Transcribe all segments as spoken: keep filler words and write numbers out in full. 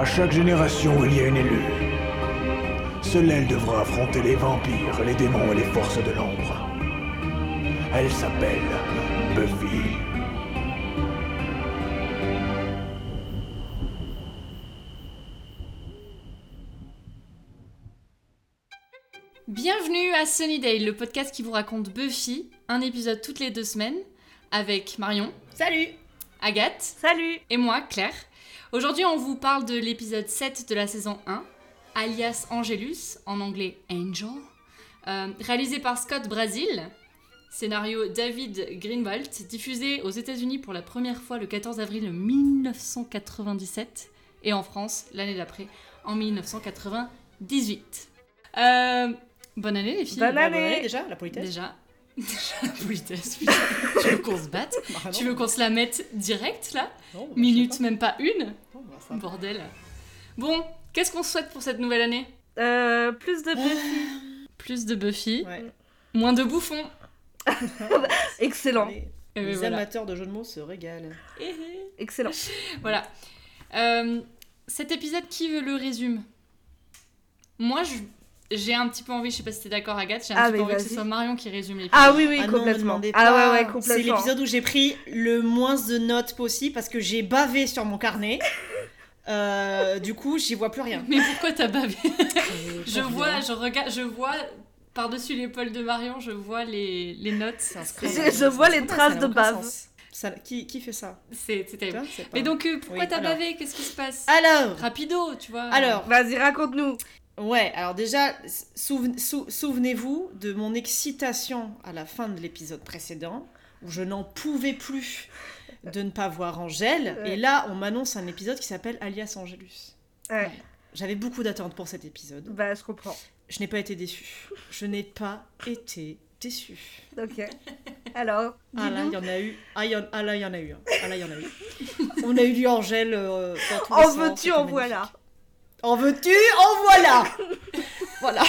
À chaque génération, il y a une élue. Seule elle devra affronter les vampires, les démons et les forces de l'ombre. Elle s'appelle Buffy. Bienvenue à Sunnydale, le podcast qui vous raconte Buffy, un épisode toutes les deux semaines, avec Marion. Salut. Agathe. Salut. Et moi, Claire. Aujourd'hui, on vous parle de l'épisode sept de la saison un, alias Angelus, en anglais Angel, euh, réalisé par Scott Brasil, scénario David Greenwald, diffusé aux États-Unis pour la première fois le quatorze avril mille neuf cent quatre-vingt-dix-sept et en France l'année d'après, en mille neuf cent quatre-vingt-dix-huit. Euh, bonne année les filles. Bonne année. Bonne année déjà, la politesse. Déjà. Déjà la politesse, putain. Tu veux qu'on se batte Bah, Tu veux qu'on se la mette direct là non, bah, Minute, je sais même pas une pas. Non, bah, ça va. Bordel. Bon, qu'est-ce qu'on souhaite pour cette nouvelle année ? Euh, plus de Buffy. Plus de Buffy, Ouais. moins de bouffons. Excellent. Les, Et les ben voilà. amateurs de jeux de mots se régalent. Excellent. Voilà. Euh, cet épisode, qui veut le résume ? Moi, je... j'ai un petit peu envie, je sais pas si t'es d'accord Agathe, j'ai un Ah, petit peu mais envie que ce vas-y. soit Marion qui résume l'épisode. Ah oui, oui, Ah non, me complètement. demandez Ah pas. ouais, ouais, complètement. C'est l'épisode où j'ai pris le moins de notes possible parce que j'ai bavé sur mon carnet. Euh, du coup, j'y vois plus rien. Mais pourquoi t'as bavé ? Je Pas vois, évident. je regarde, je vois par-dessus l'épaule de Marion, je vois les, les notes. C'est un Je- scandale. je C'est vois un les scandale, traces ça n'a de aucun bave. sens. Ça- qui, qui fait ça C'est, c'est Tu terrible. vois, c'est pas- Mais donc, euh, pourquoi Oui, t'as alors. bavé ? Qu'est-ce qui se passe ? Alors, Rapido, tu vois. alors, Vas-y, raconte-nous. ouais, alors déjà, souven- sou- souvenez-vous de mon excitation à la fin de l'épisode précédent, où je n'en pouvais plus de ne pas voir Angèle, Ouais. et là, on m'annonce un épisode qui s'appelle Alias Angelus. Ouais, J'avais beaucoup d'attentes pour cet épisode. bah je comprends. Je n'ai pas été déçue. Je n'ai pas été déçue. Ok. Alors, Ah là, il dis-nous. y en a eu. Ah, il y en... ah là, il y en a eu. hein. Ah là, il y en a eu. On a eu du Angèle euh, dans tous les En sens, veux-tu, c'était en magnifique. voilà. En veux-tu, en voilà. Voilà.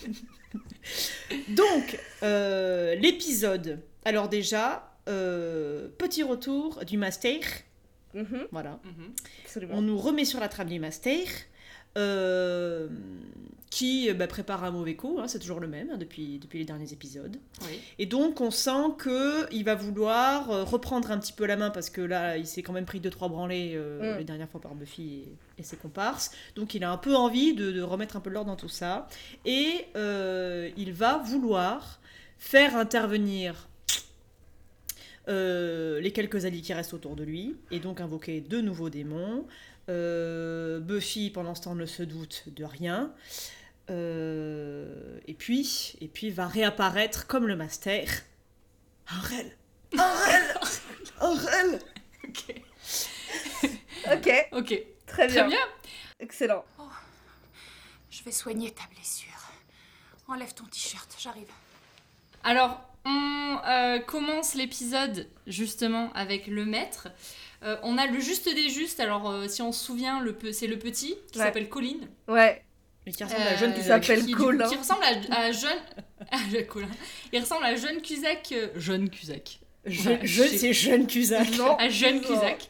Donc, euh, l'épisode. Alors déjà, euh, petit retour du master. Mhm, Voilà. Mhm. absolument. On nous remet sur la trame du master. euh, qui bah, prépare un mauvais coup, hein, c'est toujours le même hein, depuis, depuis les derniers épisodes. Oui. Et donc on sent qu'il va vouloir euh, reprendre un petit peu la main parce que là il s'est quand même pris deux trois branlées euh, Mm. les dernières fois par Buffy et, et ses comparses. Donc il a un peu envie de, de remettre un peu de l'ordre dans tout ça. Et euh, il va vouloir faire intervenir euh, les quelques alliés qui restent autour de lui et donc invoquer de nouveaux démons. Euh, Buffy pendant ce temps ne se doute de rien. Euh, et puis, et puis va réapparaître comme le master. Angèle, Angèle, Angèle. Ok. Ok, Ok. très bien. Très bien. Excellent. Je vais soigner ta blessure. Enlève ton t-shirt, j'arrive. Alors, on euh, commence l'épisode justement avec le maître. Euh, on a le juste des justes. Alors, euh, si on se souvient, le pe- c'est le petit qui Ouais. s'appelle Colin. Ouais, Mais qui ressemble à Jeune Euh, qui Cusack. s'appelle qui, du- Colin. qui ressemble à, à jeune. à Colin. Il ressemble à jeune Cusack. euh, jeune Cusack. Je, Ouais, je- je- c'est Jeune Cusack. non. À jeune non. Cusack.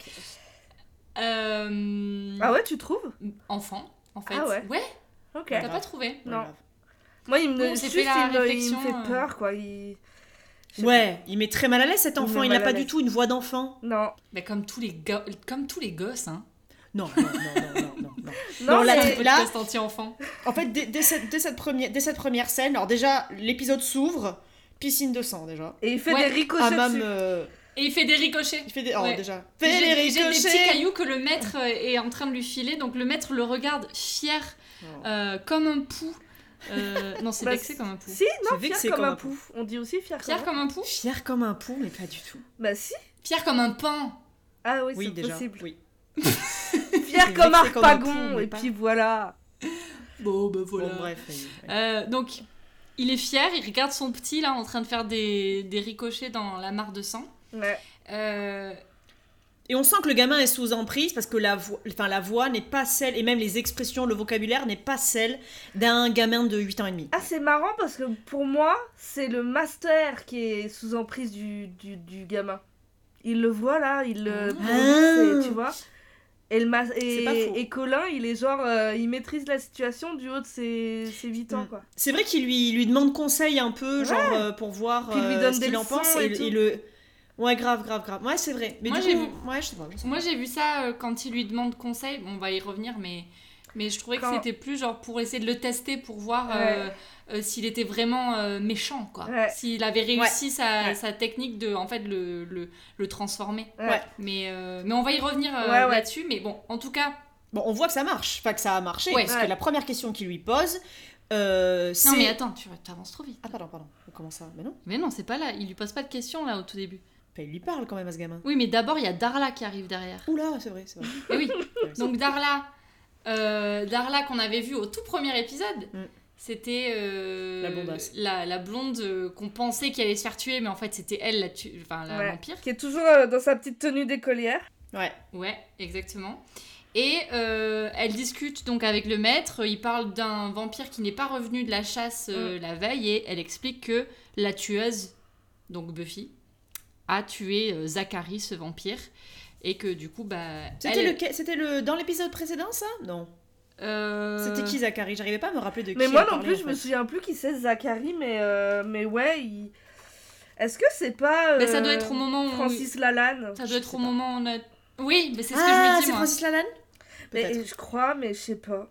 Euh, Ah ouais, tu trouves? Enfant, en fait. Ah ouais. Ouais, Ok. t'as pas trouvé. Pas Non. grave. Moi, il me, Bon, on s'est juste, fait la il me, il me réflexion, fait euh. peur, quoi. Il... je sais Ouais, il met très mal à l'aise cet Il enfant. met Il n'a mal à pas du l'aise. tout une voix d'enfant. pas. Non. Mais comme tous les, go- comme tous les gosses, hein. Non, non, non, non, non, non, non. Non, Non, là, mais... tu- là- Podcast anti-enfant. En fait, dès, dès cette, dès, cette première, dès cette première scène, alors déjà, l'épisode s'ouvre, piscine de sang déjà. Et il fait Ouais. des ricochets Hammam, dessus. euh, Et il fait des ricochets. il fait des... Oh, Ouais. déjà. Il Fais jette- les il jette des petits ricochets. cailloux que le maître euh, est en train de lui filer. Donc le maître le regarde fier, Oh. euh, comme un pou. Euh, non, c'est Bah, vexé comme un pou. Si, non, C'est fier vexé comme, comme un un pou. On dit aussi fier Fier comme un comme un pou. Fier comme un pou, mais pas du tout. Bah si. Fier comme un pain. Ah oui, Oui, c'est déjà. possible. Oui. Fier C'est comme vexé comme un Harpagon, pou, mais et pas- puis voilà. Bon, bah Bon, bref. oui, oui. Euh, donc, il est fier, il regarde son petit là en train de faire des, des ricochets dans la mare de sang. Ouais. Euh, Et on sent que le gamin est sous emprise parce que la voix, enfin, la voix n'est pas celle, et même les expressions, le vocabulaire n'est pas celle d'un gamin de huit ans et demi. Ah, c'est marrant parce que pour moi, c'est le master qui est sous emprise du, du, du gamin. Il le voit là, il le. Ah. c'est- tu vois. Et, le ma- C'est et, pas faux. et Colin, il est genre, euh, il maîtrise la situation du haut de ses, ses huit ans, Mm. quoi. C'est vrai qu'il lui, il lui demande conseil un peu, Ouais. genre euh, pour voir Puis il lui euh, donne ce des qu'il en leçons pense. et Et, tout. et le... Ouais, grave, grave, grave. Ouais, c'est vrai. Mais Moi, du j'ai coup, vu- ouais, je sais pas. je sais Moi, pas. j'ai vu ça euh, quand il lui demande conseil. Bon, on va y revenir, mais, mais je trouvais Quand- que c'était plus genre pour essayer de le tester, pour voir euh, euh, s'il était vraiment euh, méchant, quoi. Ouais. S'il avait réussi sa, Ouais. sa technique de, en fait, le, le, le transformer. Ouais. Mais, euh, mais on va y revenir euh, Ouais, ouais. là-dessus. Mais bon, en tout cas, Bon, on voit que ça marche. Enfin, que ça a marché. Ouais. Parce Ouais. que la première question qu'il lui pose, euh, c'est. non mais attends, tu avances trop vite. Ah, pardon, pardon. Comment ça? Mais non. Mais non, c'est pas là. Il lui pose pas de questions là au tout début. Bah, il lui parle quand même à ce gamin. Oui, mais d'abord il y a Darla qui arrive derrière. Oula, c'est vrai, c'est vrai. Et oui. Ouais, c'est- Donc Darla, euh, Darla qu'on avait vu au tout premier épisode, Mm. c'était euh, La blondasse. la, la blonde euh, qu'on pensait qu'elle allait se faire tuer, mais en fait c'était elle la, tu... enfin, la Ouais. vampire. Qui est toujours euh, dans sa petite tenue d'écolière. Ouais. Ouais, exactement. Et euh, elle discute donc avec le maître, il parle d'un vampire qui n'est pas revenu de la chasse euh, la veille, et elle explique que la tueuse, donc Buffy, a tué euh, Zachary, ce vampire, et que du coup, bah... C'était elle- le, c'était le dans l'épisode précédent, ça? Non. Euh, C'était qui Zachary? J'arrivais pas à me rappeler de qui Mais moi elle non parlait, plus, en je me fait. souviens plus qui c'est Zachary, mais, euh, mais ouais, il... Est-ce que c'est pas... Mais ça doit euh, être au moment où... Francis Lalanne. Ça Je doit être sais au pas. moment où on a... Oui, mais c'est ce que Ah, je me dis, c'est moi. Francis Lalanne? Mais Peut-être. je crois, mais je sais pas.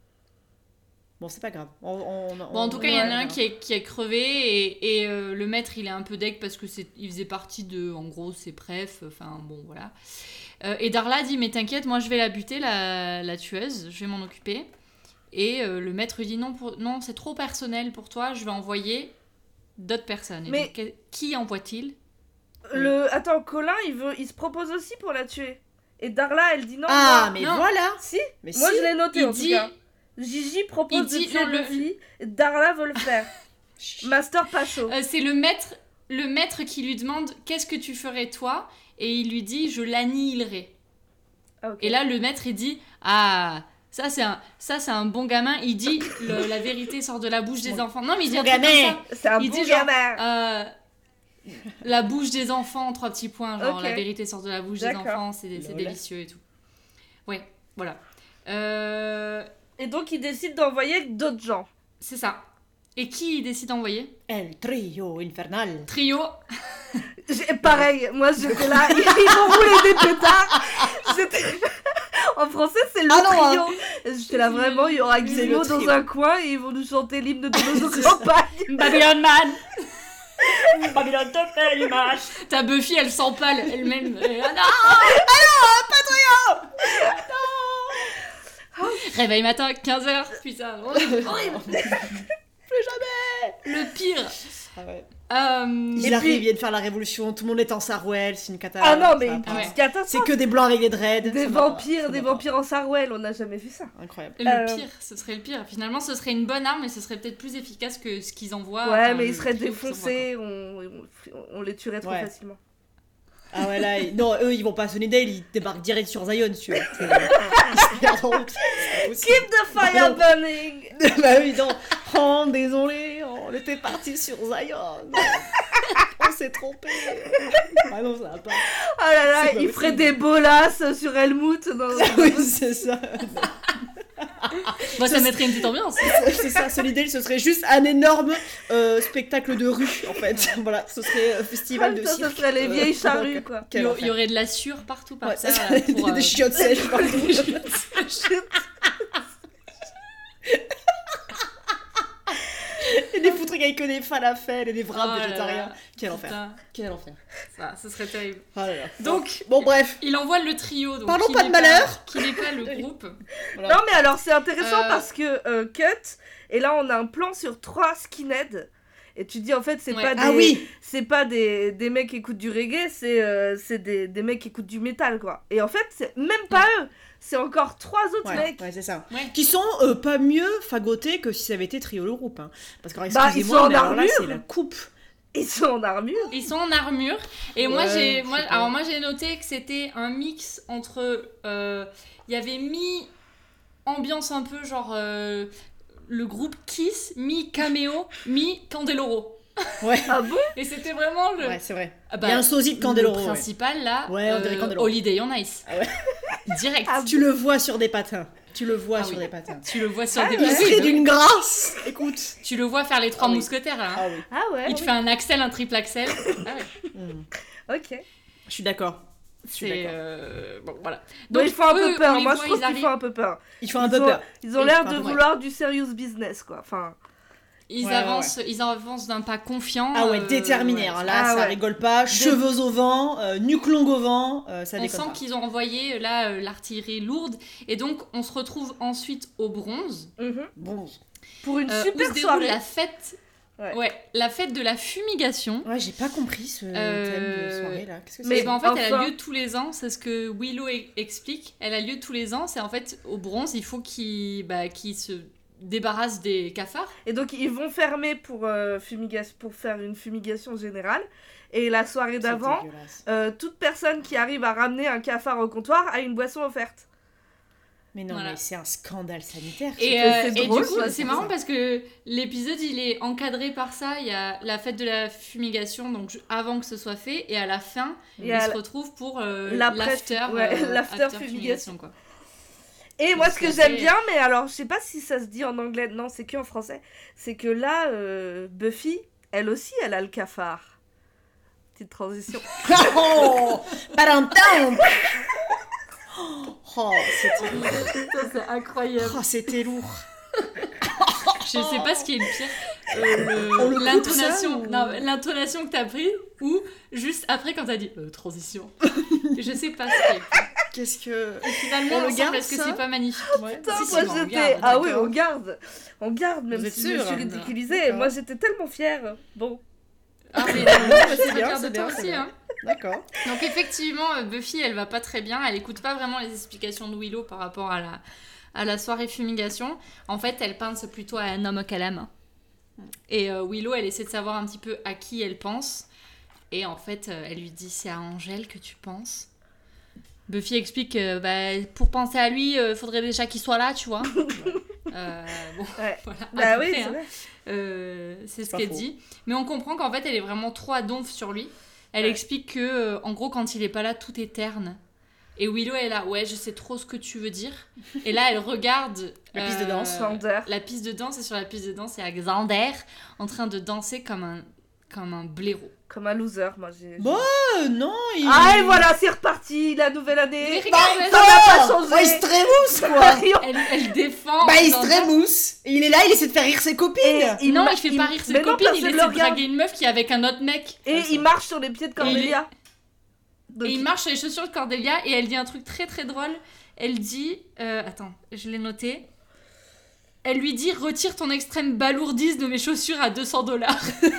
Bon, c'est pas grave. On, on- Bon, en tout cas, il y en a un ouais, qui est, qui est crevé, et, et euh, le maître, il est un peu deg parce que c'est, il faisait partie de, en gros, ses prefs, enfin, bon, voilà. Euh, et Darla dit, mais t'inquiète, moi, je vais la buter, la, la tueuse, je vais m'en occuper. Et euh, le maître lui dit, non, pour, non, c'est trop personnel pour toi, je vais envoyer d'autres personnes. Et Mais- donc, que- qui envoie-t-il? Le... Attends, Colin, il, veut... il se propose aussi pour la tuer. Et Darla, elle dit non. Ah, moi. mais Non. voilà! Si, Mais moi si. je l'ai noté Il en dit- tout cas. Gigi propose il de dit- tuer non, le- Buffy, et Darla veut le faire. Master pas chaud. Euh, c'est le maître, le maître qui lui demande, qu'est-ce que tu ferais toi? Et il lui dit, je l'annihilerai. Ah, ok. Et là, le maître, il dit, ah, ça c'est un, ça, c'est un bon gamin. Il dit, le- la vérité sort de la bouche des Mon- enfants. Non, mais il dit mon un truc comme gamin. ça. C'est un il bon dit genre, gamin. Euh, la bouche des enfants, trois petits points. Genre, Ok. la vérité sort de la bouche des D'accord. enfants, c'est, c'est Lol. délicieux et tout. Ouais, voilà. Euh, Et donc il décide d'envoyer d'autres gens. c'est ça. Et qui il décide d'envoyer? El trio infernal. Trio. J'ai- Pareil, moi j'étais là, ils vont rouler des pétards. J'étais- En français c'est le Ah non, trio. J'étais là vraiment, il y aura C'est Guillemot le trio. dans un coin et ils vont nous chanter l'hymne de nos campagnes. Babylon Man. Babylone te fait l'image. Ta Buffy, elle s'empale elle-même. Euh, ah non. Réveil matin, quinze heures, putain, horrible, horrible. Plus jamais. Le pire. Ah ouais. Euh, Ils Et arrivent, puis- ils viennent faire la révolution, tout le monde est en Sarwell, c'est une catastrophe. Ah non mais ça va une pas. ouais. petite catastrophe. C'est que des blancs avec des dreads. Des ça va pas, vampires, ça des va pas. vampires en Sarwell, on n'a jamais vu ça. Incroyable. le Euh, pire, ce serait le pire. Finalement, ce serait une bonne arme, mais ce serait peut-être plus efficace que ce qu'ils envoient. Ouais, enfin, mais le ils seraient trio qu'ils envoient, défoncés, on, on, on les tuerait trop Ouais. facilement. Ah ouais, là, ils- non, eux, ils vont pas à Sunnydale, ils débarquent direct sur Zion, tu vois. C'est- Ils se perdront, c'est pas possible. Keep the fire Non. burning. Bah oui, non. Oh, désolé, on était parti sur Zion. On s'est trompé. Ah non, ça va pas. Oh là là, C'est pas il ferait possible. des bolasses sur Helmut. Dans... Oui, c'est ça. Moi, ça mettrait une petite ambiance. C'est ça, Sunnydale, ce serait juste un énorme euh, spectacle de rue, en fait. Voilà, ce serait un festival de Putain, cirque. ce serait les euh, vieilles charrues, quoi. Il Quel y, a- enfer. il y aurait de la sueur partout par Ouais, terre. ça, là, des, pour, euh, des chiottes sèches partout. Et des foutres avec que des falafels et des oh wraps là végétariens. là, Quel enfer. putain, Quel enfer. ça, ce serait terrible. Oh là là. Donc, Bon, bref. il envoie le trio. Donc, Parlons qui pas n'est de malheur. Qui n'est pas le groupe. Voilà. Non mais alors c'est intéressant Euh. parce que euh, cut et là on a un plan sur trois skinheads et tu dis en fait c'est Ouais. pas des Ah oui. c'est pas des, des mecs qui écoutent du reggae, c'est euh, c'est des, des mecs qui écoutent du métal quoi. Et en fait c'est même pas eux, c'est encore trois autres Ouais, mecs. ouais, c'est ça. Ouais. Qui sont euh, pas mieux fagotés que si ça avait été trio le groupe. Hein. Parce que, alors, Bah, ils sont excusez-moi, en mais alors là, armure. c'est la coupe. Ils sont en armure. Ils sont en armure et moi Ouais, j'ai je moi sais pas. alors moi j'ai noté que c'était un mix entre euh, il y avait mi ambiance un peu genre euh, le groupe Kiss, mi Cameo, mi Candeloro. Ouais, Ah bon? Et c'était vraiment le ouais c'est vrai. Ah Il y a un sosie de Candeloro. le ouais. principal là Ouais, on dirait euh, Candeloro. Holiday on Ice. Ah ouais. direct. Ah, Tu le vois sur des patins. Tu le vois Ah sur oui. des patins. Tu le vois sur Ah des ouais. Il oui, serait bah oui. d'une grâce. Écoute. Tu le vois faire les trois Ah oui. mousquetaires là. hein. Ah oui. Ah ouais. Il te fait un axel, un triple axel. Ah ouais. Mm. Ok. Je suis d'accord. Je suis C'est d'accord. euh, bon voilà. Donc ils font un eux, peu peur. on les Moi, voit, je trouve ils qu'ils font arrivent- un peu peur. Il faut un Ils peu ont- peur. Ils ont Oui, l'air ils font de un peu peur. vouloir du serious business, quoi. Enfin. Ils Ouais, ouais, avancent, ils avancent d'un pas confiant. Ah ouais, euh, déterminé. ouais. hein. Là, Ah ça ouais. rigole pas. Cheveux au vent, euh, nuque longue au vent, euh, ça On déconne sent pas. qu'ils ont envoyé là euh, l'artillerie lourde et donc on se retrouve ensuite au bronze mhm. Bon. Pour une euh, où super se déroule soirée. la fête. Ouais. Ouais, la fête de la fumigation. Ouais, j'ai pas compris ce Euh, thème de soirée là. Qu'est-ce que mais Et c'est ben en fait, elle a enfin- lieu tous les ans, c'est ce que Willow e- explique. Elle a lieu tous les ans, c'est en fait au bronze, il faut qu'il bah, qu'il se débarrasse des cafards. Et donc ils vont fermer pour, euh, fumiga- pour faire une fumigation générale. Et la soirée C'est d'avant, dégueulasse. euh, toute personne qui arrive à ramener un cafard au comptoir a une boisson offerte. Mais non, Voilà. mais c'est un scandale sanitaire. Et, C'est- euh, c'est et drôle, du coup, ça, c'est c'est marrant ça. parce que l'épisode il est encadré par ça. Il y a la fête de la fumigation, donc avant que ce soit fait, et à la fin, Il ils y a se la- retrouvent pour euh, l'après- l'after, ouais, euh, l'after after fumigation. quoi. Et moi, ce que C'est j'aime assez- bien, mais alors, je sais pas si ça se dit en anglais, non, c'est que en français, c'est que là, euh, Buffy, elle aussi, elle a le cafard. Petite transition. Oh Parentin Oh, c'était lourd. C'est incroyable. Oh, c'était lourd. Je sais pas ce qui est le pire. On Euh, le le- coupe, L'intonation ça, ou- non, l'intonation que t'as pris ou juste après quand t'as dit euh, transition. Je sais pas ce qui est le pire. Qu'est-ce que. Et finalement, On le ensemble, garde, est-ce que ça c'est pas magnifique Ouais. Putain, Si, si, moi bon, on j'étais. garde, Ah oui, d'accord. on garde. On garde, même Vous êtes si je me sûre suis hein ridiculisée. D'accord. Moi j'étais tellement fière. Bon. Ah, mais mais je c'est suis bien, fière de c'est toi bien, c'est aussi, bien. hein. D'accord. Donc effectivement, euh, Buffy, elle va pas très bien. Elle écoute pas vraiment les explications de Willow par rapport à la, à la soirée fumigation. En fait, elle pense plutôt à un homme qu'elle aime. Et euh, Willow, elle essaie de savoir un petit peu à qui elle pense. Et en fait, euh, elle lui dit, c'est à Angèle que tu penses. Buffy explique que bah, pour penser à lui, il faudrait déjà qu'il soit là, tu vois. Euh, bon, Ouais. voilà. à Bah peu oui, près, c'est hein. vrai. Euh, c'est ce pas qu'elle faux. dit. Mais on comprend qu'en fait, elle est vraiment trop à donf sur lui. Elle Ouais. explique que, euh, en gros, quand il est pas là, tout est terne. Et Willow est là, ouais, je sais trop ce que tu veux dire. Et là, elle regarde La piste de danse. Xander. La piste de danse, et sur la piste de danse, il y a Xander en train de danser comme un, comme un blaireau. Comme un loser, moi j'ai. Bon, Euh, non, il. Ah, et voilà, c'est reparti, la nouvelle année. Mais Bah, regarde, elle- ça n'a pas changé. Bah, il se trémousse, quoi. elle, elle défend. Bah, il se Xander. trémousse. Et il est là, il essaie de faire rire ses copines. Et il Non, ma- il fait pas rire ses mais non, copines, il personne essaie le de regarde. draguer une meuf qui est avec un autre mec. Et Ah, ça. il marche sur les pieds de Cordelia. Donc, Et il marche sur les chaussures de Cordelia et elle dit un truc très très drôle. Elle dit... euh, attends, je l'ai noté. Elle lui dit, retire ton extrême balourdise de mes chaussures à deux cents dollars.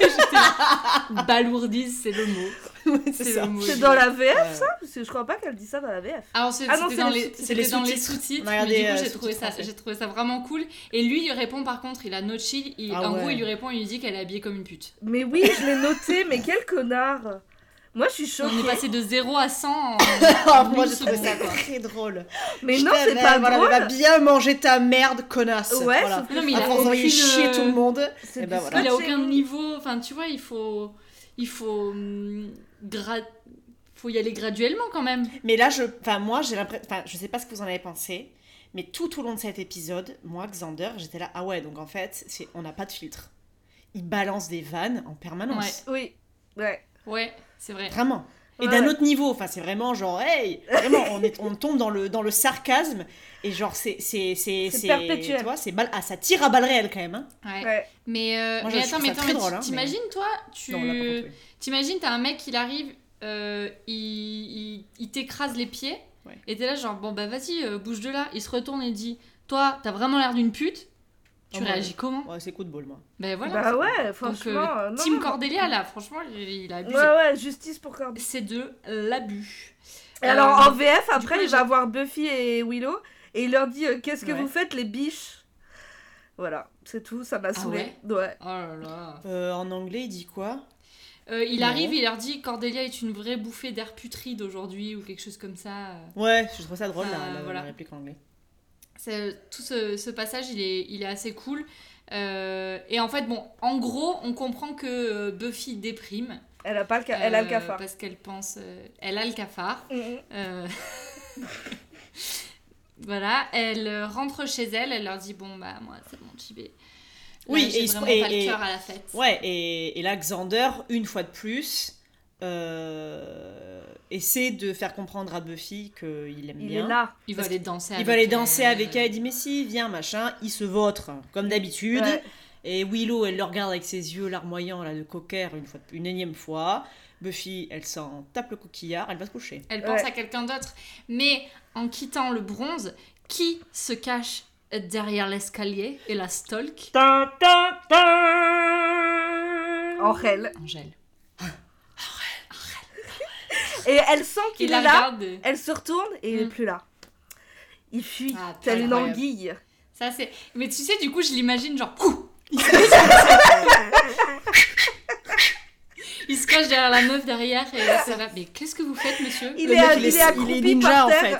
Balourdise, c'est le mot. Ouais, c'est C'est ça. le mot. c'est dans la V F, Ouais. ça Parce que je crois pas qu'elle dit ça dans la V F. Alors c'est- Ah non, c'était c'est dans les les, sous- c'était c'est les dans les sous-titres. sous-titres. On a Mais regardé, du coup, euh, j'ai trouvé, sous-titres ça, français. j'ai trouvé ça vraiment cool. Et lui, il répond par contre, il a no chill. Il- Ah en gros, ouais. il lui répond, il lui dit qu'elle est habillée comme une pute. Mais oui, je l'ai noté, mais quel connard. Moi, je suis choquée. On est passé de zéro à cent en, Oh, en moi, une j'ai trouvé seconde, ça quoi. très drôle. Mais Je non, c'est t'aime, pas voilà, drôle. Va bien manger ta merde, connasse. Ouais, Voilà. sauf que Non, mais il À a force d'envoyer aucune, chier euh, tout le monde. C'est Et ben du voilà. Il a scratching. aucun niveau. Enfin, tu vois, il faut, il faut, hum, gra- faut y aller graduellement quand même. Mais là, je, enfin, moi, j'ai l'impression, enfin, je sais pas ce que vous en avez pensé, mais tout au long de cet épisode, moi, Xander, j'étais là, ah ouais, donc en fait, c'est, on n'a pas de filtre. Il balance des vannes en permanence. Oui, ouais. Ouais, c'est vrai. Vraiment. Et Ouais, d'un ouais. autre niveau, enfin, c'est vraiment genre, hey, vraiment, on, est, on tombe dans le, dans le sarcasme, et genre, c'est, c'est, c'est, C'est perpétuel. tu vois, c'est balle, ah, ça tire à balles réelles quand même, hein. Ouais. Ouais. Mais, euh, Moi, je mais trouve attends, ça mais attends, très mais drôle, hein, t'imagines toi, tu, Non, là, par contre, oui. t'imagines, t'as un mec, il arrive, euh, il, il, il t'écrase les pieds, Ouais. et t'es là genre, bon bah vas-y, euh, bouge de là. Il se retourne et dit, toi, t'as vraiment l'air d'une pute. Tu Oh, moi, réagis comment? Ouais, c'est coup de bol, moi. Ben voilà. Bah ouais, Donc, franchement. euh, euh, non, Team non. Cordelia, là, franchement, il, il a abusé. Ouais, ouais, justice pour Cordelia. C'est de l'abus. Et alors, Euh, en V F, après, coup, il j'ai- va voir Buffy et Willow, et il leur dit euh, qu'est-ce que Ouais. vous faites, les biches? Voilà, c'est tout, ça m'a Ah saoulé. Ouais. Oh là là. Euh, en anglais, il dit quoi? Euh, il Non. arrive, il leur dit Cordelia est une vraie bouffée d'air putride aujourd'hui, ou quelque chose comme ça. Ouais, je trouve ça drôle, Ah, la, la- voilà. la réplique en anglais. C'est- tout ce, ce passage, il est, il est assez cool. Euh, et en fait, bon, en gros, on comprend que euh, Buffy déprime. Elle a, pas le ca- elle a le euh, cafard. Parce qu'elle pense... euh, elle a le cafard. Mhm. Euh, Voilà, elle euh, rentre chez elle, elle leur dit bon bah moi c'est bon j'y vais. Là, Oui, j'ai et il se- vraiment et- pas et- le cœur à la fête. Ouais, et, et là, Xander, une fois de plus, euh, essaie de faire comprendre à Buffy qu'il aime Il bien. est là. Il va Parce aller danser Il avec va aller elle. danser avec elle, il dit mais si, viens, machin. Il se vautre, comme d'habitude. Ouais. Et Willow, elle le regarde avec ses yeux larmoyants là, de cocker une, fois, une énième fois. Buffy, elle s'en tape le coquillard, elle va se coucher. Elle pense Ouais. à quelqu'un d'autre. Mais en quittant le bronze, qui se cache derrière l'escalier et la stalk? Angèle. Angèle. Et elle sent Il qu'il la est là. regarde. Elle se retourne et il est Mm. plus là. Il fuit, Ah, telle une incroyable. anguille. Ça c'est. Mais tu sais, du coup, je l'imagine genre. Ouh il se cache derrière la meuf derrière et ça va. Mais qu'est-ce que vous faites, monsieur? Il Le est, mec, à- il il est- est accroupi il est ninja, par en terre.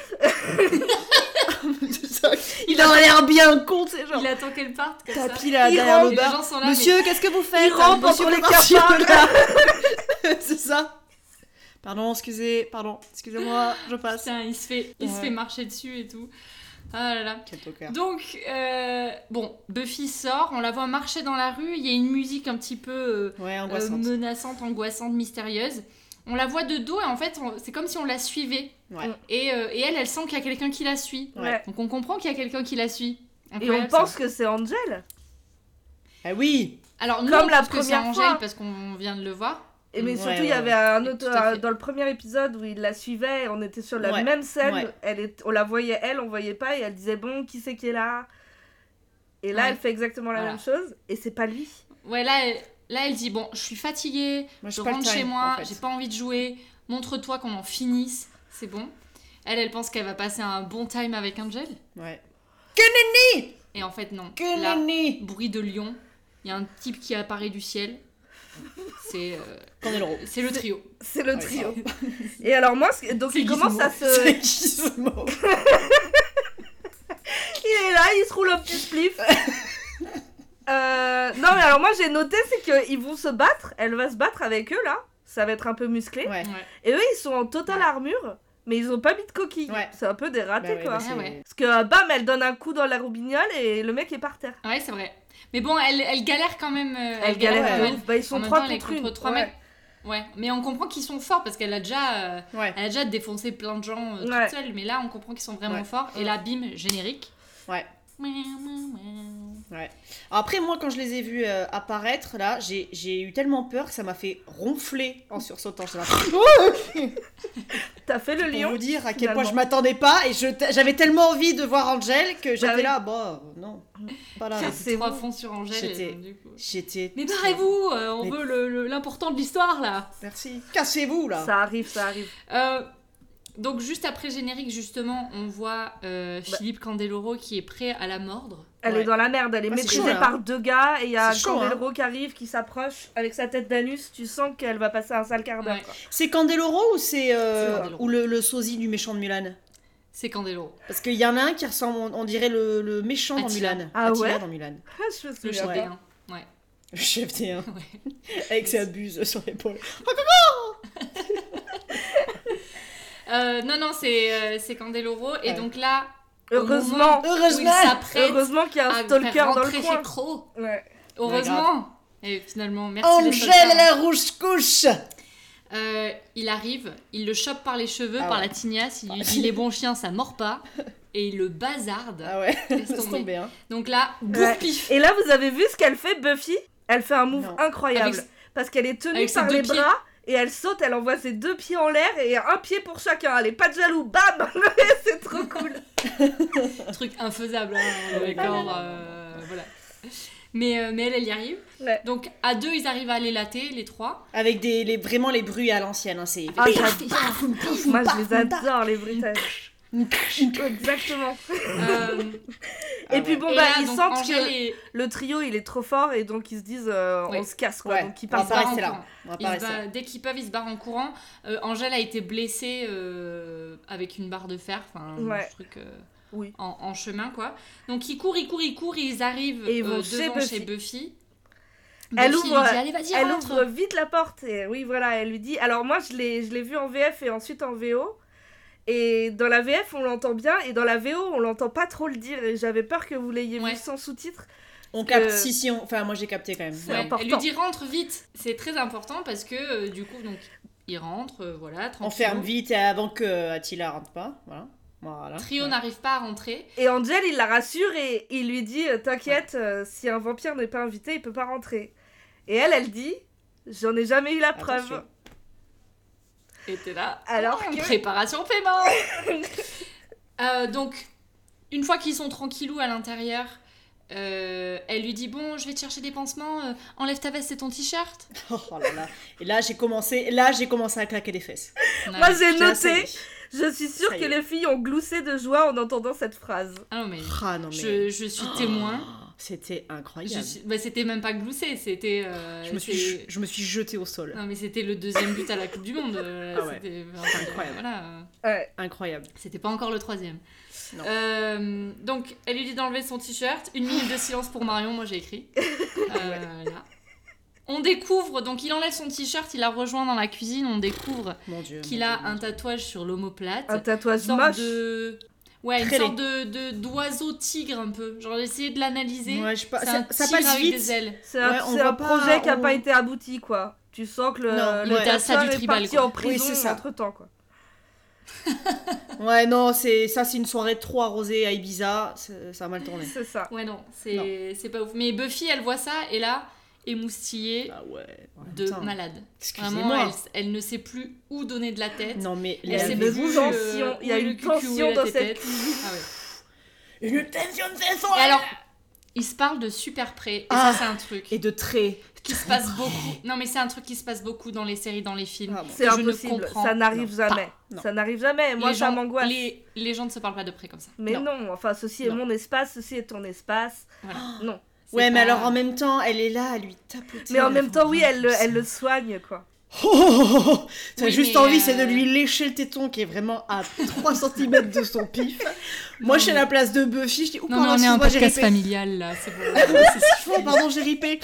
C'est ça. Il a l'air bien con, c'est genre. Il attend qu'elle parte comme ça. Tapis là Il derrière rentre, le et les bar. gens sont là, Monsieur, qu'est-ce que vous faites? Il rampe Monsieur entre peut les partir de cafards. là. C'est ça. Pardon, excusez, pardon, excusez-moi, je passe. Putain, il se fait, il se Ouais. fait marcher dessus et tout. Ah là là. Quel tocard. Donc, euh, bon, Buffy sort, on la voit marcher dans la rue, il y a une musique un petit peu euh, Ouais, euh, angoissante. menaçante, angoissante, mystérieuse. On la voit de dos et en fait, on- c'est comme si on la suivait. Ouais. Et, euh, et elle, elle sent qu'il y a quelqu'un qui la suit. Ouais. Donc on comprend qu'il y a quelqu'un qui la suit. Et on Incroyable, pense ça. que c'est Angel. Ah oui. Alors, nous, comme on la pense que c'est première Angèle fois. parce qu'on vient de le voir. Et mais Ouais, surtout, il ouais, y avait un ouais. autre Tout à euh, fait. dans le premier épisode où il la suivait, et on était sur la Ouais. même scène. Ouais. Elle est, on la voyait elle, on voyait pas, et elle disait bon, qui c'est qui est là? Et là, Ouais. elle fait exactement la Voilà. même chose, et c'est pas lui. Ouais, là, elle, là, elle dit bon, je suis fatiguée, Moi, je j'ai pas le rentre chez time, moi, en fait. j'ai pas envie de jouer, montre-toi qu'on en finisse, c'est bon. Elle, elle pense qu'elle va passer un bon time avec Angel. Ouais. Et en fait, non. Que Là, nenni. bruit de lion, il y a un type qui apparaît du ciel. C'est euh, Candeloro. c'est le trio. C'est le Ouais, trio. Et alors moi, ce- donc C'est il commence à Gizmo. se... C'est qui ce mot? Il est là, il se roule un petit spliff. Euh, non mais alors moi j'ai noté, c'est qu'ils vont se battre, elle va se battre avec eux là, ça va être un peu musclé. Ouais. Ouais. Et eux ils sont en totale Ouais. armure, mais ils ont pas mis de coquille. Ouais. C'est un peu des ratés Bah ouais, quoi. bah c'est- Ah ouais. Parce que euh, bam, elle donne un coup dans la roubignolle et le mec est par terre. Ouais, c'est vrai. Mais bon, elle, elle galère quand même. euh, Elle galère ouais. de quand même. ouf. Bah ils En sont même trois temps, elle est contre une. contre trois Ouais. mecs. Ouais, mais on comprend qu'ils sont forts parce qu'elle a déjà, euh, Ouais. elle a déjà défoncé plein de gens euh, toute Ouais. seule. Mais là, on comprend qu'ils sont vraiment Ouais. forts. Et là, bim, générique. Ouais. Ouais. Alors après, moi, quand je les ai vus euh, apparaître, là, j'ai, j'ai eu tellement peur que ça m'a fait ronfler en sursautant. J'étais là, T'as fait le pour lion. vous dire à quel finalement. point je m'attendais pas. Et je, t- j'avais tellement envie de voir Angel que j'étais oui. là, bon, non, pas là. Tiens, C'est c'est trois vous. fonds sur Angèle. J'étais- et donc, du coup- J'étais... Mais barrez-vous, euh, on Mais- veut le- le- l'important de l'histoire là. Merci. Cassez-vous, là. Ça arrive, ça arrive. Euh, donc juste après le générique, justement, on voit euh, Philippe Candeloro qui est prêt à la mordre. Elle Ouais. est dans la merde, elle est Ah, c'est maîtrisée chaud, là. par deux gars et il y a C'est chaud, Candeloro qui arrive, qui s'approche avec sa tête d'anus. Tu sens qu'elle va passer un sale quart d'heure. Ouais. quoi. C'est Candeloro ou c'est... euh, C'est Candeloro. ou le, le sosie du méchant de Mulan? C'est Candeloro, Parce qu'il y en a un qui ressemble, on, on dirait le, le méchant dans Attila. Mulan. Ah Attila ouais dans Mulan. Ah, je me le souviens chef pas. des uns. Ouais. Le chef des uns. Ouais. Avec sa buse sur l'épaule. Euh, non, non, c'est euh, c'est Candeloro. Et Ouais. donc là, Heureusement, au moment où il Heureusement. s'apprête heureusement qu'il y a à un faire stalker dans le rentrer coin. chez Crow. Ouais. Heureusement. Et finalement, merci le Angèle stalker. la rouge couche. Euh, il arrive, il le chope par les cheveux, Ah par ouais. la tignasse, il lui dit les bons chiens ça mord pas, et il le bazarde. Ah ouais, Laisse laisse tomber. tomber. Hein. Donc là, Ouais. bourre-pif. Et là, vous avez vu ce qu'elle fait, Buffy? Elle fait un move Non. incroyable. Avec- Parce qu'elle est tenue avec ses par deux les pieds. bras et elle saute, elle envoie ses deux pieds en l'air et un pied pour chacun. Elle est pas de jaloux, bam. C'est trop cool. Truc infaisable, hein, on est d'accord. euh, voilà. Mais, euh, mais elle, elle y arrive. Ouais. Donc à deux, ils arrivent à les latter, les trois. Avec des, les, vraiment les bruits à l'ancienne. Hein, c'est... Ah, j'adore. Moi, je les adore, les bruitages. Exactement. Euh, Et puis bon, et bah, là, ils donc, sentent Angèle que et- le trio, il est trop fort et donc ils se disent, euh, Oui. on se casse quoi. Ouais. Donc ils On va partent pas part pas. en rester là. courant. On va Ils pas se rester là. ba- dès qu'ils peuvent, ils se barrent en courant. Euh, Angèle a été blessée euh, avec une barre de fer, enfin Ouais. un truc euh, Oui. en, en chemin quoi. Donc ils courent, ils courent, ils courent, et ils arrivent Et ils vont euh, chez devant Buffy. chez Buffy. Elle Buffy ouvre- lui dit allez vas-y Elle rentre. ouvre vite la porte et oui voilà, elle lui dit. Alors moi, je l'ai, je l'ai vu en V F et ensuite en V O. Et dans la V F, on l'entend bien, et dans la V O, on l'entend pas trop le dire. Et j'avais peur que vous l'ayez Ouais. vu sans sous-titres. On Parce capte, que- si, si, on... enfin, moi j'ai capté quand même. C'est Ouais, important. elle lui dit rentre vite. C'est très important parce que euh, du coup, donc, il rentre, euh, voilà, tranquille. On ferme vite avant que Attila rentre pas. Voilà. voilà. Trio Ouais. n'arrive pas à rentrer. Et Angel, il la rassure et il lui dit euh, T'inquiète, euh, si un vampire n'est pas invité, il peut pas rentrer. Et elle, elle dit J'en ai jamais eu la preuve. Attention. Et t'es là. Alors oh, que- préparation paiement. euh, donc, une fois qu'ils sont tranquillous à l'intérieur, euh, elle lui dit bon, je vais te chercher des pansements. euh, enlève ta veste et ton t-shirt. Oh là là. Et là j'ai commencé, là j'ai commencé à claquer des fesses. Moi, j'ai J'étais là, ça y noté, est. je suis sûre Ça y que est. les filles ont gloussé de joie en entendant cette phrase. Ah non mais, Ah non mais. je, je suis témoin. Oh, c'était Je incroyable. suis- bah, c'était même pas gloussé, c'était. euh, Je me suis, c'est- je me suis jetée au sol. Non mais c'était le deuxième but à la Coupe du Monde. euh, Ah ouais. C'était C'est incroyable. Voilà. euh, Ouais. Incroyable. C'était pas encore le troisième. Non. Euh, donc, elle lui dit d'enlever son t-shirt. Une minute de silence pour Marion, moi j'ai écrit. Euh, là. On découvre, donc il enlève son t-shirt, il la rejoint dans la cuisine. On découvre Mon Dieu. qu'il mon a Dieu, mon un Dieu. tatouage sur l'omoplate. Un tatouage Une sorte moche. de. Ouais, une Très sorte de, de- d'oiseau tigre un peu. Genre, j'ai essayé de l'analyser. Ouais, je sais pas, C'est ça, un ça tigre passe avec vite. des ailes. C'est un, Ouais, on c'est voit un pas- projet qui a on- pas été abouti, quoi. Tu sens que le, Non, le ouais. T'as ça danseur du est tribal, parti quoi. en prison Oui, c'est ça. entre-temps, quoi. Ouais, non, c'est ça, c'est une soirée trop arrosée à Ibiza. c'est- Ça a mal tourné. C'est ça. Ouais, non, c'est, c'est pas ouf. Mais Buffy, elle voit ça et là, émoustillée Ah ouais. en même de temps. malade. Vraiment, Excusez-moi. elle, elle ne sait plus où donner de la tête. Non mais Elle Il y a sait une plus, l'avez-vous tension, euh, il y a où est une le cucu, où est tension la dans tétette. cette Ah ouais. Une tension de cette Et soirée. alors, ils se parlent de super près. Et Ah. ça, c'est un truc Et de traits. qui se passe beaucoup. Non, mais c'est un truc qui se passe beaucoup dans les séries, dans les films. Ah bon. C'est que je ne impossible, comprends ça n'arrive non, jamais. Non. Ça n'arrive jamais, moi les ça gens, m'angoisse. Les, les gens ne se parlent pas de près comme ça. Mais Non. non. enfin ceci est Non. mon espace, ceci est ton espace. Voilà. Non. C'est Ouais, mais pas- alors en même temps, elle est là à lui tapoter. Mais en le même temps, oui, ventre elle, le- comme elle ça. le soigne, quoi. Oh, oh, oh, oh. T'as Oui, juste mais, envie, euh, c'est de lui lécher le téton qui est vraiment à trois centimètres de son pif. Moi, Non, je suis à mais- la place de Buffy, je dis, oh, Non, pardon, mais on est un excuse-moi, j'ai podcast ripé. familial, là. C'est bon. Oh, pardon, j'ai ripé.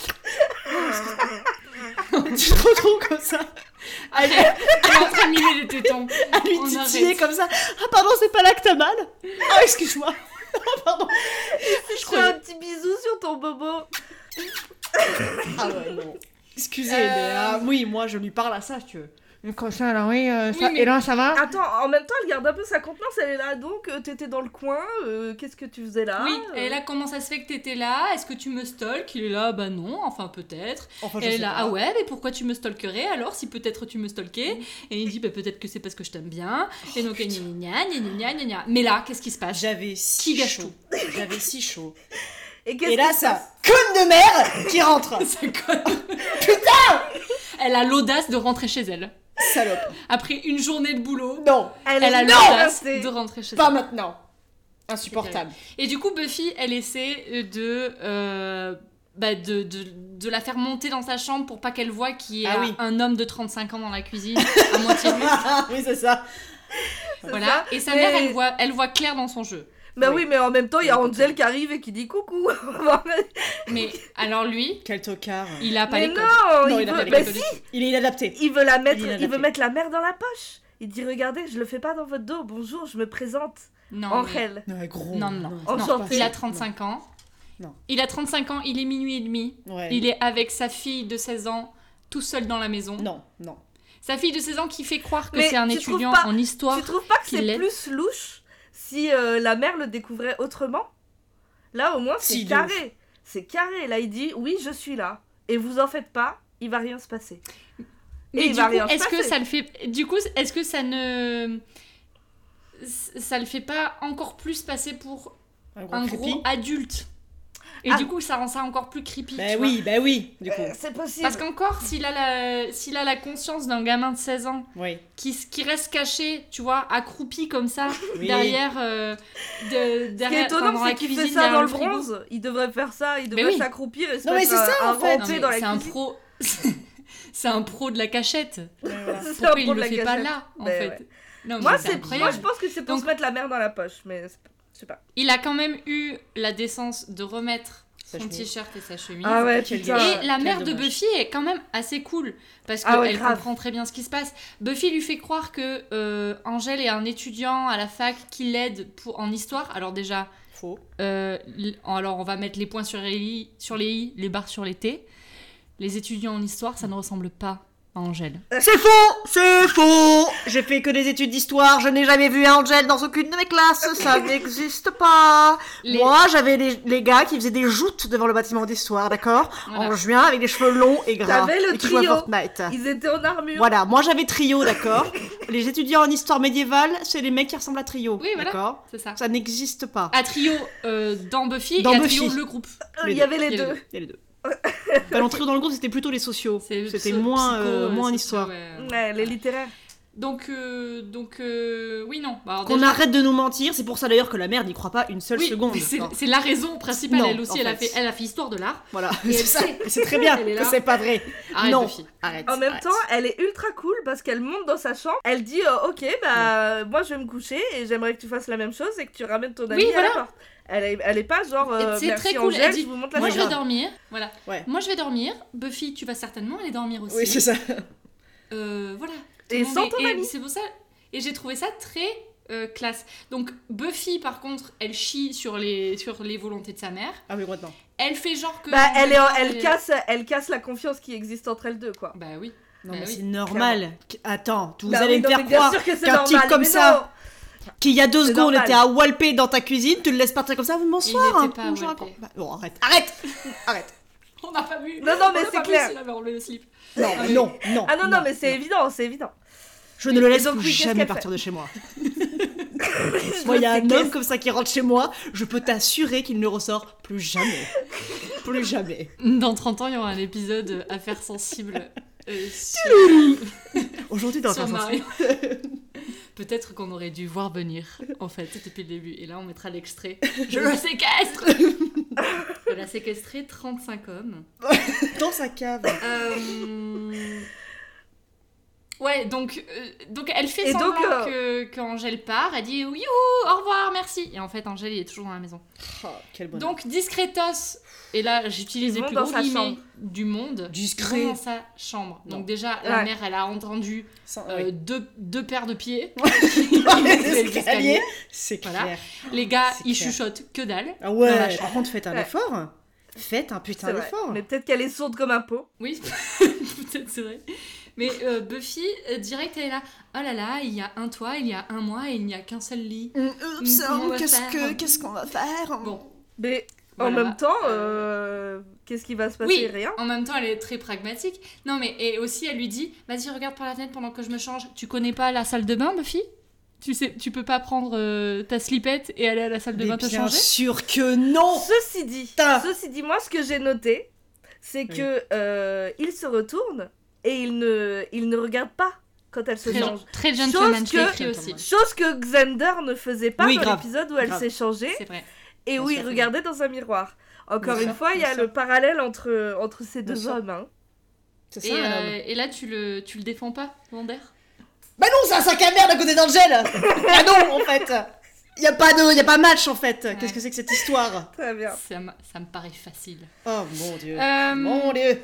Tu te retrouves comme ça, à lui, Elle est en train de mimer les tétons. à lui On titiller arrête. comme ça. Ah, pardon, c'est pas là que t'as mal. Ah, excuse-moi. Oh, pardon. Je fais un petit bisou sur ton bobo. Ah ouais, non. Excusez, Euh, mais ah, oui, moi, je lui parle à ça, si tu veux. Comme ça, là, oui, euh, ça, Oui, mais- et là, ça va. Attends, en même temps, elle garde un peu sa contenance, elle est là, donc euh, t'étais dans le coin, euh, qu'est-ce que tu faisais là Oui, euh et là, comment ça se fait que t'étais là? Est-ce que tu me stalks? Il est là, bah non, enfin peut-être. Enfin, Et elle est là, ah ouais, mais pourquoi tu me stalkerais alors si peut-être tu me stalkais? Et il dit, bah peut-être que c'est parce que je t'aime bien. Et donc, gna gna gna gna gna gna. Mais là, qu'est-ce qui se passe? J'avais si Qui gâche chaud. J'avais si chaud. Et, qu'est-ce Et là, qui se ça, passe conne de merde qui rentre. C'est quoi? Putain! Elle a l'audace de rentrer chez elle. Salope. Après une journée de boulot, Non, Elle, elle a est l'audace restée. de rentrer chez pas elle. maintenant. Insupportable. Et du coup, Buffy, elle essaie de, euh, bah, de, de, de la faire monter dans sa chambre pour pas qu'elle voie qu'il y a Ah oui. un homme de trente-cinq ans dans la cuisine, à moitié nu. oui, c'est ça. C'est Voilà. ça. Et sa Mais- mère, elle voit, elle voit clair dans son jeu. Bah Oui. oui, mais en même temps, il y a Oui, Angel qui arrive et qui dit coucou. Mais alors lui, Quel tocard. il a pas mais les non, codes. Non, il il a veut... pas les bah codes. si, Il est inadapté. il veut la mettre, Il est il, inadapté. veut mettre la mère dans la poche. Il dit regardez, je le fais pas dans votre dos. Bonjour, je me présente. Non, mais- Angel. Non, gros. non, non, non. Enchanté. Il a trente-cinq ans. Non. Il a trente-cinq ans, il est minuit et demi. Ouais. Il est avec sa fille de seize ans, tout seul dans la maison. Non, non. Sa fille de seize ans qui fait croire que Mais c'est un tu trouves étudiant pas- en histoire. Tu trouves pas que qu'il c'est l'est. plus louche si euh, la mère le découvrait autrement? Là, au moins, c'est Si, de carré. C'est carré. Là, il dit oui, je suis là. Et vous en faites pas, il va rien se passer. Mais Et il du va coup, rien se est-ce que passer. ça le fait du coup, est-ce que ça ne ça le fait pas encore plus passer pour Un gros un creepy. gros adulte? Et Ah. du coup, ça rend ça encore plus creepy. Bah tu vois. oui, bah oui, du coup. Euh, c'est possible. Parce qu'encore, s'il a la s'il a la conscience d'un gamin de seize ans Oui. qui, s- qui reste caché, tu vois, accroupi comme ça, Oui. derrière, euh, de, Ce qui est derrière enfin, étonnant, dans la c'est qu'il fait cuisine, ça derrière dans le frigo. bronze. Il devrait faire ça, il Mais devrait oui. s'accroupir et se Non, mais mettre c'est ça, un, en fait. Non, ramper mais dans la c'est un cuisine. pro. C'est un pro de la cachette. Ouais, voilà. C'est un Pourquoi il pro de le la fait pas cachette. là, en Mais fait? ouais. Non, mais Moi, c'est c'est, moi, incroyable. je pense que c'est pour Donc- se mettre la mère dans la poche, mais c'est- je sais pas. Il a quand même eu la décence de remettre sa son chemise. t-shirt et sa chemise. Ah ouais, Quel putain. gars. Et la quel mère de dommage. Buffy est quand même assez cool parce Ah ouais, qu'elle grave. comprend très bien ce qui se passe. Buffy lui fait croire que euh, Angel est un étudiant à la fac qui l'aide pour en histoire. Alors déjà, Faux. euh, l- alors on va mettre les points sur les i, sur les i, les barres sur les t. Les étudiants en histoire, ça ne ressemble pas à Angel. C'est faux, c'est faux. J'ai fait que des études d'histoire, je n'ai jamais vu Angel dans aucune de mes classes, ça n'existe pas. Les- Moi, j'avais les, les gars qui faisaient des joutes devant le bâtiment d'histoire, d'accord, Voilà. en juin, avec des cheveux longs et gras, T'avais le et qui jouaient à trio. Fortnite. Ils étaient en armure. Voilà, moi j'avais trio, d'accord. Les étudiants en histoire médiévale, c'est les mecs qui ressemblent à trio, Oui, voilà. d'accord. C'est ça. Ça n'existe pas. À trio euh, dans Buffy Dans et à Buffy. trio le groupe. Euh, les Il y deux. avait les Il y a les deux. deux. Il y a les deux. Bah, non, trio dans le groupe, c'était plutôt les sociaux. C'est C'était psy- moins, psycho, euh, euh, moins en socio, histoire. ouais. Ouais, les littéraires. Donc, euh, donc euh, oui, non. Bah, alors Qu'on déjà- arrête de nous mentir, c'est pour ça d'ailleurs que la mère n'y croit pas une seule Oui, seconde. c'est Enfin, c'est la raison principale. Non, elle aussi, en elle, a fait. fait, elle a fait histoire de l'art. Voilà, Et c'est elle ça. sait. Et c'est très bien Elle est que là. c'est pas vrai. Arrête, non, Buffy. arrête. En même arrête. temps, elle est ultra cool parce qu'elle monte dans sa chambre. Elle dit euh, ok, bah moi je vais me coucher et j'aimerais que tu fasses la même chose et que tu ramènes ton ami Oui, à la voilà. porte. Elle est, elle est pas genre euh, Et c'est merci très cool, Angèle, elle dit, je vous montre la Moi, Ouais, je vais chambre. grave. dormir. Voilà. Ouais. Moi, je vais dormir. Buffy, tu vas certainement aller dormir aussi. Oui, c'est ça. Euh, voilà. Tout Et le monde sans est- ton et ami. c'est pour ça. Et j'ai trouvé ça très euh, classe. Donc Buffy, par contre, elle chie sur les sur les volontés de sa mère. Ah oui, complètement. Elle fait genre que. Bah elle est, en- elle elle casse, elle casse la confiance qui existe entre elles deux quoi. Bah oui. Non, Bah mais oui, c'est normal. Attends, vous Bah allez oui, me non, faire mais bien croire sûr que c'est qu'un normal, type comme mais ça, qui il y a deux C'est secondes normal. était à walper dans ta cuisine, tu le laisses partir comme ça, bonsoir. Il était pas bonjour, walpé. raconte- Bah, bon, arrête, arrête, arrête. On n'a pas vu. Non, non, mais On n'a c'est pas vu clair. s'il avait enlevé le slip. Non, Ah, mais- non, non. Ah non non, mais c'est évident, c'est évident. Je ne le Et laisse donc, plus oui, qu'est-ce jamais qu'elle partir fait de chez moi. Moi, il y a un homme comme ça qui rentre chez moi, je peux t'assurer qu'il ne ressort plus jamais. Plus jamais. Dans trente ans, il y aura un épisode euh, Affaires sensibles euh, sur, Aujourd'hui, dans sur la Marion. Peut-être qu'on aurait dû voir venir, en fait, depuis le début. Et là, on mettra l'extrait. Je le séquestre. Elle a séquestré trente-cinq hommes. dans sa cave. Euh... Ouais, donc, euh, donc elle fait Et semblant donc, euh, que qu'Angèle part. Elle dit oui, au revoir, merci. Et en fait, Angèle, il est toujours dans la maison. Oh, quel bonheur. Donc, discretos, et là j'utilise Ils les vont plus dans gros sa guillemets chambre. du monde, Discret. ils vont dans sa chambre. Non. Donc déjà, la Ouais. mère, elle a entendu Sans- euh, oui. deux, deux paires de pieds. Les les escaliers, c'est Voilà. clair. Les gars, C'est ils clair. chuchotent que dalle. Ah Dans la ouais, chambre. par contre, faites un Ouais. effort. Faites un putain C'est vrai. d'effort. Mais peut-être qu'elle est sourde comme un pot. Oui, peut-être c'est vrai. Mais euh, Buffy, euh, direct, elle est là. Oh là là, il y a un toit, il y a un mois et il n'y a qu'un seul lit. Mm, Oups, comment on va qu'est-ce faire que qu'est-ce qu'on va faire Bon, Mais en Voilà. même temps, euh, qu'est-ce qui va se passer? oui, Rien. en même temps, elle est très pragmatique. Non, mais et aussi, elle lui dit, vas-y, regarde par la fenêtre pendant que je me change. Tu connais pas la salle de bain, Buffy? Tu sais, tu peux pas prendre euh, ta slipette et aller à la salle de Mais bain te bien changer? sûr que non. Ceci dit, Putain. ceci dit, moi ce que j'ai noté, c'est Oui. que euh, il se retourne et il ne, il ne regarde pas quand elle se Très, change. très gentleman, Chose je l'ai que- écrit aussi. Chose que Xander ne faisait pas Oui, dans grave. l'épisode où elle Grave. s'est changée C'est vrai. et Bien où sûr, il c'est regardait dans un miroir. Encore Bien une sûr, fois, il y bien a sûr. le parallèle entre, entre ces deux Bien sûr. hommes. Hein. C'est Et, ça, un euh, homme. et là, tu le, tu le défends pas, Wander? Bah non, c'est un sac à merde à côté d'Angèle. Ah non, en fait. Y a pas de, y a pas match en fait. Ouais. Qu'est-ce que c'est que cette histoire? Très bien. Ça, m'a- ça me paraît facile. Oh mon dieu. Euh, Mon dieu.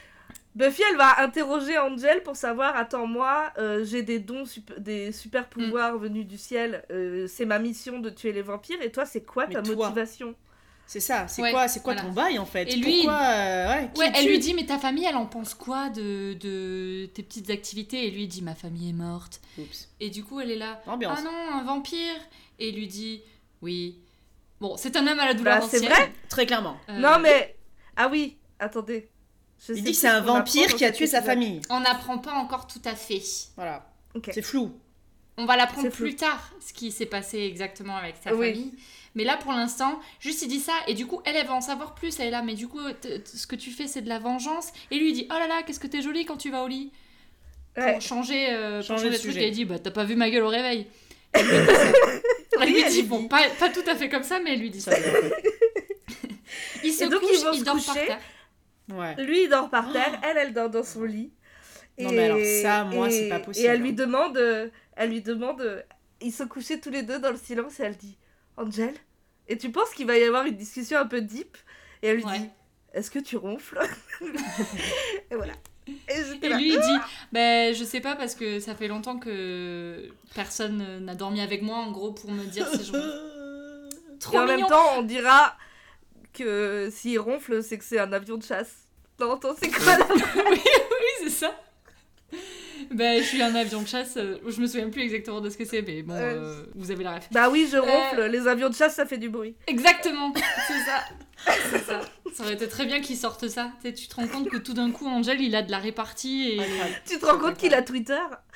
Buffy, elle va interroger Angel pour savoir, attends, moi, euh, j'ai des dons, sup- des super pouvoirs venus du ciel, euh, c'est ma mission de tuer les vampires, et toi, c'est quoi Mais ta toi motivation? C'est ça, c'est Ouais, quoi, c'est quoi voilà. ton bail en fait? Et lui, Pourquoi euh, ouais, qui Ouais, elle tu lui dit, mais ta famille, elle en pense quoi de, de tes petites activités? Et lui, il dit, ma famille est morte. Oups. Et du coup, elle est là, Ambiance. ah non, un vampire. Et il lui dit, oui. Bon, c'est un homme à la douleur Bah, c'est ancienne. vrai. Très clairement. Euh, Non, mais... Ah oui, attendez. Je Il sais dit que plus c'est ce un qu'on vampire apprend qui a dans tué cet sa épisode. famille. On n'apprend pas encore tout à fait. Voilà. Ok. C'est flou. On va l'apprendre C'est flou. plus tard, ce qui s'est passé exactement avec sa Oui. famille. Mais là, pour l'instant, juste il dit ça, et du coup, elle, elle va en savoir plus. Elle est là, mais du coup, t- t- ce que tu fais, c'est de la vengeance. Et lui, il dit, oh là là, qu'est-ce que t'es jolie quand tu vas au lit. Ouais. Pour changer, euh, pour Changer changer de le truc, sujet. elle dit, bah t'as pas vu ma gueule au réveil. Elle lui dit ça. Elle Oui, lui elle dit, lui bon, dit. pas, pas tout à fait comme ça, mais elle lui dit ça. Il se Et donc, couche, ils vont il se dort par coucher. terre. Ouais. Lui, il dort par terre, elle, elle dort dans son lit. Non, mais alors ça, moi, et- c'est pas possible, Et elle hein. lui demande... euh, Elle lui demande... euh, Ils se couchaient tous les deux dans le silence et elle dit « Angel ?» Et tu penses qu'il va y avoir une discussion un peu deep Et elle lui Ouais. dit, est-ce que tu ronfles? Et voilà. Et, j'étais Et là, lui, il dit, ben, je sais pas parce que ça fait longtemps que personne n'a dormi avec moi, en gros, pour me dire si je ronfle. Trop Et en mignon. même temps, on dira que s'il ronfle, c'est que c'est un avion de chasse. Non, attends, c'est quoi là? oui, oui, c'est ça. Ben, je suis un avion de chasse. euh, Je me souviens plus exactement de ce que c'est, mais bon, Euh, euh, vous avez la ref. Bah oui, je ronfle. Euh. Les avions de chasse, ça fait du bruit. Exactement, c'est ça. C'est ça. Ça aurait été très bien qu'ils sortent ça. Tu sais, tu te rends compte que tout d'un coup, Angel, il a de la répartie et... Tu te rends compte qu'il a Twitter?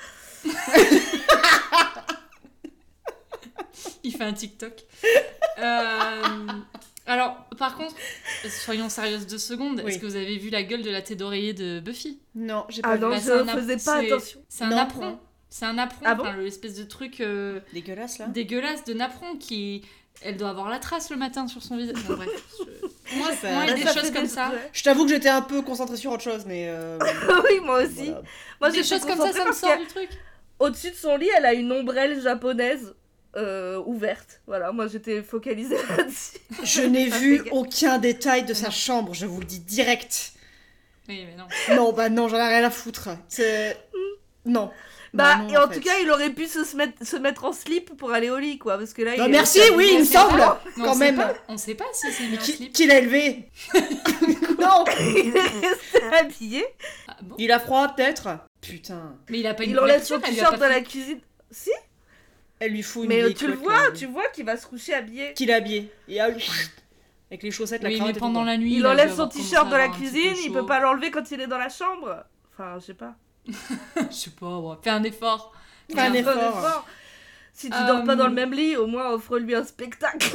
il fait un TikTok. Euh, Alors, par contre, soyons sérieuses deux secondes. Oui. Est-ce que vous avez vu la gueule de la tête d'oreiller de Buffy? Non, j'ai pas Ah vu. non, Bah, je c'est un ap- faisais pas c'est- attention. C'est un Non, napperon. non. C'est un napperon, Ah bon enfin, l'espèce de truc euh, Dégueulasse, là. dégueulasse de napperon qui... Elle doit avoir la trace le matin sur son visage. Bon, bref. je- Moi, Ça- moi, il y a Bah, des ça choses fait comme des- ça. ouais. Je t'avoue que j'étais un peu concentrée sur autre chose, mais... euh, Oui, moi aussi. voilà. Moi, Des j'étais choses comme ça, concentrée ça me parce sort que du truc. Au-dessus de son lit, elle a une ombrelle japonaise euh, ouverte. Voilà, moi j'étais focalisée là-dessus. Je n'ai Ça vu fait- aucun détail de sa Non. chambre, je vous le dis direct. Oui, mais non. Non, bah non, j'en ai rien à foutre. C'est... Non. Bah, non, et en, fait. tout cas, il aurait pu se, se, mettre, se mettre en slip pour aller au lit, quoi. Parce que là, Bah, il est merci, resté oui, habillé. il me sait pas. semble, Mais on quand sait même. pas- On sait pas si c'est mis Mais en qui, slip. qui l'a élevé? Non. Il est resté habillé. Ah, bon. Il a froid, peut-être? Putain. Mais il a pas une Il enlève couverture, son elle lui a t-shirt pas dans fait- la cuisine. Si, Elle lui fout une mais euh, vieille tu le couette, vois, là. tu vois qu'il va se coucher habillé. Qu'il est habillé. Et ah, avec les chaussettes, la Oui, mais cravate et pendant tout, la nuit. Il a dû enlève son avoir commencé t-shirt à dans la avoir un petit peu cuisine, il chaud. peut pas l'enlever quand il est dans la chambre. Enfin, je sais pas. Je sais pas, ouais. Fais un effort. Fais un Fais effort. Si tu Euh, dors pas dans le même lit, au moins offre-lui un spectacle.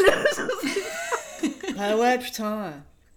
Ah ouais, putain.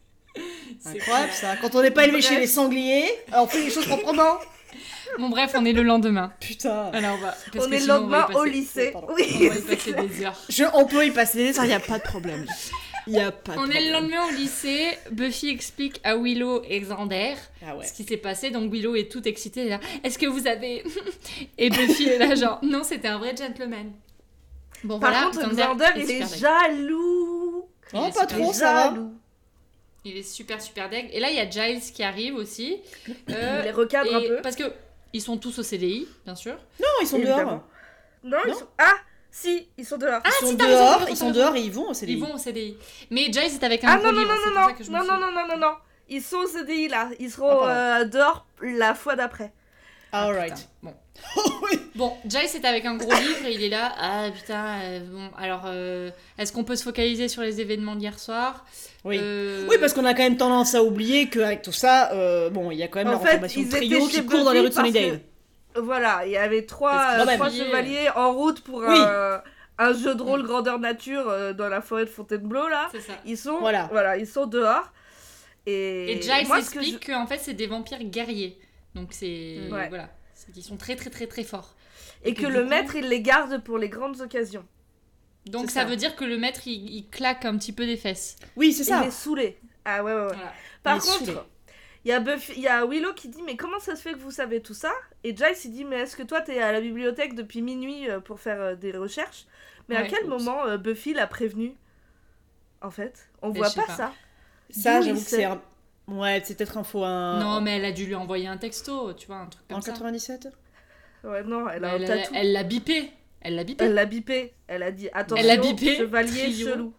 C'est Incroyable ça. Quand on n'est pas élevé Bref. chez les sangliers, on fait les choses proprement. Bon, bref, on est le lendemain. Putain. Alors, on va. parce On que est le sinon, on va y lendemain au passer- lycée. Pardon. On Oui. va y passer des heures. Je, on peut y passer des heures, il n'y a pas de problème. Il n'y a pas de On problème. est le lendemain au lycée. Buffy explique à Willow et Xander Ah ouais. ce qui s'est passé. Donc Willow est toute excitée. Elle est là, est-ce que vous avez. Et Buffy est là, genre, non, c'était un vrai gentleman. Bon, Par voilà. contre, Xander, il est super deg. jaloux. Il Oh, est pas super trop, Il est ça va. jaloux. Il est super, super deg. Et là, il y a Giles qui arrive aussi. Euh, Il les recadre et- un peu. Parce que ils sont tous au C D I, bien sûr. Non, ils sont Évidemment. dehors. Non, ils Non. sont... Ah, si, ils sont dehors. Ah, Ils sont si, t'as raison, dehors, t'as raison, ils t'as sont raison. dehors et ils vont au C D I. Ils vont au C D I. Mais Giles est avec un Ah gros non, non, livre, non, c'est non, pour non, ça que je me non, suis- non, non, non, non, non. Ils sont au C D I là. Ils seront Ah, euh, dehors la fois d'après. Ah, Putain, alright. Bon. Oui. Bon, Giles est avec un gros livre et il est là. Ah putain, euh, bon, alors euh, est-ce qu'on peut se focaliser sur les événements d'hier soir? Oui. Euh, Oui, parce qu'on a quand même tendance à oublier qu'avec tout ça, euh, bon, il y a quand même En leur fait, formation ils trio étaient qui chez court dans les rues de Buffy Sunnydale. parce Voilà, il y avait trois, Parce euh, qu'ils trois sont chevaliers en route pour Oui. un, un jeu de rôle grandeur nature euh, dans la forêt de Fontainebleau là. C'est ça. Ils sont, Voilà. voilà, ils sont dehors. Et, Et Giles moi, ce que explique qu'en fait c'est des vampires guerriers. Donc c'est Ouais. voilà, c'est qu'ils sont très très très très forts. je- et que du le coup- maître il les garde pour les grandes occasions. Donc C'est ça, ça. veut dire que le maître il, il claque un petit peu des fesses. Oui, c'est Il ça. est saoulé. Ah ouais ouais ouais. Voilà. Par Il est saoulé. contre, il y a Buffy, il y a Willow qui dit mais comment ça se fait que vous savez tout ça? Et Giles il dit mais est-ce que toi t'es à la bibliothèque depuis minuit euh, pour faire euh, des recherches? Mais à Ouais. quel moment euh, Buffy l'a prévenu? En fait, on Mais voit je sais pas, pas. ça. Ça, D'où j'avoue il que sait c'est un... Ouais, c'est peut-être un faux... Un... Non mais elle a dû lui envoyer un texto, tu vois, un truc comme En ça. quatre-vingt-dix-sept Ouais non, elle a Elle un l'a- tatou. elle l'a bipé. Elle l'a bipé. Elle l'a bipé. Elle a dit attention, Elle l'a bipé, chevalier trio. chelou.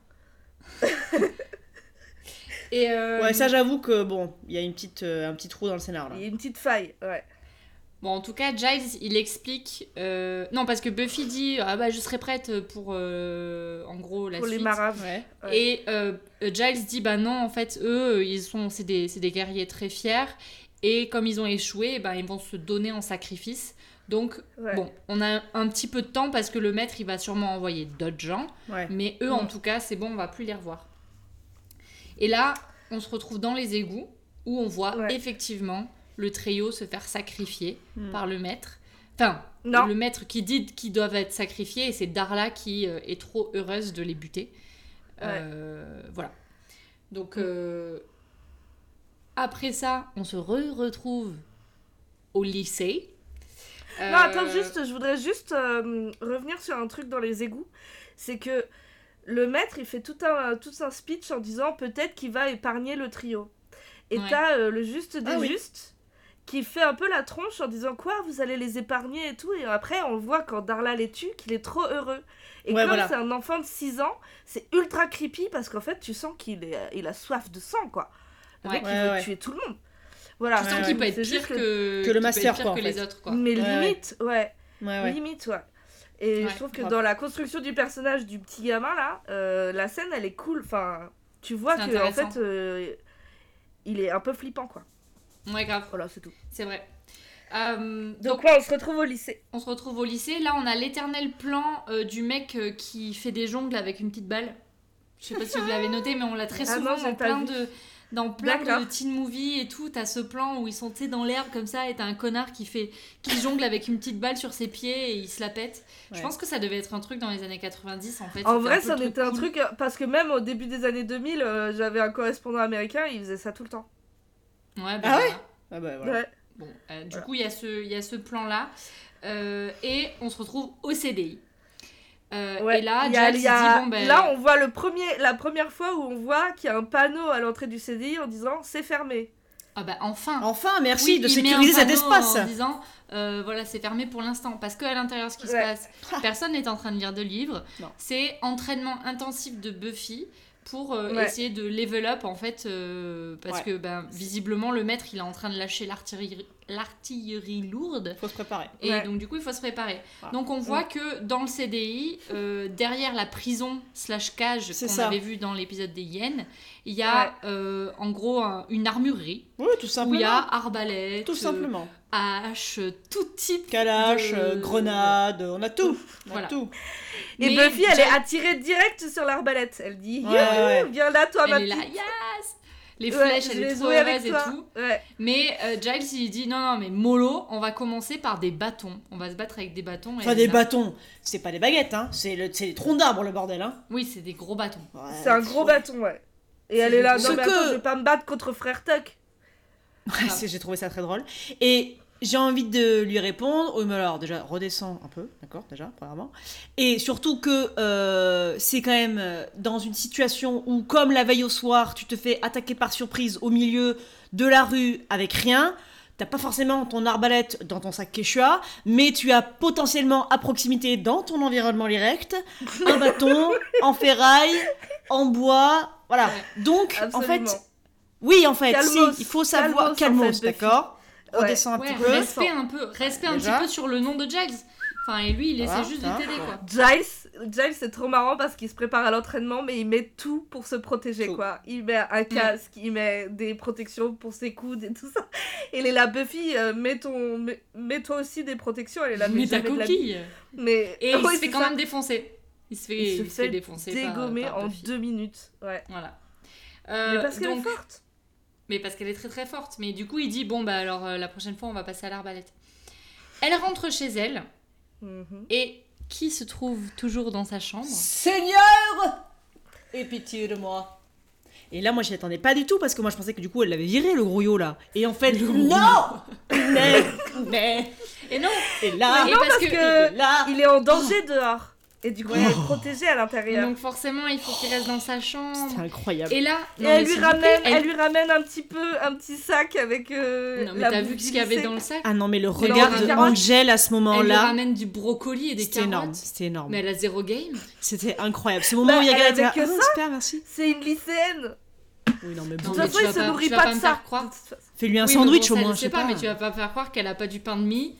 Et euh, Ouais, ça, j'avoue que, bon, il y a une petite, euh, un petit trou dans le scénar, là. Il y a une petite faille, ouais. Bon, en tout cas, Giles, il explique... euh, Non, parce que Buffy dit « Ah bah, je serai prête pour, euh, en gros, la Pour les suite. marabes. Ouais. Ouais. Et euh, Giles dit « Bah non, en fait, eux, ils sont, c'est des, c'est des guerriers très fiers. Et comme ils ont échoué, bah, ils vont se donner en sacrifice. Donc, Ouais. bon, on a un petit peu de temps parce que le maître, il va sûrement envoyer d'autres gens. Ouais. Mais eux, Mm. en tout cas, c'est bon, on va plus les revoir. Et là, on se retrouve dans les égouts où on voit Ouais. effectivement le trio se faire sacrifier Mm. par le maître. Enfin, Non. le maître qui dit qu'ils doivent être sacrifiés et c'est Darla qui euh, est trop heureuse de les buter. Euh, voilà. Donc, euh, après ça, on se re-retrouve au lycée. Non, attends, Euh, juste, je voudrais juste euh, revenir sur un truc dans les égouts. C'est que le maître, il fait tout un, tout un speech en disant peut-être qu'il va épargner le trio. Et Ouais. t'as euh, le juste des Ah oui. justes qui fait un peu la tronche en disant quoi, vous allez les épargner et tout. Et après, on voit quand Darla les tue qu'il est trop heureux. Et Ouais, comme voilà. c'est un enfant de six ans, c'est ultra creepy parce qu'en fait, tu sens qu'il est, il a soif de sang, quoi. Le Ouais. mec, il Ouais, veut ouais. tuer tout le monde. Voilà. Tu sens ouais, qu'il ouais. peut être C'est pire juste que, que- qu'il le peut être master, pire quoi, en que les fait. autres, quoi. Mais Ouais, ouais. limite, ouais. Ouais, ouais. Limite, ouais. Et Ouais, je trouve que grave. dans la construction du personnage du petit gamin, là, euh, la scène, elle est cool. Enfin, tu vois C'est que en intéressant. fait, euh, il est un peu flippant, quoi. Ouais, grave, Voilà, c'est tout. c'est vrai. Euh, Donc, donc, là, on se retrouve au lycée. on se retrouve au lycée. Là, on a l'éternel plan euh, du mec euh, qui fait des jongles avec une petite balle. Je sais pas si vous l'avez noté, mais on l'a très Ah souvent non, j'ai dans pas plein vu. de dans plein D'accord. de teen movies et tout. T'as ce plan où ils sont tu sais, dans l'herbe comme ça et t'as un connard qui fait qui jongle avec une petite balle sur ses pieds et il se la pète. Je Ouais. pense que ça devait être un truc dans les années quatre-vingt-dix en fait. En C'était vrai, un peu ça en le était un cool. truc. euh, Parce que même au début des années deux mille, euh, j'avais un correspondant américain, il faisait ça tout le temps. Ouais, bah, Ah ouais voilà. Ah bah voilà. Ouais. Bon, euh, du Voilà. coup, il y a ce, il y a ce plan-là. Euh, et on se retrouve au C D I. Euh, Ouais, et là, il y a- Giles il il y a- dit bon, ben. là, on voit le premier, la première fois où on voit qu'il y a un panneau à l'entrée du C D I en disant c'est fermé. Ah bah enfin Enfin, merci Oui, de il met sécuriser un cet panneau espace. En disant, euh, voilà, c'est fermé pour l'instant. Parce qu'à l'intérieur, ce qui se Ouais. passe, personne n'est en train de lire de livres. Non. C'est entraînement intensif de Buffy pour euh, Ouais. essayer de level up, en fait. euh, parce Ouais. que, ben, visiblement, le maître, il est en train de lâcher l'artillerie, l'artillerie lourde. Faut se préparer. Et Ouais. donc, du coup, il faut se préparer. Voilà. Donc, on voit que dans le C D I, euh, derrière la prison slash cage C'est qu'on ça. avait vu dans l'épisode des hyènes, il y a, Ouais. euh, en gros, un- une armurerie Oui, tout où simplement. il y a arbalète, Tout euh, simplement. hache, tout type Kalash, de- euh, grenade, on a tout. On a Voilà. tout. Et Mais Buffy, elle est Giles- attirée direct sur l'arbalète. Elle dit Ouais, Youhou, ouais. viens là, toi, ma Elle est là, petite. yes Les Ouais, flèches, je elle vais est trop jouer avec heureuse et toi. tout. Ouais. Mais euh, Giles, il dit non, non, mais mollo, on va commencer par des bâtons. On va se battre avec des bâtons. Et Enfin, elle des est là. bâtons. C'est pas des baguettes, hein. C'est le, c'est les troncs d'arbres, le bordel, hein. Oui, c'est des gros bâtons. Ouais. C'est un gros bâton, ouais. Et elle est là, Ce non mais que- attends, je vais pas me battre contre frère Tuck. Ouais, c'est- j'ai trouvé ça très drôle. Et j'ai envie de lui répondre. Oui, mais alors, déjà, redescends un peu, d'accord, déjà, premièrement. Et surtout que euh, c'est quand même euh, dans une situation où, comme la veille au soir, tu te fais attaquer par surprise au milieu de la rue avec rien. T'as pas forcément ton arbalète dans ton sac Quechua, mais tu as potentiellement à proximité dans ton environnement direct un bâton en ferraille, en bois, voilà. Donc, en Absolument. fait, oui, en fait, Calmos. si, il faut savoir Calmos, calmos, en fait, Buffy. d'accord. Ouais. Redescends un Ouais, petit peu. respect un peu, respect un Déjà. petit peu sur le nom de Giles. Enfin, et lui, il essaie Voilà, juste hein. de t'aider, quoi. Giles, Giles c'est trop marrant parce qu'il se prépare à l'entraînement mais il met tout pour se protéger Tout. quoi. Il met un casque, il met des protections pour ses coudes et tout ça. Et il est là, Buffy, euh, mets, ton, mets, mets toi aussi des protections. Elle est là, mais Mais ta jamais de la- coquille. Mais... Et il Ouais, se fait c'est quand ça. même défoncer. Il se fait, Il se il se fait fait défoncer par- dégommer par en Buffy. deux minutes. Ouais. Voilà. Mais Euh, parce qu'elle donc- est forte. Mais parce qu'elle est très très forte. Mais du coup, il dit bon, bah alors euh, la prochaine fois, on va passer à l'arbalète. Elle rentre chez elle. Mhm. Et qui se trouve toujours dans sa chambre? Seigneur, aie pitié de moi. Et là, moi, j'y attendais pas du tout parce que moi, je pensais que du coup, elle l'avait viré le grouillot là. Et en fait, non. Mais, mais, Et non. et là, Et non, parce parce que- que et là, il est en danger dehors. Et du coup, Ouais. il est protégé à l'intérieur. Donc forcément, il faut qu'il reste dans sa c'est chambre. incroyable. Et là, Et non, elle mais lui s'il vous plaît, ramène, elle- elle lui ramène un petit peu, un petit sac avec euh, Non, mais la t'as bouffe vu du ce qu'il y avait lycée. dans le sac? Ah non, mais le Mais regard non, de carottes. Angel à ce Elle lui moment-là, ramène du brocoli et des c'était carottes. énorme. C'était énorme. Mais elle a zéro game. C'était incroyable. Ce moment Bah, où il y a elle Gaël avait là, que ah non, ça. super, merci. C'est une lycéenne. Oui, non, mais Non, bon, De mais toute façon, tu il vas se pas- nourrit tu vas pas pas de me ça. faire croire. de toute façon. fais-lui un Oui, sandwich mais bon, au ça, moins, je sais pas, pas. mais tu vas pas faire croire qu'elle a pas du pain de mie,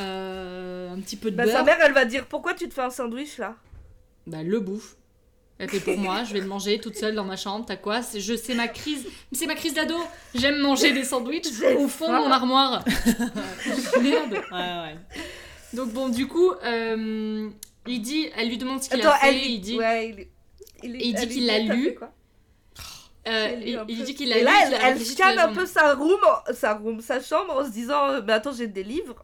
euh, un petit peu de Bah, beurre. sa mère, elle va dire pourquoi tu te fais un sandwich là. Bah, le bouffe. Elle fait pour moi, je vais le manger toute seule dans ma chambre. T'as quoi? C'est je c'est ma crise, c'est ma crise d'ado. J'aime manger des sandwichs J'ai au fond de faim. mon armoire. Merde. Ouais, ouais. Donc bon, du coup, euh, il dit, elle lui demande ce qu'il Attends, a fait. elle lui Il dit, Ouais, il, est- il, est- il dit elle lui qu'il l'a t'as lu. fait quoi euh, Elle lit il, un il peu. dit qu'il a Et lu. là, qu'il elle, a elle réfléchi toute la scanne un journée. peu sa room, sa room, sa chambre en se disant euh, mais attends, j'ai des livres.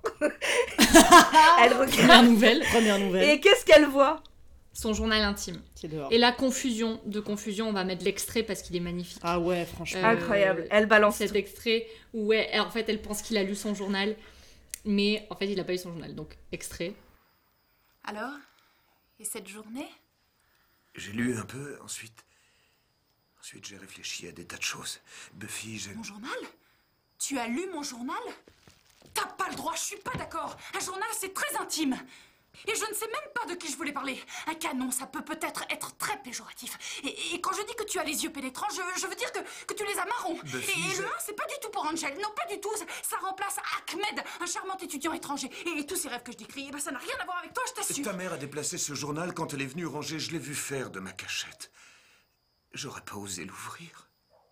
Elle regarde. Première nouvelle, Première nouvelle. Et qu'est-ce qu'elle voit? son journal intime. C'est dehors. Et la confusion de confusion, on va mettre l'extrait parce qu'il est magnifique. Ah ouais, franchement. Euh, Incroyable. Elle balance Cet tout. extrait où elle, en fait elle pense qu'il a lu son journal, mais en fait il a pas lu son journal. Donc extrait. Alors? Et cette journée? J'ai lu un peu, ensuite... Ensuite, j'ai réfléchi à des tas de choses. Buffy, j'ai... Mon journal? Tu as lu mon journal? T'as pas le droit, je suis pas d'accord. Un journal, c'est très intime. Et je ne sais même pas de qui je voulais parler. Un canon, ça peut peut-être être très péjoratif. Et, et quand je dis que tu as les yeux pénétrants, je, je veux dire que, que tu les as marrons. Buffy, et et je- le un, c'est pas du tout pour Angel. Non, pas du tout. Ça, ça remplace Ahmed, un charmant étudiant étranger. Et, et tous ces rêves que je décris, eh ben, ça n'a rien à voir avec toi, je t'assure. Ta mère a déplacé ce journal quand elle est venue ranger. Je l'ai vu faire de ma cachette. J'aurais pas osé l'ouvrir.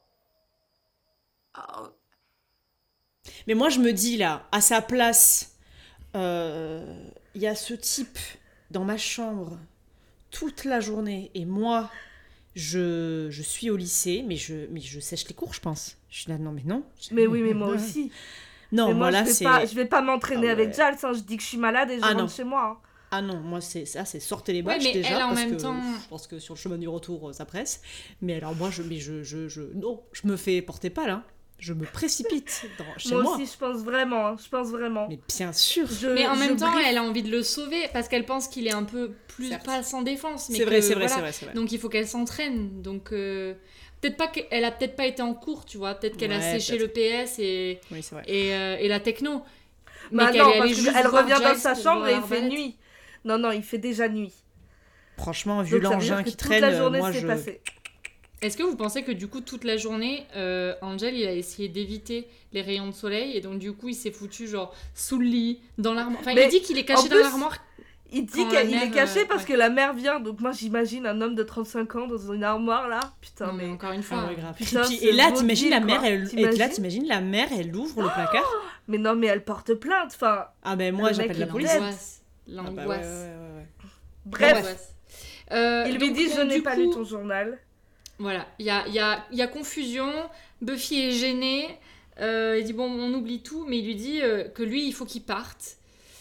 Oh, Mais moi, je me dis, là, à sa place, il euh, y a ce type dans ma chambre toute la journée. Et moi, je, je suis au lycée, mais je, mais je sèche les cours, je pense. Je suis là, non, mais non. Mais oui, mais moi aussi. Non, mais moi, moi, là, je vais c'est... pas, je vais pas m'entraîner Ah ouais. avec Giles, hein. Je dis que je suis malade et je Ah rentre non. chez moi. hein. Ah non, moi, c'est ça, c'est sortez les matchs mais déjà, elle, en parce même que temps- je pense que sur le chemin du retour, ça presse. Mais alors, moi, je, mais je, je, je... Non, je me fais porter pas, là. Je me précipite dans, chez Moi moi. aussi, je pense vraiment. hein. Je pense vraiment. Mais bien sûr. Je- Mais en je même temps, briefe- elle a envie de le sauver parce qu'elle pense qu'il est un peu plus Certes. pas sans défense. mais C'est vrai, que, c'est vrai, voilà. c'est vrai, c'est vrai. Donc il faut qu'elle s'entraîne. Donc euh, peut-être pas qu'elle a peut-être pas été en cours, tu vois. Peut-être qu'elle a Ouais, séché peut-être. le P S et Oui, c'est vrai. et, euh, et la techno. Mais Bah qu'elle non, est allée parce juste qu'elle voir revient dans Giles sa pour chambre voir et il fait l'arbalète. nuit. Non, non, il fait déjà nuit. Franchement, vu Donc ça veut l'engin dire que qui toute traîne, la journée moi, s'est je... passée. Est-ce que vous pensez que du coup toute la journée, euh, Angel il a essayé d'éviter les rayons de soleil et donc du coup il s'est foutu genre sous le lit, dans l'armoire. Enfin Mais il dit qu'il est caché en dans plus, l'armoire. Il dit Quand la qu'il est mère, caché euh, parce ouais. que la mère vient. Donc moi, j'imagine un homme de trente-cinq ans dans une armoire, là. Putain, Non, mais mais... encore une fois. Ah ouais, grave. Putain, Creepy. ce Et là, beau t'imagines deal, la mère, quoi. elle... Et T'imagines là, t'imagines la mère, elle ouvre le placard. mais non, mais elle porte plainte. Enfin, Ah ben moi, Le mec, j'appelle la il police. enlève. L'angoisse. Ah bah L'angoisse. ouais, ouais, ouais, ouais. bref. L'angoisse. Euh, Il lui donc, dit, bon, je n'ai du pas coup, lu ton journal. Voilà, il y a, il y, a, il y a confusion, Buffy est gênée, euh, il dit bon on oublie tout, mais il lui dit euh, que lui il faut qu'il parte,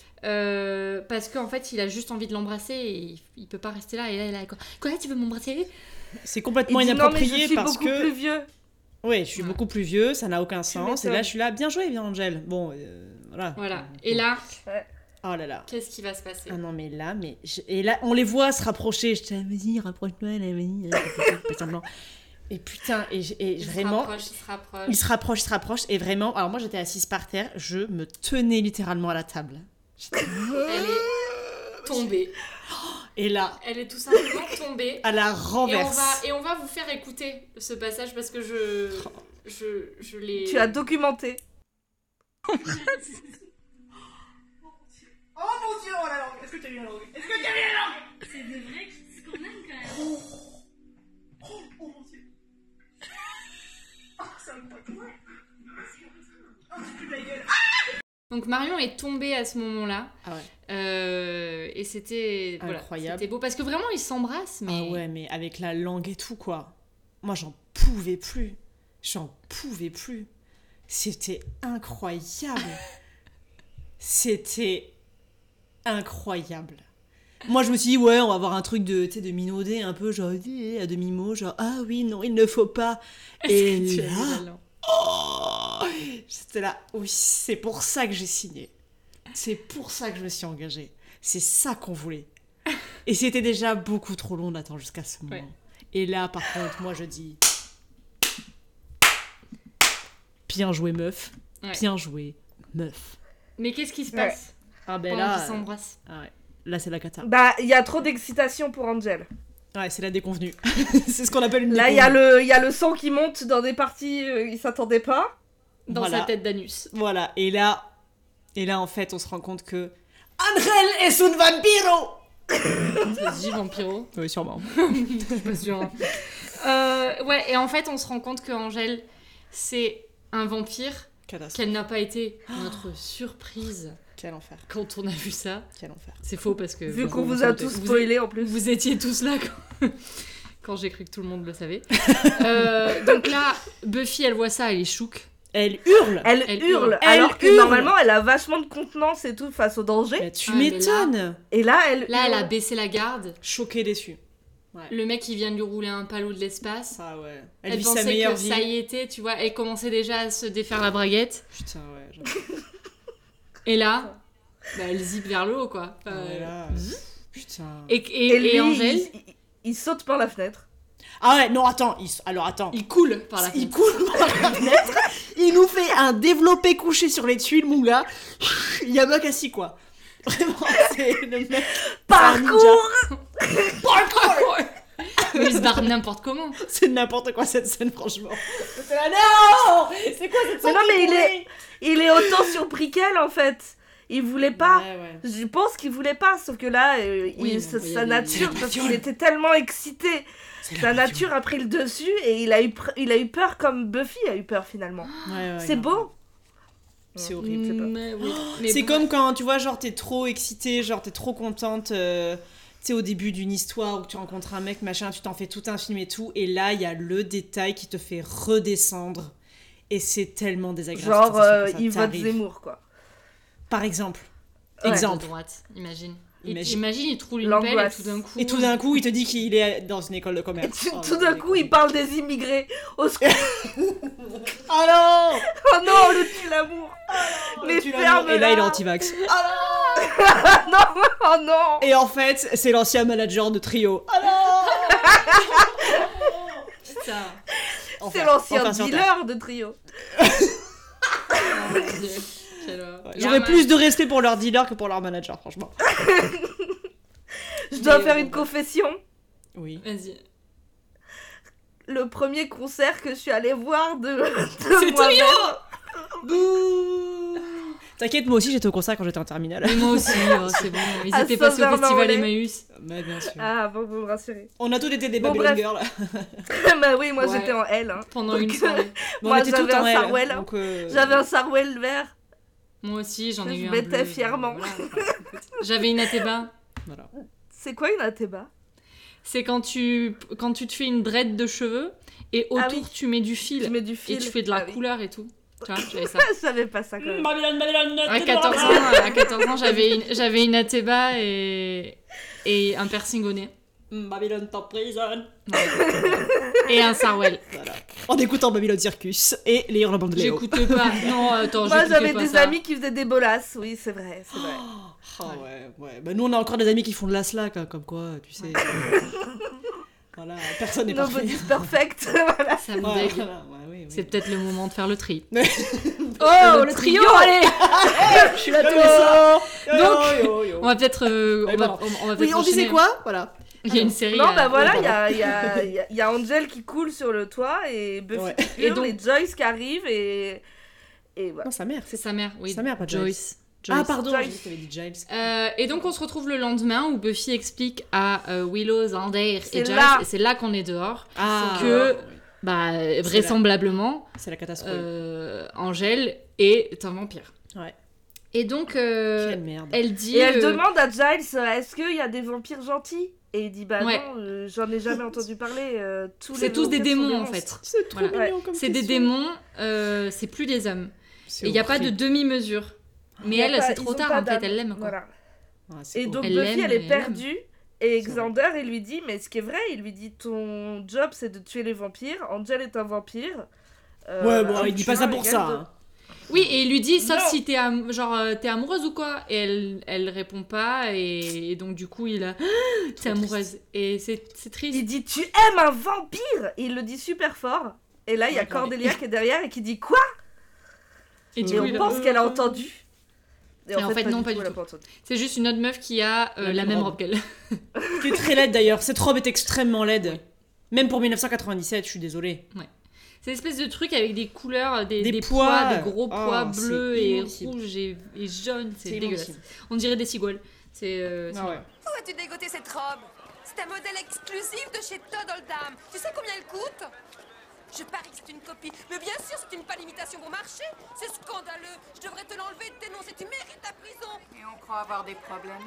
euh, parce qu'en fait il a juste envie de l'embrasser et il, il peut pas rester là, et là il a quoi, quoi tu veux m'embrasser? C'est Il complètement dit, non, mais je inapproprié suis parce beaucoup que... plus vieux. Oui, je suis Ouais. beaucoup plus vieux, ça n'a aucun sens. Et là, m'étonnes. je suis là, bien joué, bien Angel. Bon, euh, voilà. Voilà, et là, Oh là là. qu'est-ce qui va se passer? Ah non, mais là, mais... je- Et là, on les voit se rapprocher. Je dis, ah, vas-y, rapproche-toi, là, vas-y. euh, Pas semblant. Et putain, et, j- et Il se vraiment... rapproche, il se rapproche. Il se rapproche, il se rapproche. Et vraiment, alors moi, j'étais assise par terre. Je me tenais littéralement à la table. J'étais- Elle est tombée, Et là, elle est tout simplement tombée. à la Et on, renverse. va, et on va vous faire écouter ce passage parce que je, je, je l'ai... Tu as documenté. Oh mon dieu, oh la langue. Est-ce que t'as eu la langue? Est-ce que t'as eu la langue? C'est de vrai ce qu'on aime quand même. Oh, oh mon dieu. Oh, ça me fait mal. Oh, tu pues de la gueule. Donc Marion est tombée à ce moment-là. Ah ouais. Euh, et c'était voilà, Incroyable. c'était beau parce que vraiment ils s'embrassent mais Ah ouais, mais avec la langue et tout, quoi. Moi, j'en pouvais plus. J'en pouvais plus. C'était incroyable. C'était incroyable. Moi, je me suis dit, ouais, on va avoir un truc de, tu sais, de minaudé, un peu genre, eh, à demi-mot, genre, ah oui, non, il ne faut pas. Et Tu as là, dit la langue. oh, j'étais là, oui, c'est pour ça que j'ai signé. C'est pour ça que je me suis engagée. C'est ça qu'on voulait. Et c'était déjà beaucoup trop long d'attendre jusqu'à ce moment. Ouais. Et là, par contre, moi, je dis... Bien joué, meuf. Ouais. Bien joué, meuf. Mais qu'est-ce qui se Ouais. passe Ah ben pendant là... qu'ils s'embrassent? ah ouais. Là, c'est la cata. Bah, il y a trop d'excitation pour Angel. Ouais, c'est la déconvenue. C'est ce qu'on appelle une Là, il déconvenue. y, a le- il y a le sang qui monte dans des parties euh, il s'attendait pas. Dans Voilà. sa tête d'anus. Voilà, et là... Et là, en fait, on se rend compte que... Angel es un vampiro. Vas-y, vampiro. Oui, sûrement. Pas sûr. hein. Euh, ouais, et en fait, on se rend compte que Angèle, c'est un vampire, Catastrophe. qu'elle n'a pas été notre surprise Quel enfer. quand on a vu ça. Quel enfer. C'est faux parce que... Vu bon, qu'on vous vous a sentez- tous vous spoilé en plus. Vous étiez tous là quand, quand j'ai cru que tout le monde le savait. Euh, donc là, Buffy, elle voit ça, elle est chouque. Elle hurle. Elle, Elle hurle, hurle. alors Elle que hurle. normalement elle a vachement de contenance et tout face au danger. Mais tu Ah, mais m'étonnes. Et là, elle. Là, elle a hurle. baissé la garde. Choquée, déçue. Le mec, il vient de lui rouler un palot de l'espace. Ah ouais. Elle, Elle, vit sa pensait meilleure que vie. ça y était, tu vois. Elle commençait déjà à se défaire la braguette. Putain, ouais. j'avoue. Et là, bah, elle zippe vers le haut, quoi. Ah Euh, ouais, là, zzz. Putain. et, et, Et lui, et Angèle, il, il- il saute par la fenêtre. Ah ouais, non, attends, il... alors attends. Il coule par la Il fenêtre. coule par la fenêtre, il nous fait un développé couché sur les tuiles, mon gars. Yamakasi, quoi. Vraiment, c'est le mec. Parcours. Mais il se barre n'importe comment. C'est n'importe quoi cette scène, franchement. C'est là, non. C'est quoi cette scène? Mais non, mais il est, il est autant surpris qu'elle, en fait. Il voulait pas. Ouais, ouais. Je pense qu'il voulait pas, sauf que là, euh, Oui, il- bon, sa, il y sa avait- nature, parce qu'il était tellement excité, sa nature a pris le dessus et il a eu, pr- il a eu peur comme Buffy a eu peur finalement. Ouais, ouais, c'est grave. beau. C'est horrible. Je sais pas. Mais oui. Mais C'est bon. comme quand, tu vois, genre, t'es trop excitée, genre, t'es trop contente, euh, tu sais, au début d'une histoire où tu rencontres un mec, machin, tu t'en fais tout un film et tout, et là, il y a le détail qui te fait redescendre, et c'est tellement désagréable. Genre, cette euh, façon que ça il vote t'arrive. Zemmour, quoi. Par exemple. Ouais. Exemple. De droite, imagine. Il- Imagine. Imagine, il trouve une pelle et L'angoisse. tout d'un coup. Et tout d'un coup, il te dit qu'il est dans une école de Et commerce. tout, Oh, tout non, d'un mais coup, il parle des immigrés. Au secours. Oh non. Oh non, on le tue l'amour. Mais Tu l'as ferme-la. Et là, il est anti-vax. non, oh non. Et en fait, c'est l'ancien manager de Trio. Ah non. Putain. Enfin, C'est l'ancien enfin, c'est dealer de Trio. Oh mon Dieu. Quelle horreur. J'aurais Là, plus de respect pour leur dealer que pour leur manager, franchement. Je dois Mais, faire euh, une confession. Oui. Vas-y. Le premier concert que je suis allée voir de, de C'est moi-même. Bouh. T'inquiète, moi aussi j'étais au concert quand j'étais en terminale. Mais moi aussi, oh, c'est bon. Ils À étaient passés au festival Saint-Germain-en-Laye. Emmaüs. Mais bien sûr. Ah, bon, vous me rassurez. On a tous été des Bon, Babylon bref. Girls. bah oui, moi Ouais. j'étais en L. Hein. Pendant Donc, une soirée. Mais Moi, on était j'avais toutes en un L. Sarwell. Donc, euh, J'avais un Sarwell vert. Moi aussi, j'en ai Je eu un mettais bleu. fièrement. Voilà. J'avais une Ateba. Voilà. C'est quoi une Ateba? C'est quand tu, quand tu te fais une dread de cheveux et autour Ah oui. tu mets du fil. Je mets du fil. Et tu fais de la Ah oui. couleur et tout. Tu vois, j'avais ça. Je savais pas ça quand même. Babylone, Babylone, À quatorze ans, à quatorze ans, j'avais une, j'avais une Ateba et, et un piercing au nez. Babylone Top Prison. Et un Sarwell. Voilà. En écoutant Babylone Circus et les hurlements de Léo. J'écoutais pas. Non, attends, Moi j'écoutais j'avais pas des ça. amis qui faisaient des bolasses. Oui, c'est vrai, c'est vrai. Oh ouais, ouais. Bah, nous on a encore des amis qui font de la slack, hein, comme quoi, tu sais. Voilà, personne n'est parfait. Nobody's perfect. Voilà. Ça me Ouais, dégue. voilà, ouais, oui, oui. C'est peut-être le moment de faire le tri. Ouais. Oh, le trio, allez. Je suis là tous les soirs. Donc, Yo, yo, yo. On va peut-être. euh, Ouais, on va, pardon. on, on va Oui, peut-être on disait enchaîner. quoi? Voilà. Il y a une série. Non, à- bah voilà, Oh, il y a, il y, a, il y, a, il y a Angel qui coule sur le toit et Buffy Ouais. qui Et hurle donc- et Joyce qui arrive et. Et voilà. Non, sa mère. C'est sa mère, oui. Sa mère, pas Giles. Joyce. Ah, Joyce. pardon, Giles. j'ai dit que t'avais dit Giles. Euh, et donc on se retrouve le lendemain où Buffy explique à euh, Willow, Xander C'est et Giles, là. et c'est là qu'on est dehors, Ah, que oui. bah, vraisemblablement, C'est la catastrophe. euh, Angèle est un vampire. Ouais. Et donc euh, Quelle merde. elle dit... Et elle euh, demande à Giles euh, est-ce qu'il y a des vampires gentils? Et il dit bah Ouais. non, euh, j'en ai jamais entendu parler. euh, tous les c'est tous des vampires sont démons en monstres. fait. C'est trop Voilà. mignon comme C'est des question. démons, euh, c'est plus des hommes. C'est Et il n'y a pas de horrible. demi-mesure. Mais Il y a elle, pas- c'est ils trop ont tard pas en fait, d'âme. elle l'aime quoi. Voilà. Ah, c'est Et donc Elle Buffy l'aime, elle est elle l'aime. perdue. Et C'est Xander il lui dit mais ce qui est vrai, il lui dit ton job c'est de tuer les vampires. Angel est un vampire. Euh, Ouais, bon, un il dit pas tueur ça pour égale ça. deux. hein. Oui, et il lui dit, sauf Non. si t'es am- genre euh, t'es amoureuse ou quoi. Et elle, elle répond pas, et, et donc du coup il a, t'es amoureuse. Et c'est c'est triste. Il dit tu aimes un vampire. Et il le dit super fort. Et là il y a Ouais, Cordelia qui est derrière et qui dit quoi? Et du Et coup, on il a- pense qu'elle a entendu. Et, Et en fait, non, du pas tout, du elle a tout. pas entendu. c'est juste une autre meuf qui a euh, La la même même robe. robe qu'elle. Qui est très laide d'ailleurs. Cette robe est extrêmement laide. Oui. Même pour dix-neuf cent quatre-vingt-dix-sept, je suis désolée. C'est une espèce de truc avec des couleurs, des, Des des pois. pois, des gros Oh, pois c'est bleus et immondible. rouges et, et jaunes. C'est C'est dégueulasse. immondible. On dirait des cigoules. C'est. euh, c'est- Ah ouais. Où as-tu dégoté cette robe? C'est un modèle exclusif de chez Todd Oldham. Tu sais combien elle coûte? Je parie que c'est une copie. Mais bien sûr, c'est une pâle imitation bon marché. C'est scandaleux. Je devrais te l'enlever et te dénoncer. Tu mérites la prison. Et on croit avoir des problèmes.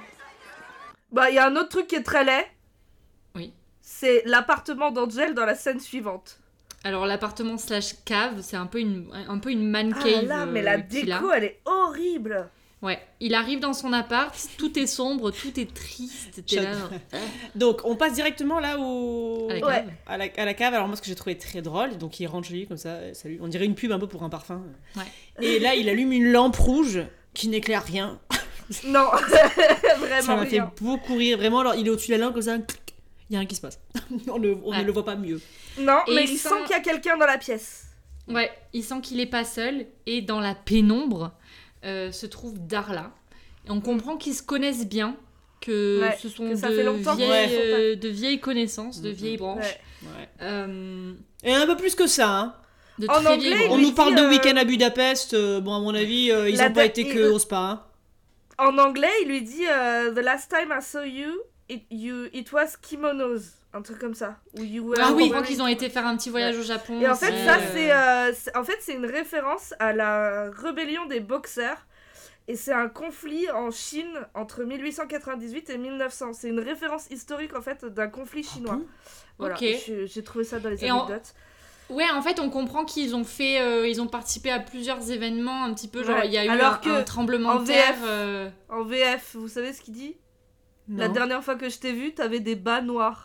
Bah il y a un autre truc qui est très laid. Oui. C'est l'appartement d'Angel dans la scène suivante. Alors l'appartement slash cave, c'est un peu une, un peu une man Ah cave. là, mais euh, la qu'il a. déco elle est horrible. Ouais, il arrive dans son appart, tout est sombre, tout est triste. T'es là, Donc, on passe directement là où... à la Ouais. cave. à la, à la cave. Alors moi, ce que j'ai trouvé très drôle, donc il rentre chez lui comme ça, euh, salut. On dirait une pub un peu pour un parfum. Ouais. Et là, il allume une lampe rouge qui n'éclaire rien. Non, Ça vraiment m'a fait rien. beaucoup rire. Vraiment, alors, il est au-dessus de la lampe comme ça. il y a rien qui se passe. on ne, on Ouais. ne le voit pas mieux. Non, Et mais il il sent- sent qu'il y a quelqu'un dans la pièce. Ouais, il sent qu'il est pas seul et dans la pénombre euh, se trouve Darla. Et on comprend qu'ils se connaissent bien, que Ouais, ce sont que ça de, fait longtemps qu'ils vieilles, se sont pas- euh, de vieilles connaissances, de Mhm. vieilles branches. Ouais. Ouais. Euh, Et un peu plus que ça, hein. de En très anglais, vieilles il On branches. lui nous dit, parle de euh, week-end à Budapest, euh, bon à mon avis, euh, ils La n'ont pas da- été il- que au spa. Hein. En anglais, il lui dit euh, The last time I saw you, it, you, it was kimonos. Un truc comme ça. Où you were Ah oui, je wearing crois qu'ils ont été faire un petit voyage au Japon. Et en fait, c'est, ça, euh, c'est, euh, c'est- en fait, c'est une référence à la rébellion des boxers. Et c'est un conflit en Chine entre mille huit cent quatre-vingt-dix-huit et mille neuf cents. C'est une référence historique, en fait, d'un conflit chinois. bon Voilà, Ok. je- j'ai trouvé ça dans les Et en- anecdotes. Ouais, en fait, on comprend qu'ils ont fait, euh, ils ont participé à plusieurs événements, un petit peu, genre, Ouais. il y a eu Alors un, que, un tremblement en de V terre. F, euh, En V F, vous savez ce qu'il dit? La Non. dernière fois que je t'ai vu, t'avais des bas noirs.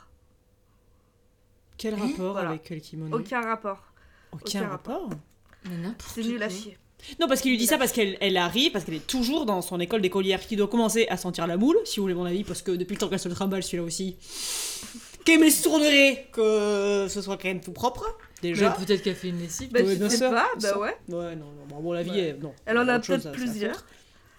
Quel rapport Voilà. avec le kimono? Aucun rapport. Aucun aucun rapport. mais n'importe C'est nul à quoi. chier. Non, parce qu'il lui dit ça parce qu'elle elle arrive, parce qu'elle est toujours dans son école d'écolière qui doit commencer à sentir la moule, si vous voulez mon avis, parce que depuis le temps qu'elle se trimballe, celui-là aussi. Qu'elle m'estournerait que ce soit quand même tout propre, déjà. Mais peut-être qu'elle fait une lessive. Bah, Ouais, je bien sais sûr, pas, bien bah sûr. ouais. Ouais, non, non, bon, à mon avis, Ouais. elle, non. Elle en a autre chose peut-être à- à plusieurs. foutre.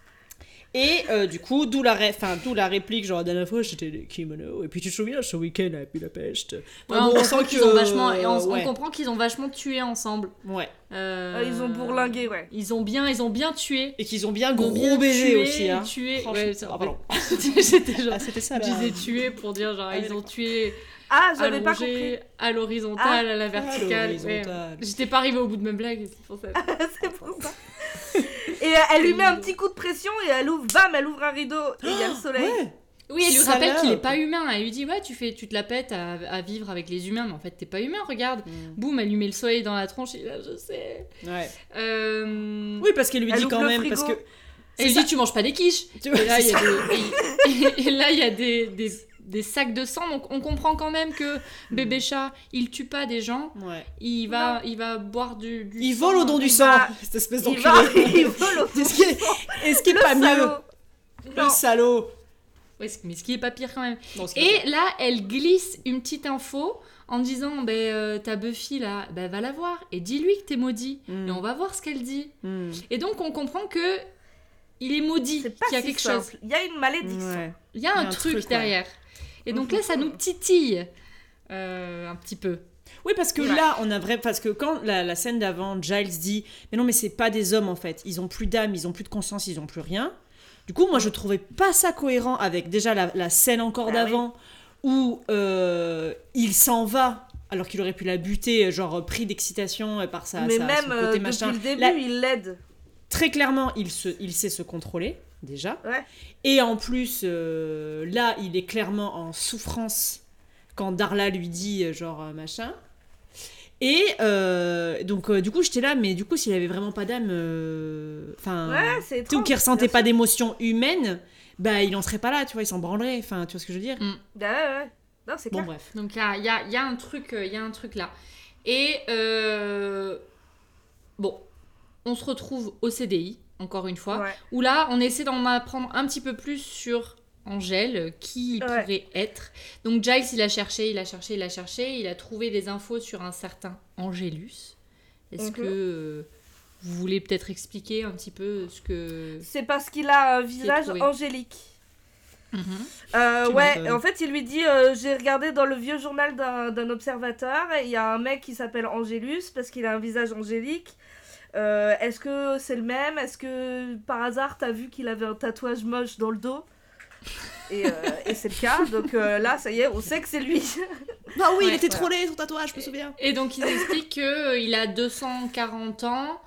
Et euh, du coup, d'où la, ré... enfin, d'où la réplique, genre la dernière fois j'étais des kimonos, et puis tu te souviens ce week-end à Budapest. Ouais, Enfin, on, bon, comprend sent qu'ils que- ont vachement, et on, on ouais. comprend qu'ils ont vachement tué ensemble. Ouais. Euh, Ah, ils ont bourlingué, ouais. Ils ont bien, ils ont bien tué. Et qu'ils ont bien Ils ont gros bien baiser tué, aussi, hein. Tué, Franchement. ouais, c'est- Ah, pardon. J'étais genre, Ah, c'était ça, je là. disais tuer pour dire genre Ah, ils ont tué Ah, j'avais pas compris. allongé, à l'horizontale, Ah, à la verticale. ouais. l'horizontale. J'étais pas arrivée au bout de ma blague, c'est pour ça. C'est pour ça. Et euh, elle lui met un petit coup de pression et elle ouvre, bam, elle ouvre un rideau et il y a le soleil. Ouais. Oui, elle lui rappelle Salope. qu'il est pas humain. Elle lui dit ouais, tu fais, tu te la pètes à, à vivre avec les humains, mais en fait t'es pas humain. Regarde, boum, elle lui met le soleil dans la tronche. Et là, je sais. Ouais. Euh... Oui, parce qu'elle lui Elle dit ouvre quand le même, frigo. parce que... Elle lui ça. dit tu manges pas des quiches. Tu vois, Et là il y a c'est des, et, et là il y a des, des, des sacs de sang. Donc on comprend quand même que bébé chat, il tue pas des gens. Ouais. Il va, il va boire du, du Il sang. vole au don du il sang, va- cette espèce Il d'enculé. va, il vole au Est-ce qu'il est, est-ce qu'il est Le pas mieux salaud. Le Non. salaud. Ouais, mais ce qui est pas pire quand même. Non, ce qui est Et là, elle glisse une petite info en disant ben, euh, ta Buffy là, ben, va la voir et dis-lui que t'es maudit. Mm. Et on va voir ce qu'elle dit. Hmm. Et donc, on comprend que il est maudit, C'est pas qu'il y a si quelque simple. chose. Il y a une malédiction. Ouais. Il y a un, Il y a un truc, truc, ouais. derrière. Et donc là, ça nous titille euh, un petit peu. Oui, parce que Ouais. là, on a vrai, parce que quand la, la scène d'avant, Giles dit, mais non, mais c'est pas des hommes en fait. Ils ont plus d'âme, ils ont plus de conscience, ils ont plus rien. Du coup, moi, je trouvais pas ça cohérent avec déjà la, la scène encore Ah d'avant où euh, il s'en va alors qu'il aurait pu la buter, genre pris d'excitation par sa, Mais sa- même son euh, côté depuis machin. le début, Là, il l'aide. très clairement, il, se, il sait se contrôler, déjà. Ouais. Et en plus, euh, là, il est clairement en souffrance quand Darla lui dit, euh, genre, euh, machin. Et euh, donc, euh, du coup, j'étais là, mais du coup, s'il avait vraiment pas d'âme, enfin, Ouais, c'est ou étrange. qu'il ressentait bien pas sûr. d'émotion humaine, bah, il en serait pas là, tu vois, il s'en branlerait. Enfin, tu vois ce que je veux dire? Bah ouais, ouais. Non, c'est Bon, clair. bref. Donc il y a, il y a- il y a un truc, euh, il y a un truc là. Et euh, bon, on se retrouve au C D I, encore une fois, Ouais. où là, on essaie d'en apprendre un petit peu plus sur Angèle, qui il Ouais. pourrait être. Donc Giles, il a cherché, il a cherché, il a cherché, il a trouvé des infos sur un certain Angélus. Est-ce Mhm. que euh, vous voulez peut-être expliquer un petit peu ce que... C'est parce qu'il a un visage trouvé. angélique. Mhm. Euh, Tu ouais, m'étonnes. et en fait, il lui dit euh, j'ai regardé dans le vieux journal d'un d'un observateur, et il y a un mec qui s'appelle Angélus parce qu'il a un visage angélique. Euh, Est-ce que c'est le même? Est-ce que par hasard t'as vu qu'il avait un tatouage moche dans le dos? Et, euh, et c'est le cas, donc euh, là, ça y est, on sait que c'est lui. Ah oui, Ouais, il était voilà. trollé, son tatouage, je me souviens. Et donc, il explique qu'il a deux cent quarante ans.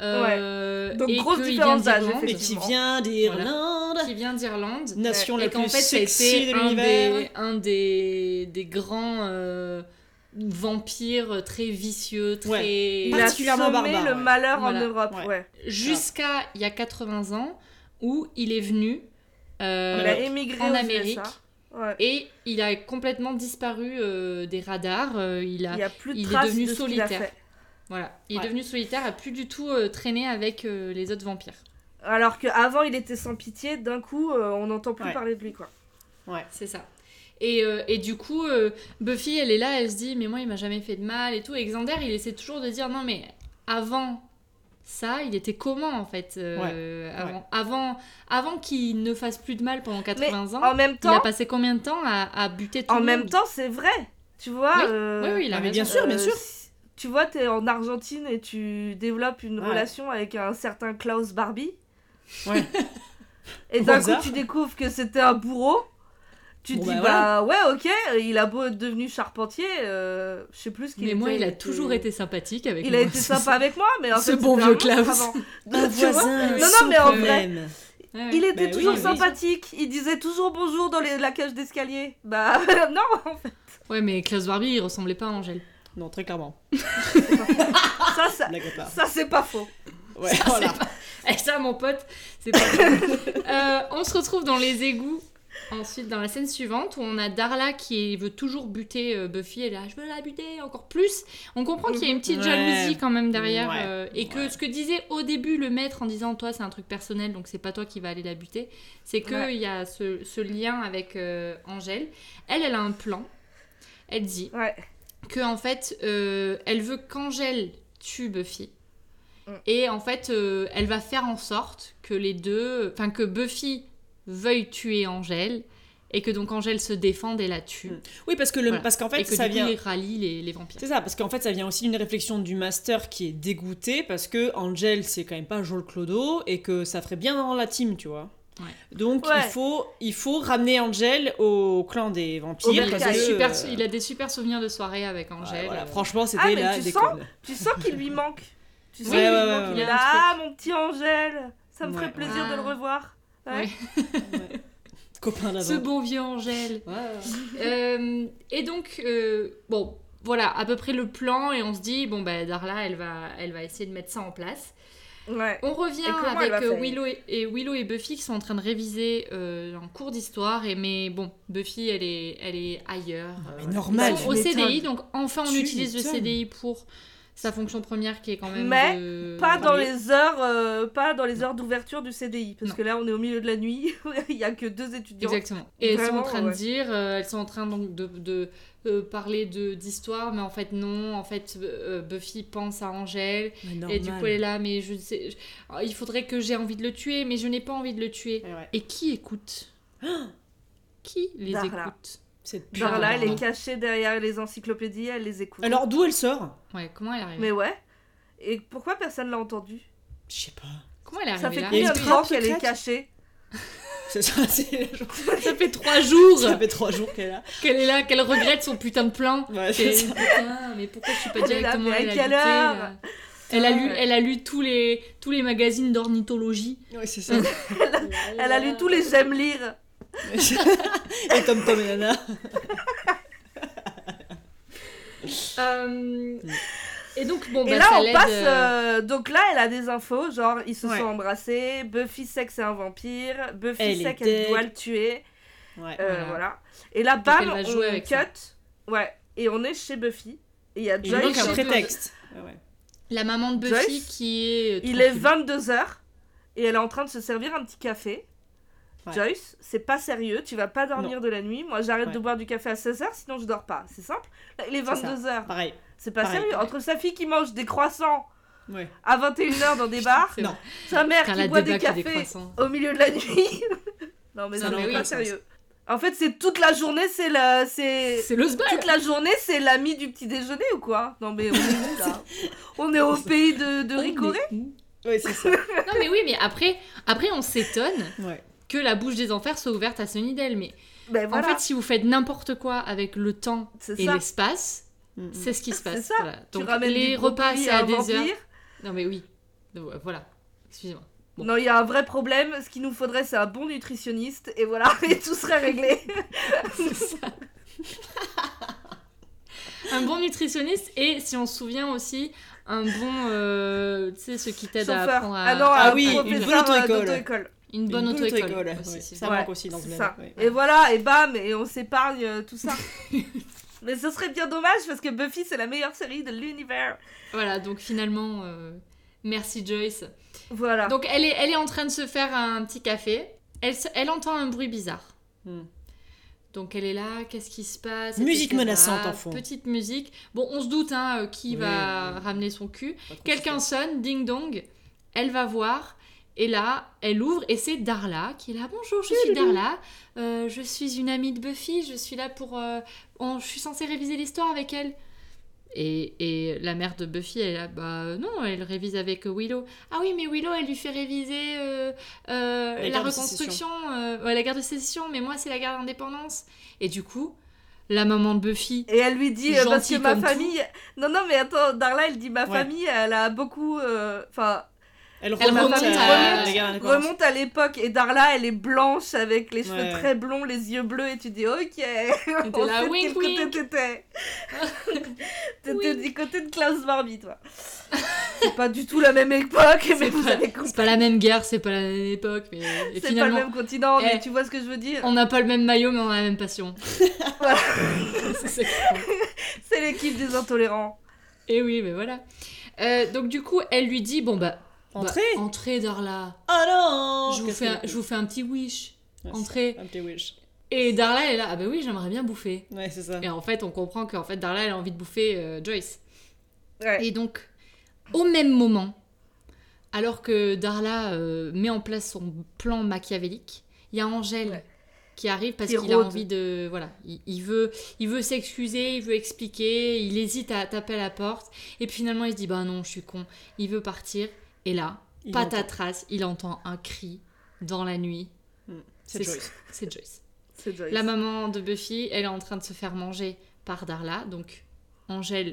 euh, Donc, et grosse qu'il différence vient d'âge, d'Irlande, Et qui Effectivement. vient d'Irlande, qui vient d'Irlande. nation Et la qu'en plus fait, ça a sexy été de un l'univers. des, un des, des grands euh, vampires très vicieux, très... Ouais. Il a Particulièrement semé barbare, le ouais. malheur Voilà. en Europe, Ouais. ouais. Jusqu'à il y a quatre-vingts ans, où il est venu euh, Il a émigré en aux Amérique. U S A. Ouais. Et il a complètement disparu euh, des radars. euh, il a, Il n'y a plus de il est traces devenu de ce qu'il a solitaire. fait. Voilà, il est Ouais. devenu solitaire, a plus du tout euh, traîné avec euh, les autres vampires. Alors qu'avant, il était sans pitié, d'un coup, euh, on n'entend plus Ouais. parler de lui, quoi. Ouais. C'est ça. Et, euh, et du coup, euh, Buffy, elle est là, elle se dit, mais moi, il m'a jamais fait de mal et tout. Et Xander, il essaie toujours de dire, non, mais avant ça, il était comment, en fait euh, Ouais. avant, Ouais. avant, avant qu'il ne fasse plus de mal pendant quatre-vingts Mais ans, en même il a temps, passé combien de temps à, à buter tout en le même monde temps, c'est vrai. Tu vois. Oui, euh, oui, oui, il a Ah, mais raison. bien sûr, bien sûr. si- Tu vois, t'es en Argentine et tu développes une Ouais. relation avec un certain Klaus Barbie. Ouais. Et Au d'un coup, hasard. tu découvres que c'était un bourreau. Tu Bon, te dis, bah, bah ouais, ok, il a beau être devenu charpentier, euh, je sais plus ce qu'il Mais était. moi, il a était- toujours été sympathique avec Il moi. a été sympa avec moi, mais en Ce fait, bon c'était un vieux monstre Klaus. avant. Un Tu vois voisin. Non, non, sans mais en vrai, problème. Ouais, ouais. il était Bah oui, toujours oui. sympathique. Il disait toujours bonjour dans les- la cage d'escalier. Bah non, en fait. Ouais, mais Klaus Barbie, il ressemblait pas à Angèle. Non, très clairement. Ça, ça, Blague à part. ça c'est pas faux. Ouais, Ça, voilà. c'est pas... Eh, ça, mon pote, c'est pas euh, On se retrouve dans les égouts, ensuite, dans la scène suivante, où on a Darla qui veut toujours buter euh, Buffy. Elle est là, je veux la buter encore plus. On comprend qu'il y a une petite Ouais. jalousie quand même derrière. Ouais. euh, et que Ouais. ce que disait au début le maître en disant, toi, c'est un truc personnel, donc c'est pas toi qui va aller la buter, c'est qu'il Ouais. y a ce, ce lien avec euh, Angèle. Elle, elle a un plan. Elle dit Ouais. que en fait, euh, elle veut qu'Angèle tue Buffy. Mm. Et en fait, euh, elle va faire en sorte que les deux, enfin que Buffy veuille tuer Angèle et que donc Angèle se défende et la tue. Oui, parce que le, Voilà. parce qu'en et fait, que ça du coup, vient. il rallie les, les vampires. C'est ça, parce qu'en fait, ça vient aussi d'une réflexion du master qui est dégoûté parce que Angel, c'est quand même pas Joel Clodo et que ça ferait bien dans la team, tu vois. Ouais. Donc Ouais. il faut il faut ramener Angel au clan des vampires. Au Il a, parce des bercail. que, super, euh, il a des super souvenirs de soirée avec ouais, Angèle. voilà, euh, franchement, c'était Ah, mais la tu déconne. Tu sens qu'il lui manque. Tu sens Ouais, qu'il lui ouais, manque. ouais, Il est ouais. là, ah mon petit Angèle. Ça me Ouais, ferait plaisir ouais. de le revoir. Ouais. Ouais. Ouais. Copain d'avant. Ce bon vieux Angèle. Ouais, ouais. Euh, et donc, euh, bon, voilà, à peu près le plan, et on se dit, bon, bah, Darla, elle va, elle va essayer de mettre ça en place. Ouais. On revient Et comment avec elle va euh, faire Willow et, et Willow et Buffy qui sont en train de réviser euh, un cours d'histoire, et mais bon, Buffy, elle est, elle est ailleurs. mais euh, normal, ils sont tu au C D I, m'étonnes. donc enfin on Tu utilise le m'étonnes. C D I pour sa fonction première qui est quand même Mais de Pas dans travailler. les heures, euh, pas dans les heures d'ouverture du C D I, parce Non. que là on est au milieu de la nuit, il y a que deux étudiants. Exactement. Et elles sont en Vraiment, train ouais. de dire, euh, elles sont en train donc de, de euh, parler de d'histoire, mais en fait non, en fait euh, Buffy pense à Angèle, Mais et du normal. coup elle est là, mais je sais, je- oh, il faudrait que j'ai envie de le tuer, mais je n'ai pas envie de le tuer. Ouais, ouais. Et qui écoute Qui les Darla. écoute C'est Genre là, elle Darla. est cachée derrière les encyclopédies, elle les écoute. Alors d'où elle sort? Ouais, comment elle est arrivée Mais ouais. Et pourquoi personne l'a entendu? Je sais pas. Comment elle est Ça arrivée fait là Il y a combien une de temps trappe qu'elle est secrète cachée? C'est ça, c'est Ça fait trois jours ça fait trois jours qu'elle est là. qu'elle est là, qu'elle regrette son putain de plan. Ouais, C'est c'est ça. putain, mais pourquoi je suis pas Elle est là, directement mais à allée quelle habiter, heure là Elle a lu, Ouais. elle a lu tous les tous les magazines d'ornithologie. Ouais, c'est ça. Elle a lu tous les j'aime lire. Et Tom Tom et Nana. Euh, Et donc bon Et bah là, ça on l'aide. passe. euh, euh, donc là, elle a des infos, genre ils se Ouais. sont embrassés. Buffy sait que c'est un vampire. Buffy Elle sait est qu'elle dead. doit le tuer. Ouais. Euh, Voilà. voilà. Et là, Donc, bam, elle va jouer on avec cut. ça. Ouais. Et on est chez Buffy. Et il y a Il Joyce. manque un chez prétexte. Ouais, ouais. La maman de Buffy Joyce, qui est. euh, Il est tranquille. vingt-deux heures. Et elle est en train de se servir un petit café. Ouais. Joyce, c'est pas sérieux, tu vas pas dormir de la nuit. Moi, j'arrête Ouais. de boire du café à seize heures, sinon je dors pas. C'est simple. Là, il est C'est ça. vingt-deux heures. Pareil. C'est pas Pareil. sérieux. Entre sa fille qui mange des croissants Ouais. à vingt et une heures dans des bars, C'est Non. vrai. sa mère Putain, qui la boit des débâcle des cafés croissants. au milieu de la nuit. Non, mais Ça non, n'a mais aucun pas sens. sérieux. En fait, c'est toute la journée, c'est la. C'est. C'est le sbal. Toute la journée, c'est l'ami du petit déjeuner ou quoi? Non, mais on est où là? On est au pays de, de Ricoré? Ouais, c'est ça. Non mais oui, mais après, après on s'étonne Ouais. que la bouche des enfers soit ouverte à Sunnydale. Mais Ben voilà. en fait, si vous faites n'importe quoi avec le temps C'est et ça. l'espace, Mm, c'est ce qui se passe. C'est ça. Voilà. Tu Donc ramènes les du repas, brocoli c'est à à un des heures. vampire. Non mais oui. Donc, voilà. Excusez-moi. Bon. Non, il y a un vrai problème. Ce qu'il nous faudrait, c'est un bon nutritionniste. Et voilà, et tout serait réglé. C'est ça. Un bon nutritionniste et si on se souvient aussi un bon, euh, tu sais, ceux qui t'aident à Chauffeur. apprendre à Ah non, Ah un oui, une professeur bonne euh, auto-école. d'auto-école. une bonne Une bonne auto-école. auto-école, aussi, ouais. c'est Ça vrai. manque aussi dans ce c'est même. ça. Ouais. Et voilà, et bam, et on s'épargne euh, tout ça. Mais ce serait bien dommage parce que Buffy, c'est la meilleure série de l'univers. Voilà, donc finalement, euh, merci Joyce. Voilà. Donc elle est, elle est en train de se faire un petit café. Elle, se- elle entend un bruit bizarre. Hmm. Donc elle est là, qu'est-ce qui se passe, Musique et cetera. menaçante en fond. Petite musique. Bon, on se doute hein, qui Oui, va oui. ramener son cul. Pas trop Quelqu'un sûr. sonne, ding dong. Elle va voir. Et là, elle ouvre et c'est Darla qui est là. Bonjour, je suis Darla. Euh, je suis une amie de Buffy. Je suis là pour... euh, on- je suis censée réviser l'histoire avec elle. Et, et la mère de Buffy, elle est là, bah non, elle révise avec Willow. Ah oui, mais Willow, elle lui fait réviser euh, euh, La la guerre de reconstruction, euh, ouais, la guerre de sécession, mais moi, c'est la guerre d'indépendance. Et du coup, la maman de Buffy... Et elle lui dit, euh, parce que Gentille ma comme famille... Non, non, mais attends, Darla, elle dit, ma Ouais. famille, elle a beaucoup... Enfin, Elle Elle remonte, remonte à, à- les gars, à l'indépendance. remonte à l'époque. Et Darla, elle est blanche, avec les cheveux Ouais. très blonds, les yeux bleus, et tu dis, ok, t'es on là, sait de wink, quel côté wink. t'étais. T'étais Wink. du côté de Klaus Barbie, toi. C'est pas du tout la même époque, mais C'est vous pas, avez compris. c'est pas la même guerre, c'est pas la même époque, mais et C'est pas finalement, le même continent, Eh, mais tu vois ce que je veux dire. on n'a pas le même maillot, mais on a la même passion. Voilà. C'est ça qui compte. C'est l'équipe des intolérants. Et oui, mais voilà. Euh, donc du coup, elle lui dit, bon bah... Entrez. bah, entrez, Darla. Ah non Je vous, Qu'est-ce fais un, qu'elle je vous fais un petit wish. Ouais, Entrez. c'est Un petit wish. Et Darla, elle est là, ah bah oui, j'aimerais bien bouffer. Ouais, c'est ça. Et en fait, on comprend qu'en fait, Darla, elle a envie de bouffer euh, Joyce. Ouais. Et donc, au même moment, alors que Darla euh, met en place son plan machiavélique, il y a Angèle Ouais. qui arrive parce Qui qu'il a rôde. envie de... Voilà, il, il veut, il veut s'excuser, il veut expliquer, il hésite à taper à la porte. Et puis finalement, il se dit, bah non, je suis con. Il veut partir. Et là, Il patatras, il entend un cri dans la nuit. C'est Joyce. C'est Joyce. C'est Joyce. La maman de Buffy, elle est en train de se faire manger par Darla. Donc, Angèle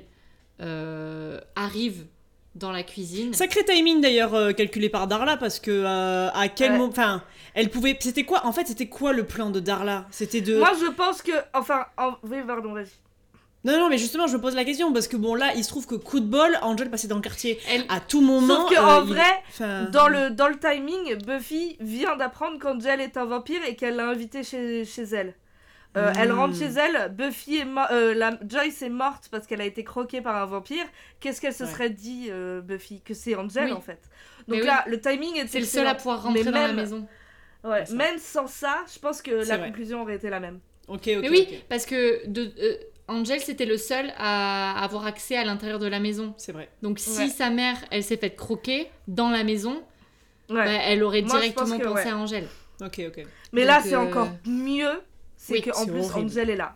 euh, arrive dans la cuisine. Sacré timing d'ailleurs euh, calculé par Darla parce que euh, à quel Ouais. moment, enfin, elle pouvait. C'était quoi en fait c'était quoi le plan de Darla? C'était de. Moi, je pense que... Enfin, en... oui, pardon, vas-y. Non non mais justement je me pose la question parce que bon là il se trouve que coup de bol, Angel passait dans le quartier Elle- à tout moment. Sauf que, euh, en il- vrai, enfin, Dans le, dans le timing, Buffy vient d'apprendre qu'Angel est un vampire et qu'elle l'a invité chez, chez elle. Euh, Mm. Elle rentre chez elle, Buffy est mo- euh, la, Joyce est morte parce qu'elle a été croquée par un vampire. Qu'est-ce qu'elle se Ouais. serait dit, euh, Buffy? Que c'est Angel Oui. en fait. Donc Mais là, le timing est C'est le seul à excellent. pouvoir rentrer Mais dans la même- maison. Ouais, C'est ça. même sans ça, je pense que C'est la vrai. conclusion aurait été la même. Ok ok. Mais oui, ok. parce que de, euh, Angel, c'était le seul à avoir accès à l'intérieur de la maison. C'est vrai. Donc si Ouais. sa mère, elle s'est faite croquer dans la maison, Ouais. bah, elle aurait Moi, je directement pense que pensé ouais. à Angel. Ok ok. Mais Donc, là, c'est euh, encore mieux. C'est oui, qu'en c'est plus, horrible. Angel est là.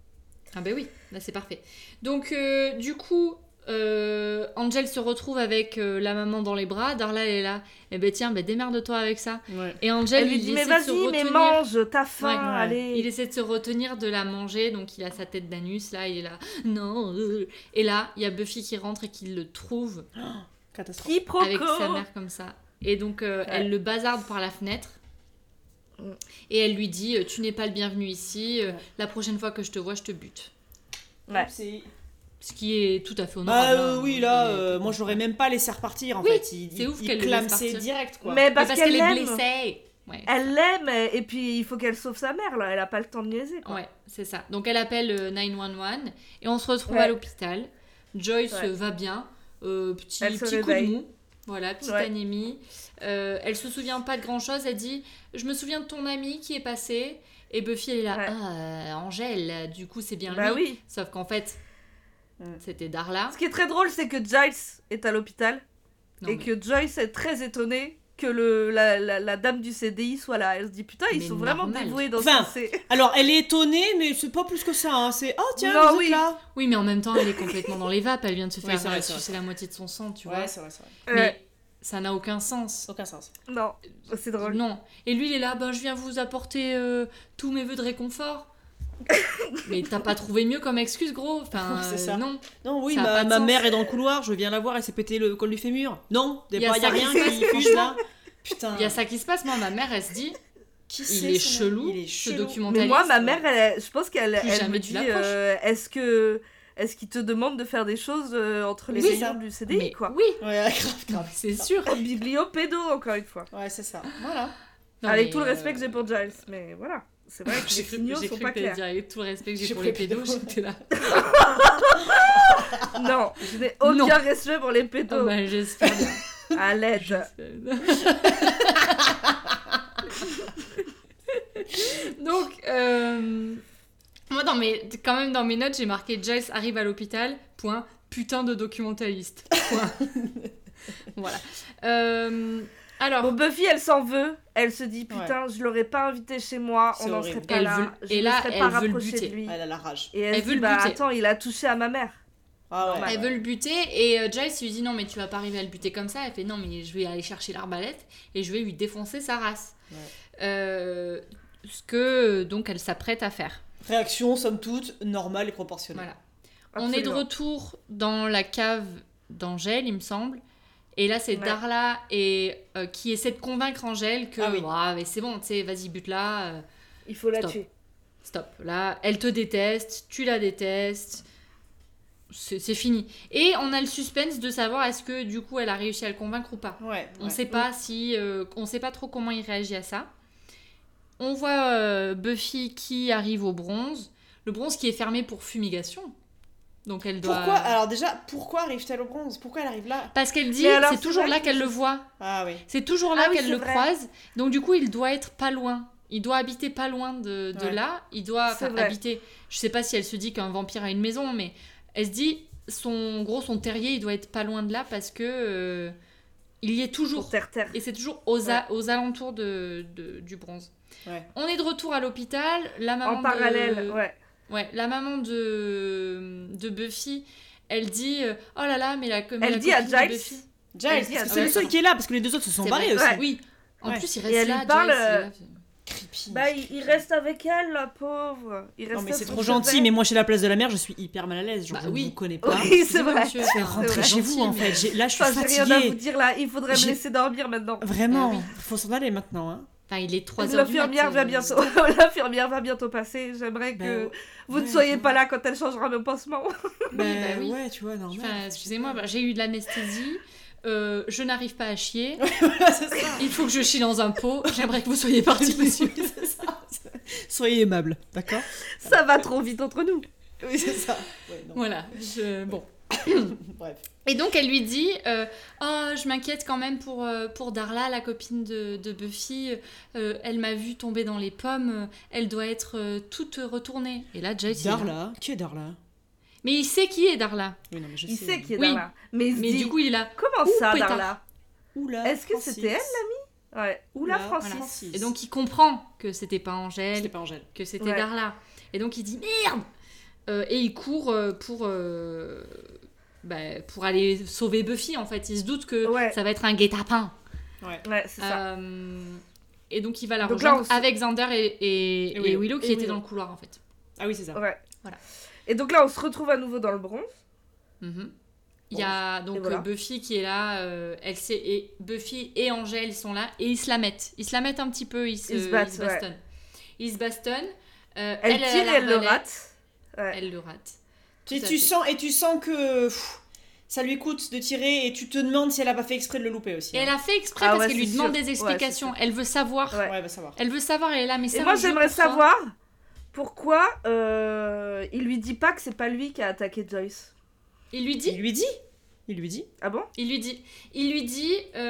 Ah ben oui, là c'est parfait. Donc euh, du coup, euh, Angel se retrouve avec euh, la maman dans les bras, Darla elle est là, et ben tiens, ben démerde-toi avec ça. Ouais. Et Angel, Elle lui il dit, mais essaie de se vas-y, mais retenir. mange, t'as faim, Ouais. Ouais. allez. Il essaie de se retenir de la manger, donc il a sa tête d'anus, là, il est là, non. euh. Et là, il y a Buffy qui rentre et qui le trouve Catastrophe. Quiproquo. avec sa mère comme ça. Et donc, euh, Ouais. elle le bazarde par la fenêtre. Mm. Et elle lui dit, euh, tu n'es pas le bienvenu ici, euh, Ouais. la prochaine fois que je te vois, je te bute. Ouais. C'est- Ce qui est tout à fait honorable. Bah euh, hein. oui là, Il est- euh, moi je l'aurais même pas laissé repartir en Oui, fait. Il, c'est il- ouf il qu'elle le laisse clamsait partir. direct quoi. Mais Mais parce, parce qu'elle qu'elle est l'aime. blessée. Ouais. Elle l'aime, et puis il faut qu'elle sauve sa mère, là. Elle a pas le temps de niaiser, quoi. Ouais, c'est ça. Donc elle appelle euh, neuf un un et on se retrouve Ouais. à l'hôpital. Joyce Ouais. euh, va bien, euh, petit, Elle se petit coup de réveille. mou, voilà, petite Ouais. anémie. Euh, elle se souvient pas de grand chose. Elle dit, je me souviens de ton ami qui est passé. Et Buffy elle est là, Ouais. ah Angèle, du coup c'est bien Bah lui. oui. Sauf qu'en fait, Mm. c'était Darla. Ce qui est très drôle, c'est que Giles est à l'hôpital Non, et mais- que Joyce est très étonnée que le, la, la, la dame du C D I soit là. Elle se dit putain, ils Mais sont vraiment normal. dévoués dans Enfin, ce C. Alors elle est étonnée mais c'est pas plus que ça. Hein. C'est oh tiens Non, vous oui. êtes là. Oui, mais en même temps, elle est complètement dans les vapes. Elle vient de se Oui, faire c'est vrai, euh, c'est vrai. sucer la moitié de son sang, tu vois. Ouais c'est vrai c'est vrai. Ouais. Mais ça n'a aucun sens. Aucun sens. Non, c'est drôle. Non. Et lui, il est là, ben, je viens vous apporter euh, tous mes vœux de réconfort. Mais t'as pas trouvé mieux comme excuse, gros. Enfin, Ouais, c'est euh, ça. non. Non oui Ça a ma, pas de ma sens. mère est dans le couloir, je viens la voir, elle s'est pété le col du fémur. Non, y a, Y a pas, y a ça rien qui se qui passe, fiche là. Putain. Il y a ça qui se passe. Moi, ma mère, elle se dit, Qui il c'est, est ce chelou, mec Il est ce chelou. documentaire. Mais moi, ma mentaliste, mère, elle, je pense qu'elle Plus elle jamais me tu dit l'approches. euh, est-ce que est-ce qu'il te demande de faire des choses euh, entre les Oui, rayons ça. du C D I, Mais quoi. oui, Ouais grave grave. c'est sûr. Bibliopédo, encore une fois. Ouais c'est ça. Voilà. Non, Avec mais, tout le euh, respect que j'ai pour Giles, mais voilà. C'est vrai que J'ai les cru, signaux j'ai sont cru pas que t'allais clairs. dire avec tout le respect que j'ai J'ai pour pris les les pédos, pédos. j'étais là. Non, je n'ai Non. aucun respect pour les Ah pédos. bah, j'espère bien. À l'aide. Donc, euh, Moi, dans mes... quand même, dans mes notes, j'ai marqué Giles arrive à l'hôpital, point, putain de documentaliste. Point. Voilà. Euh... Alors... Bon, Buffy, elle s'en veut. Elle se dit, putain, ouais. je l'aurais pas invité chez moi, C'est on n'en horrible. serait pas Elle là. veut... Je Et me là, serais elle pas veut le rapprochée buter. de lui. Elle a la rage. Et elle, Elle se veut dit, le bah buter. attends, il a touché à ma mère. Ah ouais. Elle veut le buter et euh, Giles lui dit non mais tu vas pas arriver à le buter comme ça. Elle fait non mais je vais aller chercher l'arbalète et je vais lui défoncer sa race. Ouais. Euh, ce que donc elle s'apprête à faire. Réaction somme toute normale et proportionnelle. Voilà. Absolument. On est de retour dans la cave d'Angèle il me semble. Et là c'est Ouais. Darla et, euh, qui essaie de convaincre Angèle que Ah oui. ah, mais c'est bon tu sais vas-y bute-la. Euh, Il faut la Stop. tuer. Stop. Là elle te déteste, tu la détestes. C'est, c'est fini. Et on a le suspense de savoir est-ce que du coup elle a réussi à le convaincre ou pas. Ouais. On ouais. sait pas si, euh, on sait pas trop comment il réagit à ça. On voit euh, Buffy qui arrive au bronze, le bronze qui est fermé pour fumigation. Donc elle doit. Pourquoi Alors déjà, pourquoi arrive-t-elle au bronze? Pourquoi elle arrive là? Parce qu'elle dit, Mais alors, c'est c'est toujours vrai là que qu'elle je- le voit. Ah oui. C'est toujours là Ah oui, qu'elle c'est le vrai. croise. Donc du coup, il doit être pas loin. Il doit habiter pas loin de, de Ouais. là. Il doit C'est enfin, vrai. habiter. Je sais pas si elle se dit qu'un vampire a une maison, mais elle se dit son gros son terrier, il doit être pas loin de là parce que euh, il y est toujours. Pour terre-terre. Et c'est toujours aux, a- aux alentours de, de- du bronze. Ouais. On est de retour à l'hôpital. La maman En parallèle, de... ouais. Ouais, la maman de, de Buffy, elle dit euh, oh là là, mais la, mais Elle la dit à copine de Giles. Buffy. Giles, Elle dit parce que à c'est le Giles. seul qui est là, parce que les deux autres se sont C'est barrés vrai. aussi. Ouais. Oui. En Ouais. plus, il Et reste elle là. lui parle, Giles, il est euh, là. Creepy. Bah, il, il reste avec elle, la pauvre. Il reste Non mais à c'est son trop chevet. gentil, mais moi chez la place de la mer, je suis hyper mal à l'aise. Genre, Bah je ne oui. vous connais pas. Oui, c'est Excusez-moi, vrai. monsieur. C'est Enfin, Rentrez vrai. chez vous en gentil, mais- fait. J'ai- Là, je suis Enfin, j'ai rien à vous fatiguée. dire là, il faudrait me J'ai- laisser dormir maintenant. Vraiment, Ah oui. faut s'en aller maintenant. Hein. Enfin, il est trois heures du mat. L'infirmière va euh, bientôt, l'infirmière va bientôt passer. J'aimerais que Ben, vous ne ouais, soyez ouais. pas là quand elle changera mon pansement. Bah, bah oui. ouais, tu vois, normal. Enfin, excusez-moi, bah, j'ai eu de l'anesthésie. euh, je n'arrive pas à chier. c'est ça. Il faut que je chie dans un pot. J'aimerais que vous soyez parti, monsieur. C'est ça. Soyez aimable, d'accord? Ça va trop vite entre nous. Oui, c'est ça. Ouais, non. Voilà. Je... Bon. Bref. Et donc elle lui dit euh, oh je m'inquiète quand même pour, euh, pour Darla, la copine de, de Buffy. Euh, elle m'a vu tomber dans les pommes. Elle doit être euh, toute retournée. Et là Giles il est là. Darla? Qui est Darla? Mais il sait qui est Darla. Oui, non, mais je Il sais. sait qui est Oui. Darla. Mais il se Mais dit, du coup il est là. comment Ouh, ça, pétard. Darla Oula, Est-ce que Francis. c'était elle, l'amie Ouais. Ou la Oula, Francis. Francis. Et donc il comprend que c'était pas Angèle, C'était pas Angèle. que c'était Ouais. Darla. Et donc il dit merde. Euh, et il court euh, pour euh, bah, pour aller sauver Buffy en fait. Il se doute que Ouais. ça va être un guet-apens. Ouais. Ouais, c'est ça. Euh, et donc il va la Donc là, rejoindre on se- avec Xander et, et, Et et Willow. Willow qui Et étaient Willow. dans le couloir en fait. Ah oui, c'est ça. Ouais. Voilà. Et donc là, on se retrouve à nouveau dans le bronze. Mhm. Il y a donc Et voilà. euh, Buffy qui est là, euh, elle sait, et Buffy et Angèle sont là et ils se la mettent. Ils se la mettent un petit peu, ils se, Ils se battent, ils se bastonnent. Ils se bastonnent. Euh, Elle, a tire et elle le l'arbalète, rate. Ouais. Elle le rate. Et Tout à tu, fait. sens, et tu sens que pff, ça lui coûte de tirer et tu te demandes si elle a pas fait exprès de le louper aussi. Et hein. elle a fait exprès Ah parce ouais, qu'elle lui c'est demande sûr. des Ouais, explications. c'est sûr. Elle veut savoir. Ouais. Ouais, va savoir. Elle veut savoir, elle est là, mais c'est Et un moi, jeu j'aimerais pour toi. savoir pourquoi euh, il lui dit pas que c'est pas lui qui a attaqué Joyce. Il lui Il dit, lui dit Il lui dit Ah bon il lui dit, il lui dit,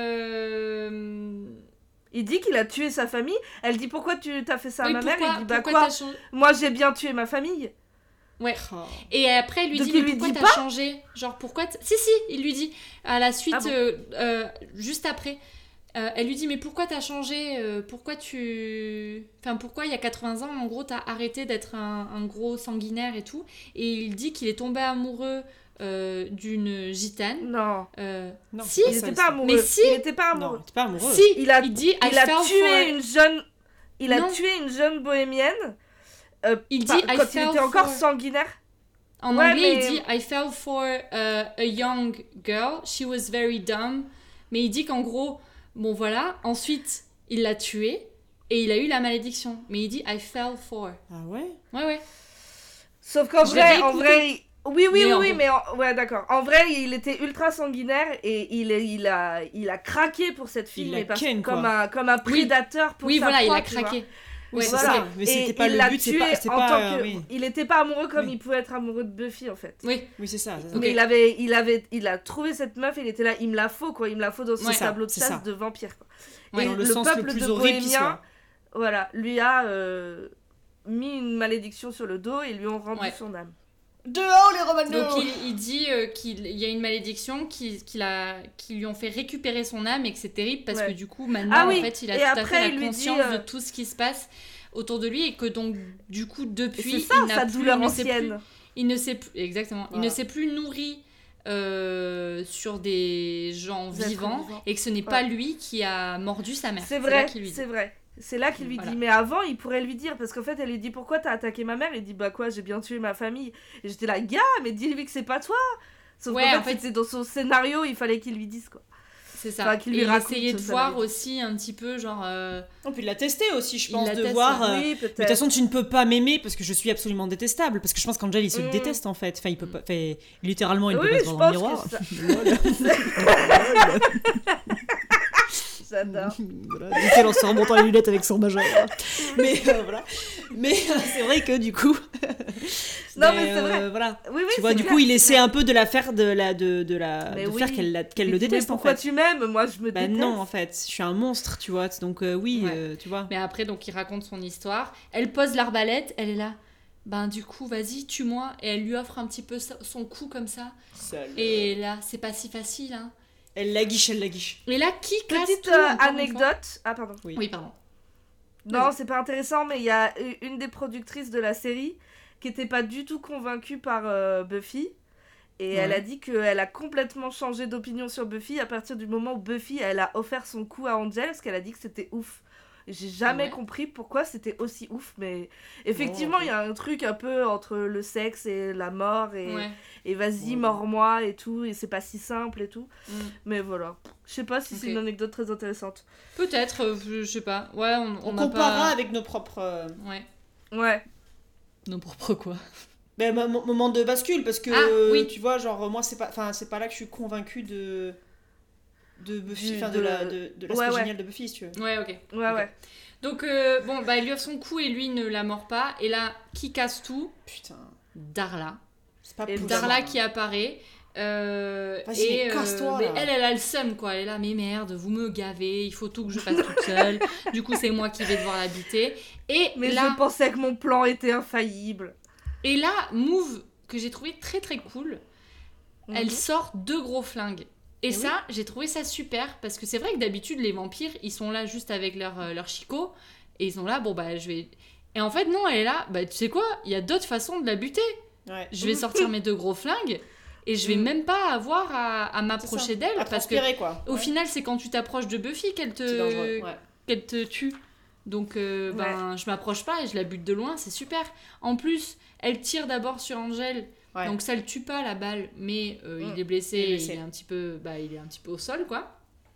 euh... Il dit qu'il a tué sa famille. Elle dit pourquoi tu t'as fait ça à oui, ma mère. pourquoi, Il dit bah pourquoi quoi t'as changé. Moi j'ai bien tué ma famille. Ouais. Oh. Et après, il lui Donc dit, il mais lui pourquoi dit t'as pas changé? Genre, pourquoi t- Si, si, il lui dit, à la suite, Ah bon euh, euh, juste après, euh, elle lui dit, mais pourquoi t'as changé? euh, Pourquoi tu... Enfin, pourquoi il y a quatre-vingts ans, en gros, t'as arrêté d'être un, un gros sanguinaire et tout? Et il dit qu'il est tombé amoureux euh, d'une gitane. Non. Euh, Non, si, c'est Il ça, était ça. pas amoureux. Mais si. Il était pas Non, amoureux. t'es pas amoureux. si, Il a, il dit, I il a fell tué for... une jeune. Il a Non. tué une jeune bohémienne. euh, Il dit, par- I quand il fell était encore for- sanguinaire. En Ouais, anglais, mais- il dit I fell for uh, a young girl. She was very dumb. Mais il dit qu'en gros, bon voilà. Ensuite, il l'a tuée et il a eu la malédiction. Mais il dit I fell for. Ah ouais Ouais, ouais. Sauf qu'en Je l'ai vrai, en réécouté. vrai, il- oui, oui, Mais oui, en oui, gros. mais en- ouais, d'accord. En vrai, il était ultra sanguinaire et il, il a, il a craqué pour cette fille, Il la mais parce- ken, comme quoi. un, comme un prédateur pour Oui, sa voilà, il proie, a tu vois. craqué. Oui, Ouais, c'est Voilà. ça. Mais Et c'était pas il le l'a but, c'est tué pas. C'est en pas tant euh, que- oui. Il était pas amoureux comme Oui. il pouvait être amoureux de Buffy en fait. Oui. oui, c'est ça. c'est ça. Mais Ok. il avait, il avait, il a trouvé cette meuf, il était là, il me la faut quoi, il me la faut dans son Ouais. tableau de C'est chasse ça. de vampire. Quoi. Ouais, Et Dans le, le sens le peuple plus de horrible qui Bohémien, soit. voilà, lui a, euh, mis une malédiction sur le dos et lui ont rendu Ouais. son âme. Dehors les Romano. Donc il, il dit euh, qu'il y a une malédiction qui, qu'il a, qui lui ont fait récupérer son âme et que c'est terrible parce Ouais. que du coup maintenant Ah oui, en fait il a et tout à après, fait il la lui conscience dit, euh, de tout ce qui se passe autour de lui et que donc du coup Et depuis c'est ça, il n'a sa plus, douleur il ne s'est plus, ancienne. il ne s'est plus exactement il Voilà. ne s'est plus nourri euh, sur des gens Des êtres vivants vivants. et que ce n'est Ouais. pas lui qui a mordu sa mère. C'est là vrai, qu'il lui dit. c'est vrai. C'est là qu'il lui Voilà. dit, mais avant, il pourrait lui dire, parce qu'en fait, elle lui dit, pourquoi t'as attaqué ma mère? Il dit, bah quoi, j'ai bien tué ma famille. Et j'étais là, gars, mais dis-lui que c'est pas toi. Sauf Ouais, qu'en en fait, fait- c'était dans son scénario, il fallait qu'il lui dise, quoi. C'est ça. Enfin, qu'il lui et il raconte essayait de sa voir maladie. aussi un petit peu genre euh, Et puis il l'a testé aussi, je Il pense, l'a de testé, voir. euh, Oui, Mais de toute peut-être. façon, tu ne peux pas m'aimer parce que je suis absolument détestable. Parce que je pense qu'Angel, il se Mm. déteste en fait. Enfin, il peut pas. Enfin, littéralement, il Oui, peut pas se je voir dans le pense miroir. que J'adore. Voilà, dit-elle en se remontant les lunettes avec son majeur. Mais euh, voilà. Mais euh, c'est vrai que du coup. Non, mais c'est euh, vrai. Voilà. Oui, oui, Tu vois, c'est du clair, coup, il c'est essaie clair. un peu de la faire de la de, de la Mais de oui. faire qu'elle la- qu'elle Il le dit, mais déteste en pourquoi fait. tu m'aimes? Moi, je me Bah déteste. non, en fait, je suis un monstre, tu vois. Donc euh, oui, Ouais. euh, tu vois. Mais après, donc, il raconte son histoire. Elle pose l'arbalète, elle est là. Ben, du coup, vas-y, tue-moi. Et elle lui offre un petit peu sa- son cou comme ça. Et là, c'est pas si facile, hein. Elle la guiche, elle la guiche. Et là, qui casse Petite tout, euh, encore une fois anecdote. Ah, pardon. Oui. Oui, pardon. Non, Vas-y. c'est pas intéressant, mais il y a une des productrices de la série qui était pas du tout convaincue par euh, Buffy. Et Ouais. elle a dit qu'elle a complètement changé d'opinion sur Buffy à partir du moment où Buffy, elle a offert son coup à Angel, parce qu'elle a dit que c'était ouf. J'ai jamais Ouais. compris pourquoi c'était aussi ouf, mais effectivement, Oh, il ok. y a un truc un peu entre le sexe et la mort, et, Ouais. et vas-y, Ouais. mords-moi et tout, et c'est pas si simple et tout. Mm. Mais voilà. Je sais pas si c'est Ok. une anecdote très intéressante. Peut-être, euh, je je sais pas. Ouais, on, On on a comparera pas... avec nos propres. euh, Ouais. Ouais. Nos propres quoi. Ben, mo- mo- moment de bascule, parce que Ah, oui. tu vois, genre, moi, c'est pas, enfin, c'est pas là que je suis convaincue de. de Buffy, Du- enfin, de, de- la, de, de l'aspect Ouais, ouais. génial de Buffy, si tu veux. Ouais, ok. Ouais, Ok. ouais. Donc, euh, bon, bah, elle lui offre son coup et lui ne la mord pas. Et là, qui casse tout? Putain, Darla. c'est pas Et possible. Darla qui apparaît. Euh, Vas-y, et mais casse-toi, mais là. elle, elle a le seum quoi. Elle est là, mais merde, vous me gavez, il faut tout que je fasse toute seule. Du coup, c'est moi qui vais devoir la buter. Et Mais là, je pensais que mon plan était infaillible. et là, move que j'ai trouvé très très cool. Elle Mhm. sort deux gros flingues. Et Eh ça, j'ai trouvé ça super parce que c'est vrai que d'habitude les vampires, ils sont là juste avec leur euh, leur chicot et ils sont là, bon bah je vais. Et en fait non, elle est là, bah tu sais quoi, il y a d'autres façons de la buter. Ouais. Je vais sortir mes deux gros flingues et je vais Mm. même pas avoir à, à C'est m'approcher ça. d'elle À parce que transpirer, quoi. au Ouais. final c'est quand tu t'approches de Buffy qu'elle C'est dangereux. te Ouais. qu'elle te tue. Donc euh, ben je m'approche pas et je la bute de loin, c'est super. En plus, elle tire d'abord sur Angel. Ouais. Donc ça le tue pas la balle, mais euh, Mm. il est blessé, Il est il est, blessé. un petit peu, bah, il est un petit peu au sol quoi.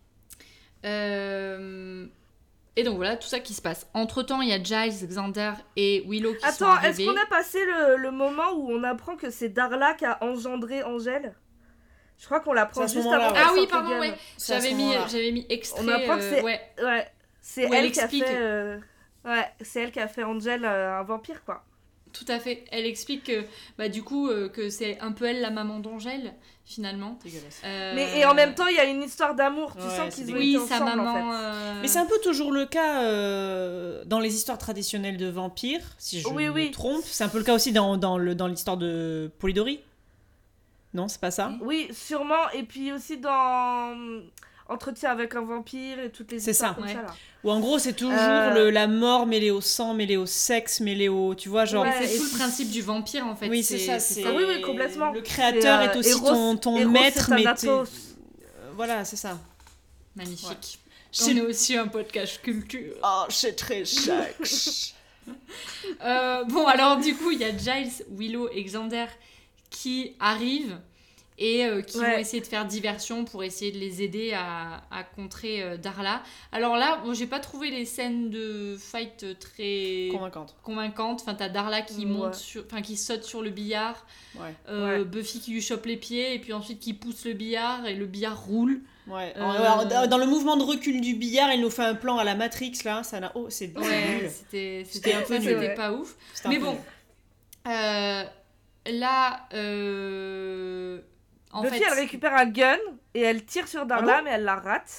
Euh, Et donc voilà tout ça qui se passe. Entre temps, il y a Giles, Xander et Willow qui sont Attends, est-ce arrivés. qu'on a passé le, le moment où on apprend que c'est Darla qui a engendré Angèle? Je crois qu'on l'apprend C'est à ce juste moment-là, avant ouais. qu'elle Ah oui, sorte pardon, le gun. ouais. C'est à ce J'avais mis, moment-là. j'avais mis extrait. On apprend que euh, c'est- ouais. Ouais, c'est Où elle, elle qui a explique. fait... euh, Ouais, c'est elle qui a fait Angel euh, un vampire, quoi. Tout à fait. Elle explique que, bah, du coup, euh, que c'est un peu elle la maman d'Angèle, finalement. Dégueulasse. Euh, Mais et en même temps, il y a une histoire d'amour. Tu Ouais, sens c'est qu'ils ont oui, été sa ensemble, maman. en fait. euh, Mais c'est un peu toujours le cas euh, dans les histoires traditionnelles de vampires, si je Oui, me oui. trompe. C'est un peu le cas aussi dans, dans, le, dans l'histoire de Polidori. Non, c'est pas ça? Oui, sûrement. Et puis aussi dans Entretien avec un vampire et toutes les C'est histoires ça. comme Ouais. ça, là. Ou en gros, c'est toujours Euh. le, la mort mêlée au sang, mêlée au sexe, mêlée au... Tu vois, genre... Ouais, c'est et tout le puis- principe du vampire, en fait. oui, c'est ça. C'est... Ah oui, oui, complètement. Le créateur C'est, est euh, aussi Eros- ton, ton Eros et maître, mais t'es- Thanatos. Euh, Voilà, c'est ça. Magnifique. C'est- On est aussi un podcast culture. Oh, c'est très sexe. Euh, bon, alors du coup, il y a Giles, Willow et Xander qui arrivent et euh, qui Ouais. vont essayer de faire diversion pour essayer de les aider à, à contrer euh, Darla. Alors là, moi, j'ai pas trouvé les scènes de fight euh, très Convaincante. convaincantes. Enfin, t'as Darla qui Ouais. monte sur, enfin, qui saute sur le billard, Ouais. euh, Ouais. Buffy qui lui chope les pieds et puis ensuite qui pousse le billard et le billard roule. Ouais. Euh, Alors, dans- dans le mouvement de recul du billard, il nous fait un plan à la Matrix, là. Ça n'a... Oh, c'est c'est Ouais, nul. c'était C'était c'était un peu ça, nul. c'était Ouais. pas ouf. C'était un Mais peu bon, nul. euh, là, euh, en Buffy, fait, elle récupère un gun et elle tire sur Darla, Ah bon mais elle la rate.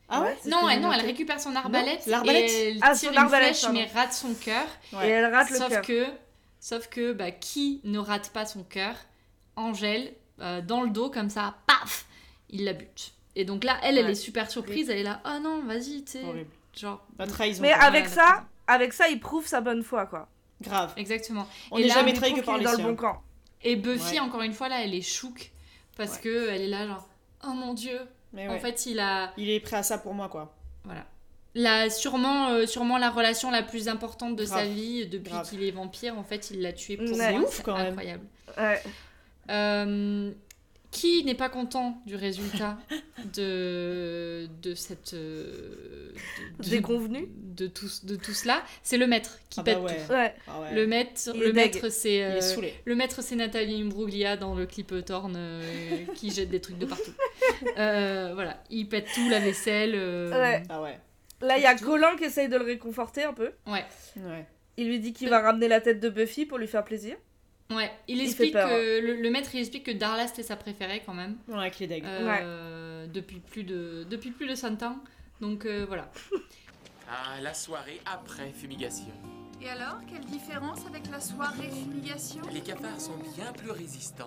Ah ouais, c'est ce Non, que elle, j'ai non, elle noté. récupère son arbalète, l'arbalète et elle Ah, tire son une arbalète, flèche pardon. mais rate son cœur. Ouais. Et elle rate le Sauf cœur. que, sauf que bah, qui ne rate pas son cœur, Angèle, euh, dans le dos comme ça, paf, il la bute. Et donc là, elle, elle Ouais. est super surprise, elle est là, oh non, vas-y, tu sais, Horrible. genre, La trahison. Mais quoi. avec Ouais, ça, avec ça, il prouve sa bonne foi, quoi. Grave. exactement. On Et n'est là, jamais Il trahi prouve que par qu'il les est dans le siens. bon camp. Et Buffy, Ouais. encore une fois, là, elle est chouque parce Ouais. que elle est là, genre, oh mon dieu. Mais En ouais. fait, il a, Il est prêt à ça pour moi, quoi. voilà, la, sûrement, euh, sûrement la relation la plus importante de Grave. sa vie depuis Grave. qu'il est vampire. En fait, il l'a tué pour Ouais. moi. C'est ouf, C'est quand même. incroyable. Ouais. Euh, qui n'est pas content du résultat de, de cette. euh, de, de- Déconvenue. de tout, de tout cela? C'est le maître qui Ah bah pète ouais. tout. Ouais. Ah ouais. Le maître, Il le est deg. maître c'est Il euh, est saoulé. le maître c'est Nathalie Imbruglia dans le clip Thorn euh, qui jette des trucs de partout. Euh, voilà, il pète tout, la vaisselle. euh, Ouais. Ah ouais. Là, il y a Colin qui essaye de le réconforter un peu. ouais. Ouais. Il lui dit qu'il va ramener la tête de Buffy pour lui faire plaisir. Ouais, il Il explique fait peur, que le, le maître il explique que Darla c'était sa préférée quand même Ouais, avec les dagues. euh, depuis plus de depuis plus de cent ans. Donc euh, voilà. Ah, la soirée après fumigation. Et alors, quelle différence avec la soirée fumigation? Les cafards sont bien plus résistants.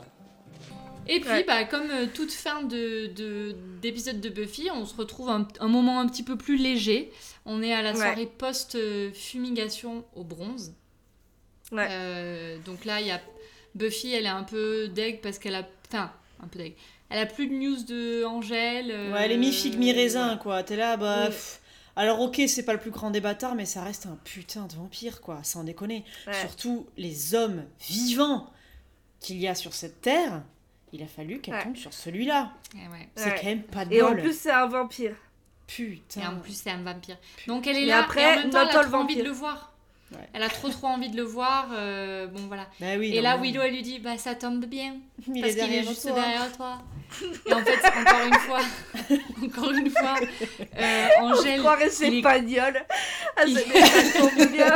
Et puis Ouais. bah comme euh, toute fin de, de d'épisode de Buffy, on se retrouve un, un moment un petit peu plus léger. On est à la Ouais. soirée post fumigation au bronze. Ouais. Euh, donc là, il y a Buffy, elle est un peu deg parce qu'elle a. Enfin, un peu deg. Elle a plus de news de Angèle. euh, Ouais, elle est mi-figue, mi-raisin, voilà. quoi. T'es là, bah... Oui. pff. Alors ok, c'est pas le plus grand des bâtards, mais ça reste un putain de vampire, quoi. Sans déconner. Ouais. Surtout les hommes vivants qu'il y a sur cette terre, il a fallu qu'elle Ouais. tombe sur celui-là. Eh ouais. C'est Ouais. quand même pas de Et en bol. plus, c'est un vampire. Putain. Et en plus, c'est un vampire. Donc elle est Mais là, après, et en même temps, elle not a all trop envie de vampire. le voir. Ouais. Elle a trop trop envie de le voir. euh, bon, voilà. Bah oui, Et non, là, non. Willow, elle lui dit, bah ça tombe bien. Il parce est qu'il est derrière juste toi. derrière toi. Et en fait, encore une fois, encore une fois, euh, Angèle. Croirait chez il est- Pagnol. Ah, il- c'est- mais ça tombe bien.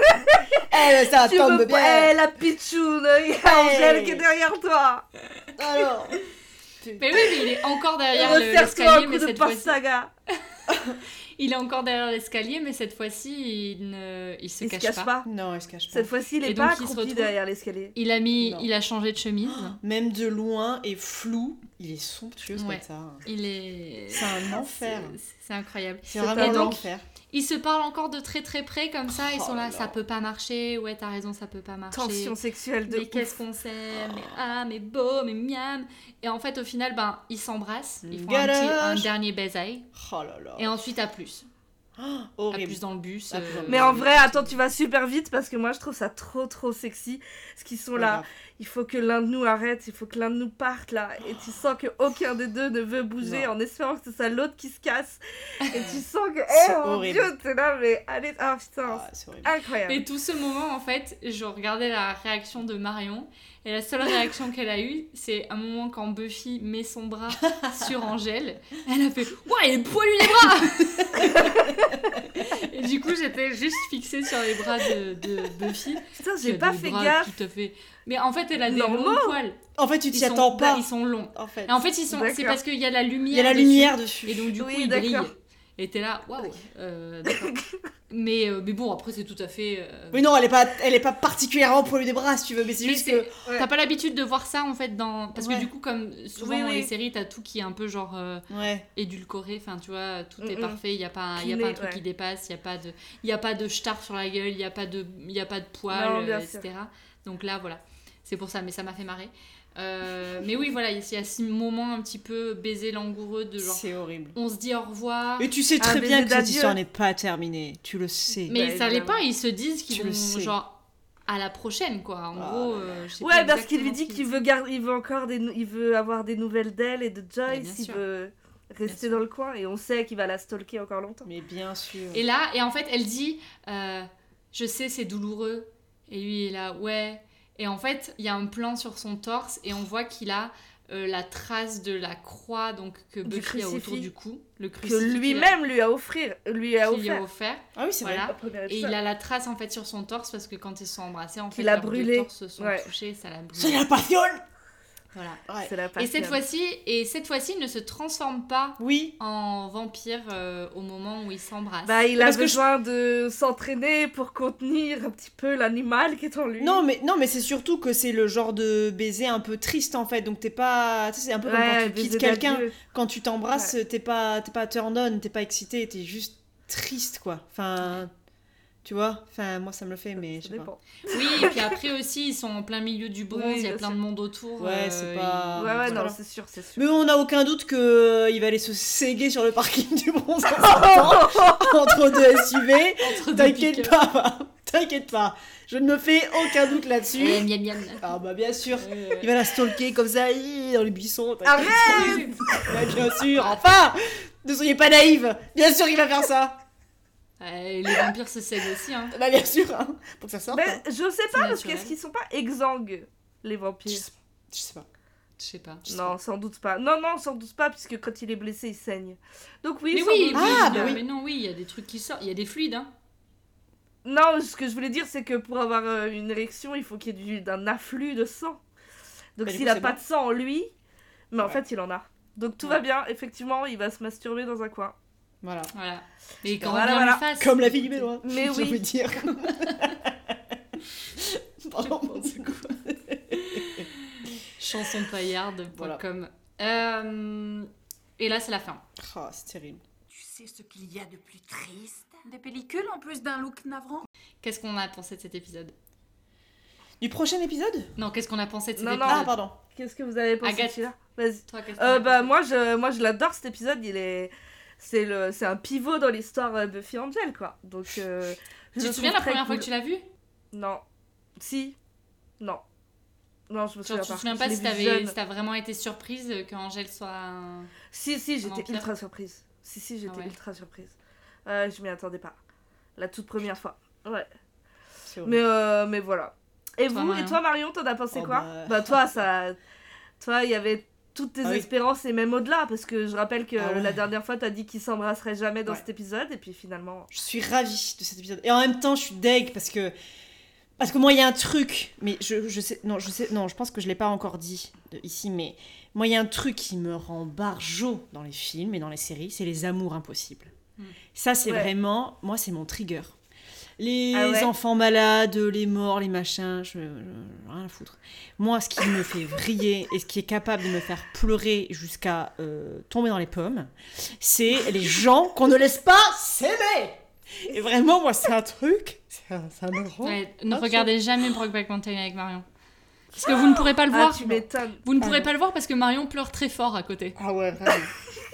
Eh, ça Tu tombe veux bien. pas... Eh, la pitchoune, il y a Angèle qui est derrière toi. Alors. Mais oui, mais il est encore derrière le- Resserre-toi l'escalier, un mais coup de cette fois-ci. pastaga. Il est encore derrière l'escalier, mais cette fois-ci, il ne il se Il se cache cache pas. pas. Non, il se cache pas. Cette fois-ci, il Et est donc, pas il se accroupi retrouve- derrière l'escalier. Il a mis, Non. il a changé de chemise. Même de loin et flou, il est somptueux ce Ouais. bâtard. Il est. C'est un enfer. C'est- C'est incroyable. C'est C'est vraiment un un donc, enfer. Ils se parlent encore de très très près comme ça. Ils Oh sont là, là ça là. peut pas marcher. Ouais, t'as raison, ça peut pas marcher. Tension sexuelle de Mais qu'est-ce ouf. qu'on s'aime, mais ah, mais beau, mais miam. Et en fait, au final, ben, ils s'embrassent, ils font un, Garage. petit, un dernier baiser, Oh là là. et ensuite à plus. Oh, À horrible. plus dans le bus. À plus dans le euh, Mais en vrai, attends, tu vas super vite parce que moi je trouve ça trop trop sexy. Parce qu'ils sont Ouais, là, grave. il faut que l'un de nous arrête, il faut que l'un de nous parte là. Et tu sens qu'aucun des deux ne veut bouger Non. en espérant que ce soit l'autre qui se casse. Et tu sens que, C'est eh mon horrible. dieu, t'es là, mais allez, ah putain, Ah, c'est horrible. c'est incroyable. Et tout ce moment, en fait, je regardais la réaction de Marion, et la seule réaction qu'elle a eue, c'est un moment quand Buffy met son bras sur Angèle, elle a fait « Ouais, il est poilu les bras !» Et du coup, j'étais juste fixée sur les bras de, de Buffy. Putain, qui j'ai a pas des fait bras gaffe. tout à fait... Mais en fait, elle a des Normaux. longs poils. En fait, tu Ils t'y sont- attends pas. Ils sont longs. En fait. Et en fait, ils sont... c'est D'accord. parce qu'il y a la lumière Il y a la dessus. lumière dessus. Et donc, du Oui, coup, il d'accord. brille. Et t'es là, waouh, euh, d'accord. mais, euh, mais bon, après, c'est tout à fait. euh, Oui, non, elle est pas, elle est pas particulièrement poilue des bras, si tu veux, mais c'est mais juste c'est- que. Ouais. T'as pas l'habitude de voir ça en fait dans. Parce Ouais. que du coup, comme souvent Oui, dans oui. les séries, t'as tout qui est un peu genre euh, Ouais. édulcoré. Enfin, tu vois, tout est Mm-mm. parfait. Il y a pas, il y a Cleané, pas un truc ouais. qui dépasse. Il y a pas de, il y a pas de star sur la gueule. Il y a pas de, il y a pas de poils, Non, bien euh, sûr. et cetera. Donc là, voilà. C'est pour ça, mais ça m'a fait marrer. Euh, mais oui, voilà, il y a ce moment un petit peu baiser langoureux de genre. C'est horrible. On se dit au revoir. Et tu sais Un très baiser bien que cette d'adieu. histoire n'est pas terminée. Tu le sais. Mais Bah, ça l'est évidemment. pas, ils se disent qu'ils Tu vont le sais. genre à la prochaine quoi. En Ah gros, là euh, je sais Ouais, pas parce qu'il lui exactement dit ce qu'il veut, garder, il veut encore des, nou- il veut avoir des nouvelles d'elle et de Joyce, bien il sûr. veut rester sûr. dans le coin et on sait qu'il va la stalker encore longtemps. Mais bien sûr. Et là, et en fait, elle dit euh, je sais, c'est douloureux. Et lui il est là, ouais. Et en fait, il y a un plan sur son torse et on voit qu'il a euh, la trace de la croix donc que Du Buffy a autour crucifix. du cou, le Que crucifix qu'il a- lui-même lui a offert, lui a qu'il lui a offert. offert. Ah oui, c'est Voilà. La première Et épisode. il a la trace en fait sur son torse parce que quand ils se sont embrassés, en fait, Qu'il a leurs deux brûlé. torses se sont Ouais. touchés, ça l'a brûlé. C'est la passion. Voilà. Ouais. C'est la Et passion. cette fois-ci, et cette fois-ci, il ne se transforme pas Oui. en vampire euh, au moment où il s'embrasse. Bah, il a Parce que besoin de s'entraîner pour contenir un petit peu l'animal qui est en lui. Non mais, non, mais c'est surtout que c'est le genre de baiser un peu triste en fait. Donc t'es pas. Tu sais, c'est un peu comme Ouais, quand tu baiser quittes quelqu'un. d'adieu. Quand tu t'embrasses, t'es pas, t'es pas turn on, t'es pas excité, t'es juste triste quoi. Enfin. Tu vois, enfin moi ça me le fait, mais je Ça sais pas. dépend. Oui, et puis après aussi, ils sont en plein milieu du bronze, Oui, il y a bien plein sûr. de monde autour. Ouais, euh, c'est pas- ils- Ouais, ouais, Voilà. non, c'est sûr, c'est sûr. Mais on n'a aucun doute que euh, il va aller se séguer sur le parking du bronze en sortant, entre deux S U V. Entre deux T'inquiète pick-up. pas, bah, t'inquiète pas. Je ne me fais aucun doute là-dessus. Eh, miam, miam. Ah bah bien sûr. Euh, Il va la stalker comme ça, hi, dans les buissons. t'inquiète. Arrête Bah, bien sûr, enfin. Ne soyez pas naïves. Bien sûr, il va faire ça. euh, les vampires se cèdent aussi, hein. Bah bien sûr, hein, pour que ça sorte. Mais hein. je sais C'est pas, parce naturel. qu'est-ce qu'ils sont pas exsangues, les Je vampires? sais- je sais pas. Je sais pas. Je sais Non, sans doute pas. Non, non, sans doute pas, puisque quand il est blessé, il saigne. Donc oui, Mais sans oui, doute. oui, Ah, non, bah oui. mais non, oui, il y a des trucs qui sortent, il y a des fluides, hein. Non, ce que je voulais dire, c'est que pour avoir euh, une érection, il faut qu'il y ait du- d'un afflux de sang. Donc Bah, du s'il coup, a c'est pas bon. de sang en lui, mais en Ouais. fait, il en a. Donc tout Ouais. va bien, effectivement, il va se masturber dans un coin. Voilà. Voilà. Et quand Voilà, bien voilà. lui fasse. Comme la fille du Béloin. Mais je oui. veux dire. Pardon. Chanson paillarde Voilà. point com. Euh, Et là, c'est la fin. Ah, c'est terrible. Tu sais ce qu'il y a de plus triste? Des pellicules en plus d'un look navrant? Qu'est-ce qu'on a pensé de cet épisode? Du prochain épisode? Non, qu'est-ce qu'on a pensé de cet Non, non. épisode? Ah, pardon. Qu'est-ce que vous avez pensé Agathe. de celui-là? Vas-y. Toi, qu'est-ce que Euh, t'as bah pensé moi je, moi je l'adore cet épisode, il est... C'est le... c'est un pivot dans l'histoire euh, Buffy Angel, quoi. Donc... Euh, je Tu le te souviens trouve la très première fois cool. que tu l'as vu? Non. Si. Non. Non, je me souviens Genre, tu pas. te souviens Je pas l'ai si vu t'avais jeune. si t'as vraiment été surprise que Angèle soit un... Si, si, Un j'étais vampire. ultra surprise. Si, si, j'étais Ah ouais. ultra surprise. Euh, je m'y attendais pas. La toute première fois. Ouais. C'est Mais, horrible. euh, mais voilà. Et Toi, vous, Marion et toi Marion, t'en as pensé Oh, quoi? bah... Bah toi, ça... Toi, il y avait toutes tes Ah oui. espérances et même au-delà, parce que je rappelle que Ah ouais. la dernière fois, t'as dit qu'ils s'embrasseraient jamais dans Ouais. cet épisode, et puis finalement... Je suis ravie de cet épisode. Et en même temps, je suis deg parce que. Parce que moi, il y a un truc. Mais je, je sais. Non, je sais. Non, je pense que je l'ai pas encore dit de- ici. Mais moi, il y a un truc qui me rend barjot dans les films et dans les séries. C'est les amours impossibles. Mm. Ça, c'est Ouais. vraiment. Moi, c'est mon trigger. Les Ah ouais enfants malades, les morts, les machins, je, je- rien à foutre. Moi, ce qui me fait vriller et ce qui est capable de me faire pleurer jusqu'à euh, tomber dans les pommes, c'est les gens qu'on ne laisse pas s'aimer. Et vraiment, moi, c'est un truc, ça, ça me rend... Ouais, ne Ah, regardez jamais Brokeback Mountain avec Marion. Parce que vous ne pourrez pas le Ah, voir. tu m'étonnes. Vous ne Ah pourrez non. pas le voir parce que Marion pleure très fort à côté. Ah ouais, vraiment.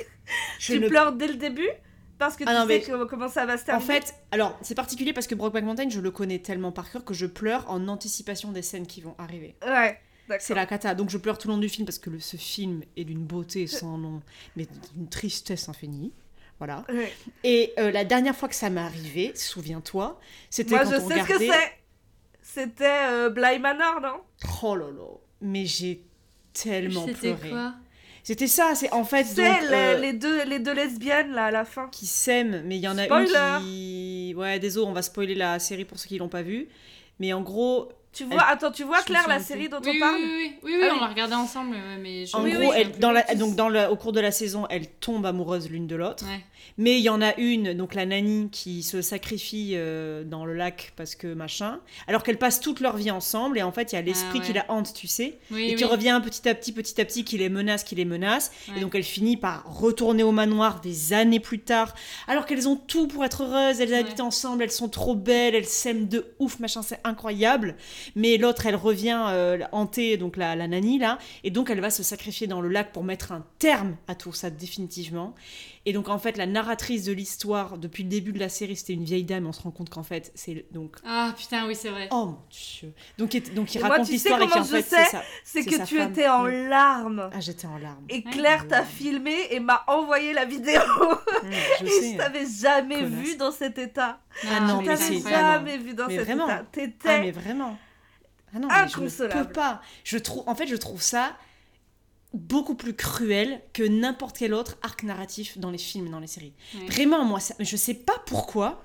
Je Tu ne- pleures dès le début? Parce que Ah tu non, sais mais- que- comment ça va se En terminer? fait, alors, c'est particulier parce que Brokeback Mountain, je le connais tellement par cœur que je pleure en anticipation des scènes qui vont arriver. Ouais, d'accord. C'est la cata. Donc je pleure tout le long du film parce que le- ce film est d'une beauté sans nom, mais d'une tristesse infinie. Voilà. Ouais. Et euh, la dernière fois que ça m'est arrivé, souviens-toi, c'était Moi, quand je on sais ce que regardait... c'est. C'était euh, Bly Manor, non? Oh là là. Mais j'ai tellement C'était pleuré. quoi? C'était ça, c'est en fait C'est donc, les, euh, les, deux, les deux lesbiennes, là, à la fin. qui s'aiment, mais il y en a Spoiler. une qui... Ouais, désolé, on va spoiler la série pour ceux qui l'ont pas vue. Mais en gros, Tu vois, attends, tu vois, je me Claire, la souviens série dont Oui, on oui, parle? oui, oui, oui, oui, Ah on oui. l'a regardé ensemble, mais- mais je... en Oui, gros, oui, elle, dans la, plus. donc dans le, au cours de la saison, elles tombent amoureuses l'une de l'autre. Ouais. Mais il y en a une, donc la nanny, qui se sacrifie euh, dans le lac parce que machin, alors qu'elles passent toute leur vie ensemble et en fait il y a l'esprit Ah, qui ouais. la hante, tu sais, Oui, et qui oui. revient petit à petit, petit à petit, qui les menace, qui les menace, Ouais. et donc elle finit par retourner au manoir des années plus tard, alors qu'elles ont tout pour être heureuses, elles Ouais. habitent ensemble, elles sont trop belles, elles s'aiment de ouf, machin, c'est incroyable, mais l'autre elle revient euh, hanter, donc la, la nanny là, et donc elle va se sacrifier dans le lac pour mettre un terme à tout ça définitivement. Et donc en fait la narratrice de l'histoire depuis le début de la série c'était une vieille dame, on se rend compte qu'en fait c'est donc Ah putain, oui, c'est vrai. oh mon dieu donc il, donc il Et moi, raconte tu sais l'histoire et comment qu'en je fait sais c'est ça. C'est C'est que sa tu femme. étais en Oui. larmes. Ah j'étais en larmes. Et Ouais. Claire t'a Ouais. filmé et m'a envoyé la vidéo. Mmh, je Et sais. je t'avais jamais Connasse. vu dans cet état. Ah non, Je mais t'avais c'est- jamais vu dans Mais cet vraiment. état. T'étais... Ah mais vraiment. Ah non, mais je ne Inconsolable. peux pas. Je trouve, en fait, je trouve ça beaucoup plus cruel que n'importe quel autre arc narratif dans les films et dans les séries. Ouais. Vraiment, moi, ça, je sais pas pourquoi,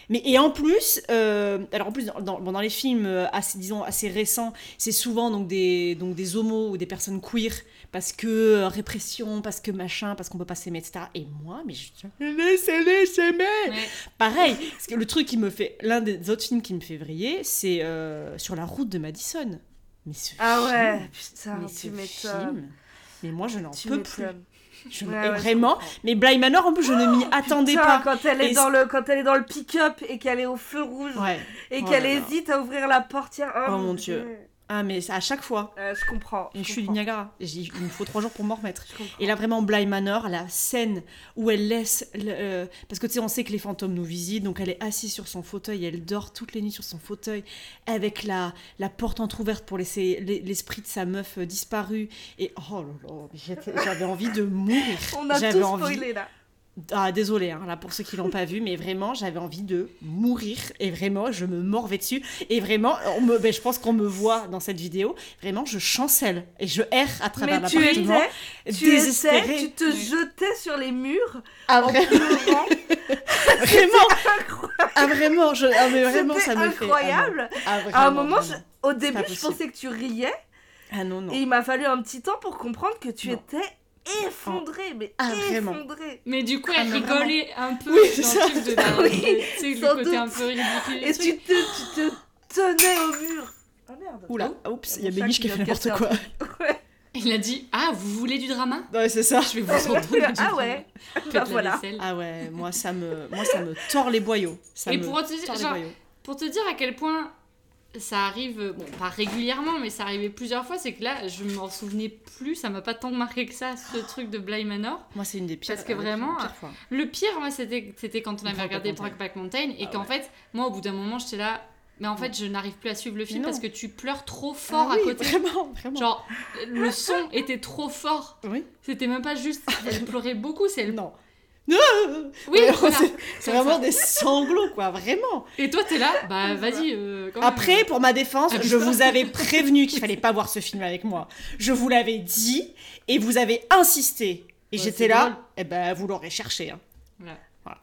Mais et en plus, euh, alors en plus dans, dans, bon, dans les films assez, disons assez récents, c'est souvent donc des donc des homos ou des personnes queer parce que euh, répression, parce que machin, parce qu'on peut pas s'aimer, et cetera. Et moi, mais je laissez-les s'aimer. Ouais. Pareil, parce que le truc qui me fait, l'un des autres films qui me fait vriller, c'est euh, Sur la route de Madison. Mais ce ah film, ouais, putain, mais tu ce m'étonnes. film, mais moi je n'en Tu peux m'étonnes. plus. Je, Ouais, et ouais, vraiment, mais Bly Manor en plus je ne m'y attendais Putain, pas. Quand elle, est Et dans le, quand elle est dans le pick-up et qu'elle est au feu rouge Ouais. et Oh qu'elle là là. hésite à ouvrir la portière. Oh, Oh mon Dieu. Ah mais c'est à chaque fois. Euh, je comprends. Et je suis du comprends. Niagara. Et j'ai- il me faut trois jours pour m'en remettre. Je comprends. Et là vraiment Bly Manor, la scène où elle laisse, le- euh, parce que tu sais on sait que les fantômes nous visitent, donc elle est assise sur son fauteuil, et elle dort toutes les nuits sur son fauteuil avec la, la porte entrouverte pour laisser l'e- l'esprit de sa meuf euh, disparue. Et oh là là, mais j'étais- j'avais envie de mourir. On a J'avais tout envie- spoilé là. Ah, désolé, hein, là, pour ceux qui l'ont pas vu, mais vraiment, j'avais envie de mourir. Et vraiment, je me morvais dessus. Et vraiment, on me, ben, je pense qu'on me voit dans cette vidéo. Vraiment, je chancelle. Et je erre à travers Mais tu l'appartement. étais, tu désespérée. étais, tu te jetais sur les murs Ah, en vraiment, pleurant. vraiment, ah, vraiment, je, ah, mais vraiment, C'était ça me fait. incroyable. Ah, non. Ah, À un vraiment, moment, vraiment. je- au C'est début, pas je possible. pensais que tu riais. Ah non, non. Et il m'a fallu un petit temps pour comprendre que tu Non. étais effondrée, mais Ah, vraiment. effondrée. Mais du coup, Ah, elle mais rigolait un peu Oui, dans c'est le ça. truc de la... Oui, de- tu sais, sans le côté un doute. peu ridicule. Et tu te, tu te tenais au mur. Ah merde. Oula, oups, il y a Mon chat Béniche qui qui a vient fait de casser n'importe un quoi. Ouais. Il a dit « Ah, vous voulez du drama Ouais, c'est ça. Je vais vous en donner du Ah drama. ouais. Faites Bah la voilà. vaisselle. Ah ouais, moi ça me, moi, ça me tord les boyaux. Ça Et me pour te dire, tord les genre, boyaux. Pour te dire à quel point ça arrive, bon, pas régulièrement, mais ça arrivait plusieurs fois, c'est que là, je m'en souvenais plus, ça m'a pas tant marqué que ça, ce truc de Bly Manor. Moi, c'est une des pires. Parce que euh, vraiment, pires fois. Le pire, moi, c'était, c'était quand on avait Brokeback regardé Mountain. Brokeback Mountain, et Ah qu'en ouais. fait, moi, au bout d'un moment, j'étais là, mais en fait, je n'arrive plus à suivre le film Mais non. parce que tu pleures trop fort Ah à oui, côté. Vraiment, vraiment. Genre, le son était trop fort. Oui. C'était même pas juste, elle pleurait beaucoup, c'est le... Non. Oui, Ouais, voilà. c'est- c'est Comme vraiment ça. des sanglots, quoi, vraiment. Et toi, t'es là, bah vas-y. euh, quand même. Après, pour ma défense, Ah, je putain. vous avais prévenu qu'il fallait pas voir ce film avec moi. Je vous l'avais dit et vous avez insisté. Et Ouais, j'étais c'est là, drôle. eh ben vous l'aurez cherché. Hein. Voilà. Voilà.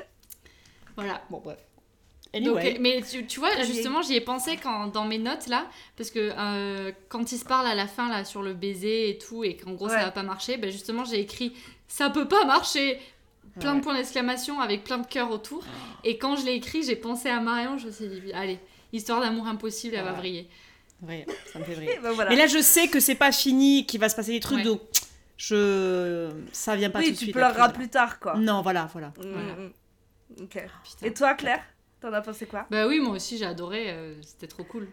Voilà. Bon, bref. Donc, Anyway. euh, mais tu, tu vois, Très justement, j'y ai pensé quand, dans mes notes là, parce que euh, quand ils se parlent à la fin là sur le baiser et tout, et qu'en gros ça Ouais. va pas marcher, ben justement j'ai écrit ça peut pas marcher, plein Ouais. de points d'exclamation avec plein de cœurs autour. Et quand je l'ai écrit, j'ai pensé à Marion, je me suis dit allez, histoire d'amour impossible, elle va Ouais. vriller. Ouais, ça me fait Et vriller. ben voilà. Mais là, je sais que c'est pas fini, qu'il va se passer des trucs, Ouais. donc je ça vient pas tout oui, de tu suite. pleureras après, plus tard, quoi. voilà. Non, voilà, voilà. Mm, Voilà. mm. Ok. Putain. Et toi, Claire, t'en as pensé quoi? Bah oui, moi aussi j'ai adoré, euh, c'était trop cool.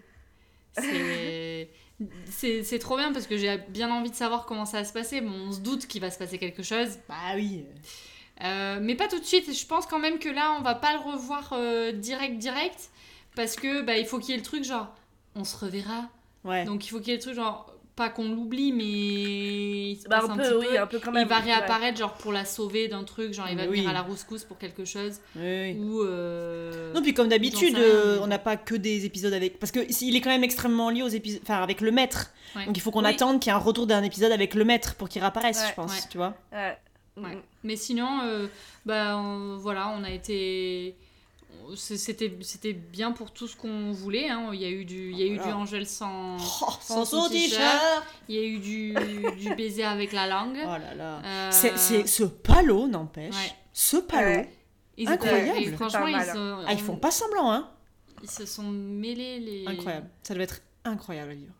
C'est... c'est c'est trop bien parce que j'ai bien envie de savoir comment ça va se passer. Bon, on se doute qu'il va se passer quelque chose. Bah oui. Euh, mais pas tout de suite. Je pense quand même que là, on va pas le revoir euh, direct, direct. Parce que bah, il faut qu'il y ait le truc genre, on se reverra. Ouais. Donc il faut qu'il y ait le truc genre, pas qu'on l'oublie, mais il se Bah, passe un un peu, petit oui, peu. un peu quand même. Il va ouais. réapparaître genre pour la sauver d'un truc, genre il va Mais venir oui. à la rouscousse pour quelque chose. Oui, oui. Ou... euh, Non, puis comme d'habitude, J'en sais rien, euh, mais on n'a pas que des épisodes avec. Parce que il est quand même extrêmement lié aux épisodes. Enfin, avec le maître. Ouais. Donc il faut qu'on Oui. attende qu'il y ait un retour d'un épisode avec le maître pour qu'il réapparaisse, Ouais. je pense. Ouais. Tu vois. Ouais. Ouais. Mm. Mais sinon, euh, bah, on- voilà, on a été... c'est- C'était, c'était bien pour tout ce qu'on voulait. Hein. Il y a eu du, il y a eu Voilà. du Angèle sans, Oh, sans son t-shirt. Il y a eu du, du baiser avec la langue. Oh là là. Euh, C'est, c'est- ce palo, n'empêche. Ouais. Ce palo. Ouais. ils étaient- incroyable. et franchement, C'est pas ils, mal. sont- Ah, ils font pas semblant, hein. ils se sont mêlés les... Incroyable. Ça doit être incroyable à vivre.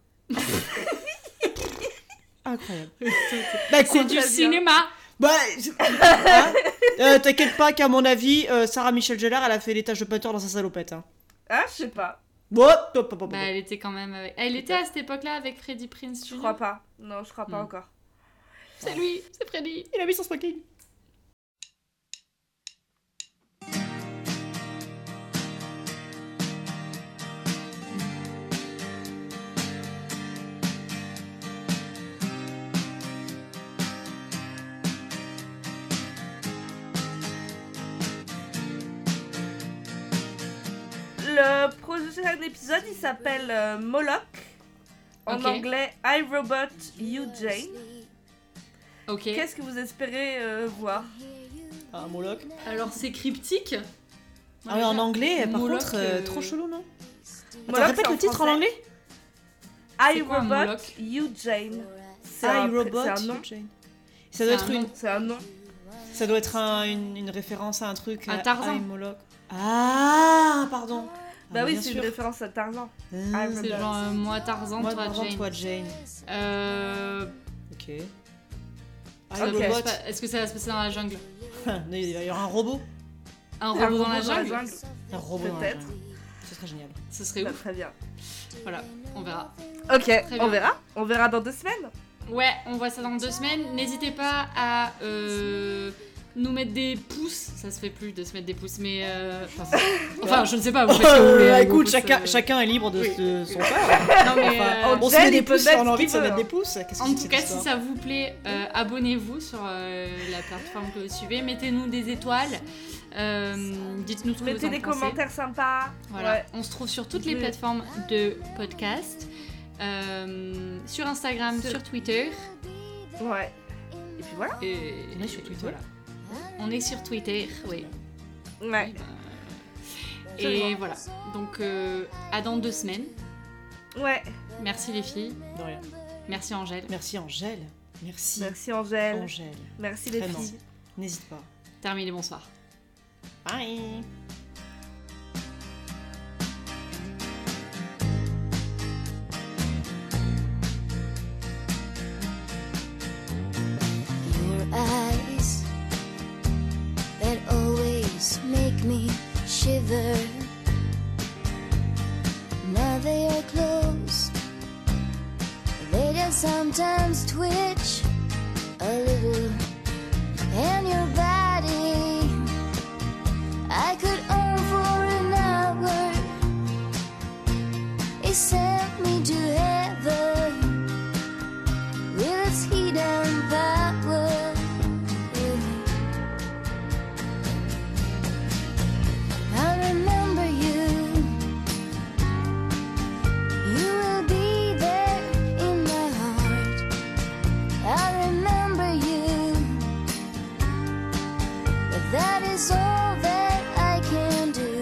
Incroyable. Bah, C'est écoute, du bien. cinéma. bah, hein Euh, t'inquiète pas qu'à mon avis, euh, Sarah Michelle Gellar, elle a fait les tâches de peinture dans sa salopette. Hein. Ah, je sais pas. Bon, hop, hop, hop, hop. Bah, elle était quand même avec... Elle était à cette époque-là avec Freddie Prinze Je Junior crois pas. Non, je crois pas Hmm. encore. C'est lui, c'est Freddie. Il a mis son smoking. Le prochain épisode, il s'appelle euh, Moloch. En Ok. anglais, I, Robot, You, Jane. Ok. Qu'est-ce que vous espérez euh, voir? Un Moloch. Alors, c'est cryptique. Ah ouais, en anglais, par Moloch, contre, euh, euh, trop chelou, non? Moloch, Attends, répète c'est le en titre en français. anglais. I quoi, un Robot, Moloch You Jane. C'est I un, pré- Robot, c'est un nom. Jane. Ça doit C'est être un une, nom. C'est un nom. ça doit être un- une, une référence à un truc. Un à Tarzan. I, Moloch. Ah, pardon. Bah Ah, oui, bien c'est sûr. une référence à Tarzan. Ah, I C'est genre euh, moi Tarzan, Moi, toi Tarzan, Jane. toi, Jane. Euh, Ok. ça I, doit Ok. se Robot. pa- Est-ce que ça va se passer dans la jungle? Il va y avoir un robot. Un Un robot dans la robot dans la jungle? jungle. Un robot dans la Peut-être. jungle. Ce serait génial. Ce serait Bah, ouf. très bien. Voilà, on verra. Ok, bien. on verra. On verra dans deux semaines. Ouais, on voit ça dans deux semaines. N'hésitez pas à euh, nous mettre des pouces. Ça se fait plus de se mettre des pouces, mais euh, enfin, enfin, je ne sais pas. Vous faites ce que vous voulez. Euh, avec vos écoute, pouces, chacun, euh. chacun est libre de, oui. de son corps. Non, mais, Enfin, euh, on se Jen, met des il peut pouces si mettre on a ce envie de se qu'il mettre veut, des pouces. Qu'est-ce que En c'est tout cette cas, si histoire ça vous plaît, euh, abonnez-vous sur euh, la plateforme que vous suivez. Mettez-nous des étoiles. Euh, dites-nous ce que vous Mettez en des pensez. commentaires sympas. Voilà. Ouais. On se trouve sur toutes les Oui. plateformes de podcast. Euh, sur Instagram, Sur- sur Twitter. Ouais. Et puis voilà. Et On est sur Twitter. Voilà. On est sur Twitter, oui. Ouais. Oui, bah, Et Absolument. voilà. Donc, euh, à dans deux semaines. Ouais. Merci les filles. De rien. Merci Angèle. Merci Angèle. Merci. Merci Angèle. Angèle. Merci les Vraiment. filles. N'hésite pas. Terminé, bonsoir. Bye. Your eyes that always make me shiver. Now they are closed. They just sometimes twitch a little. And your body, I could own for an hour. It sent me to heaven with its heat and power. I remember you. You will be there in my heart. I remember you. But that is all that I can do.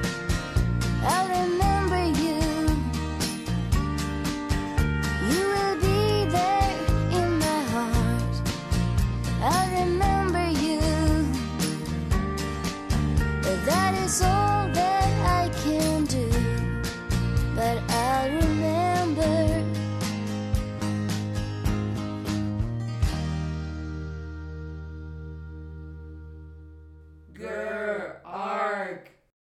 I remember you. You will be there in my heart. I remember you. But that is all that I can do. But I remember. Girl.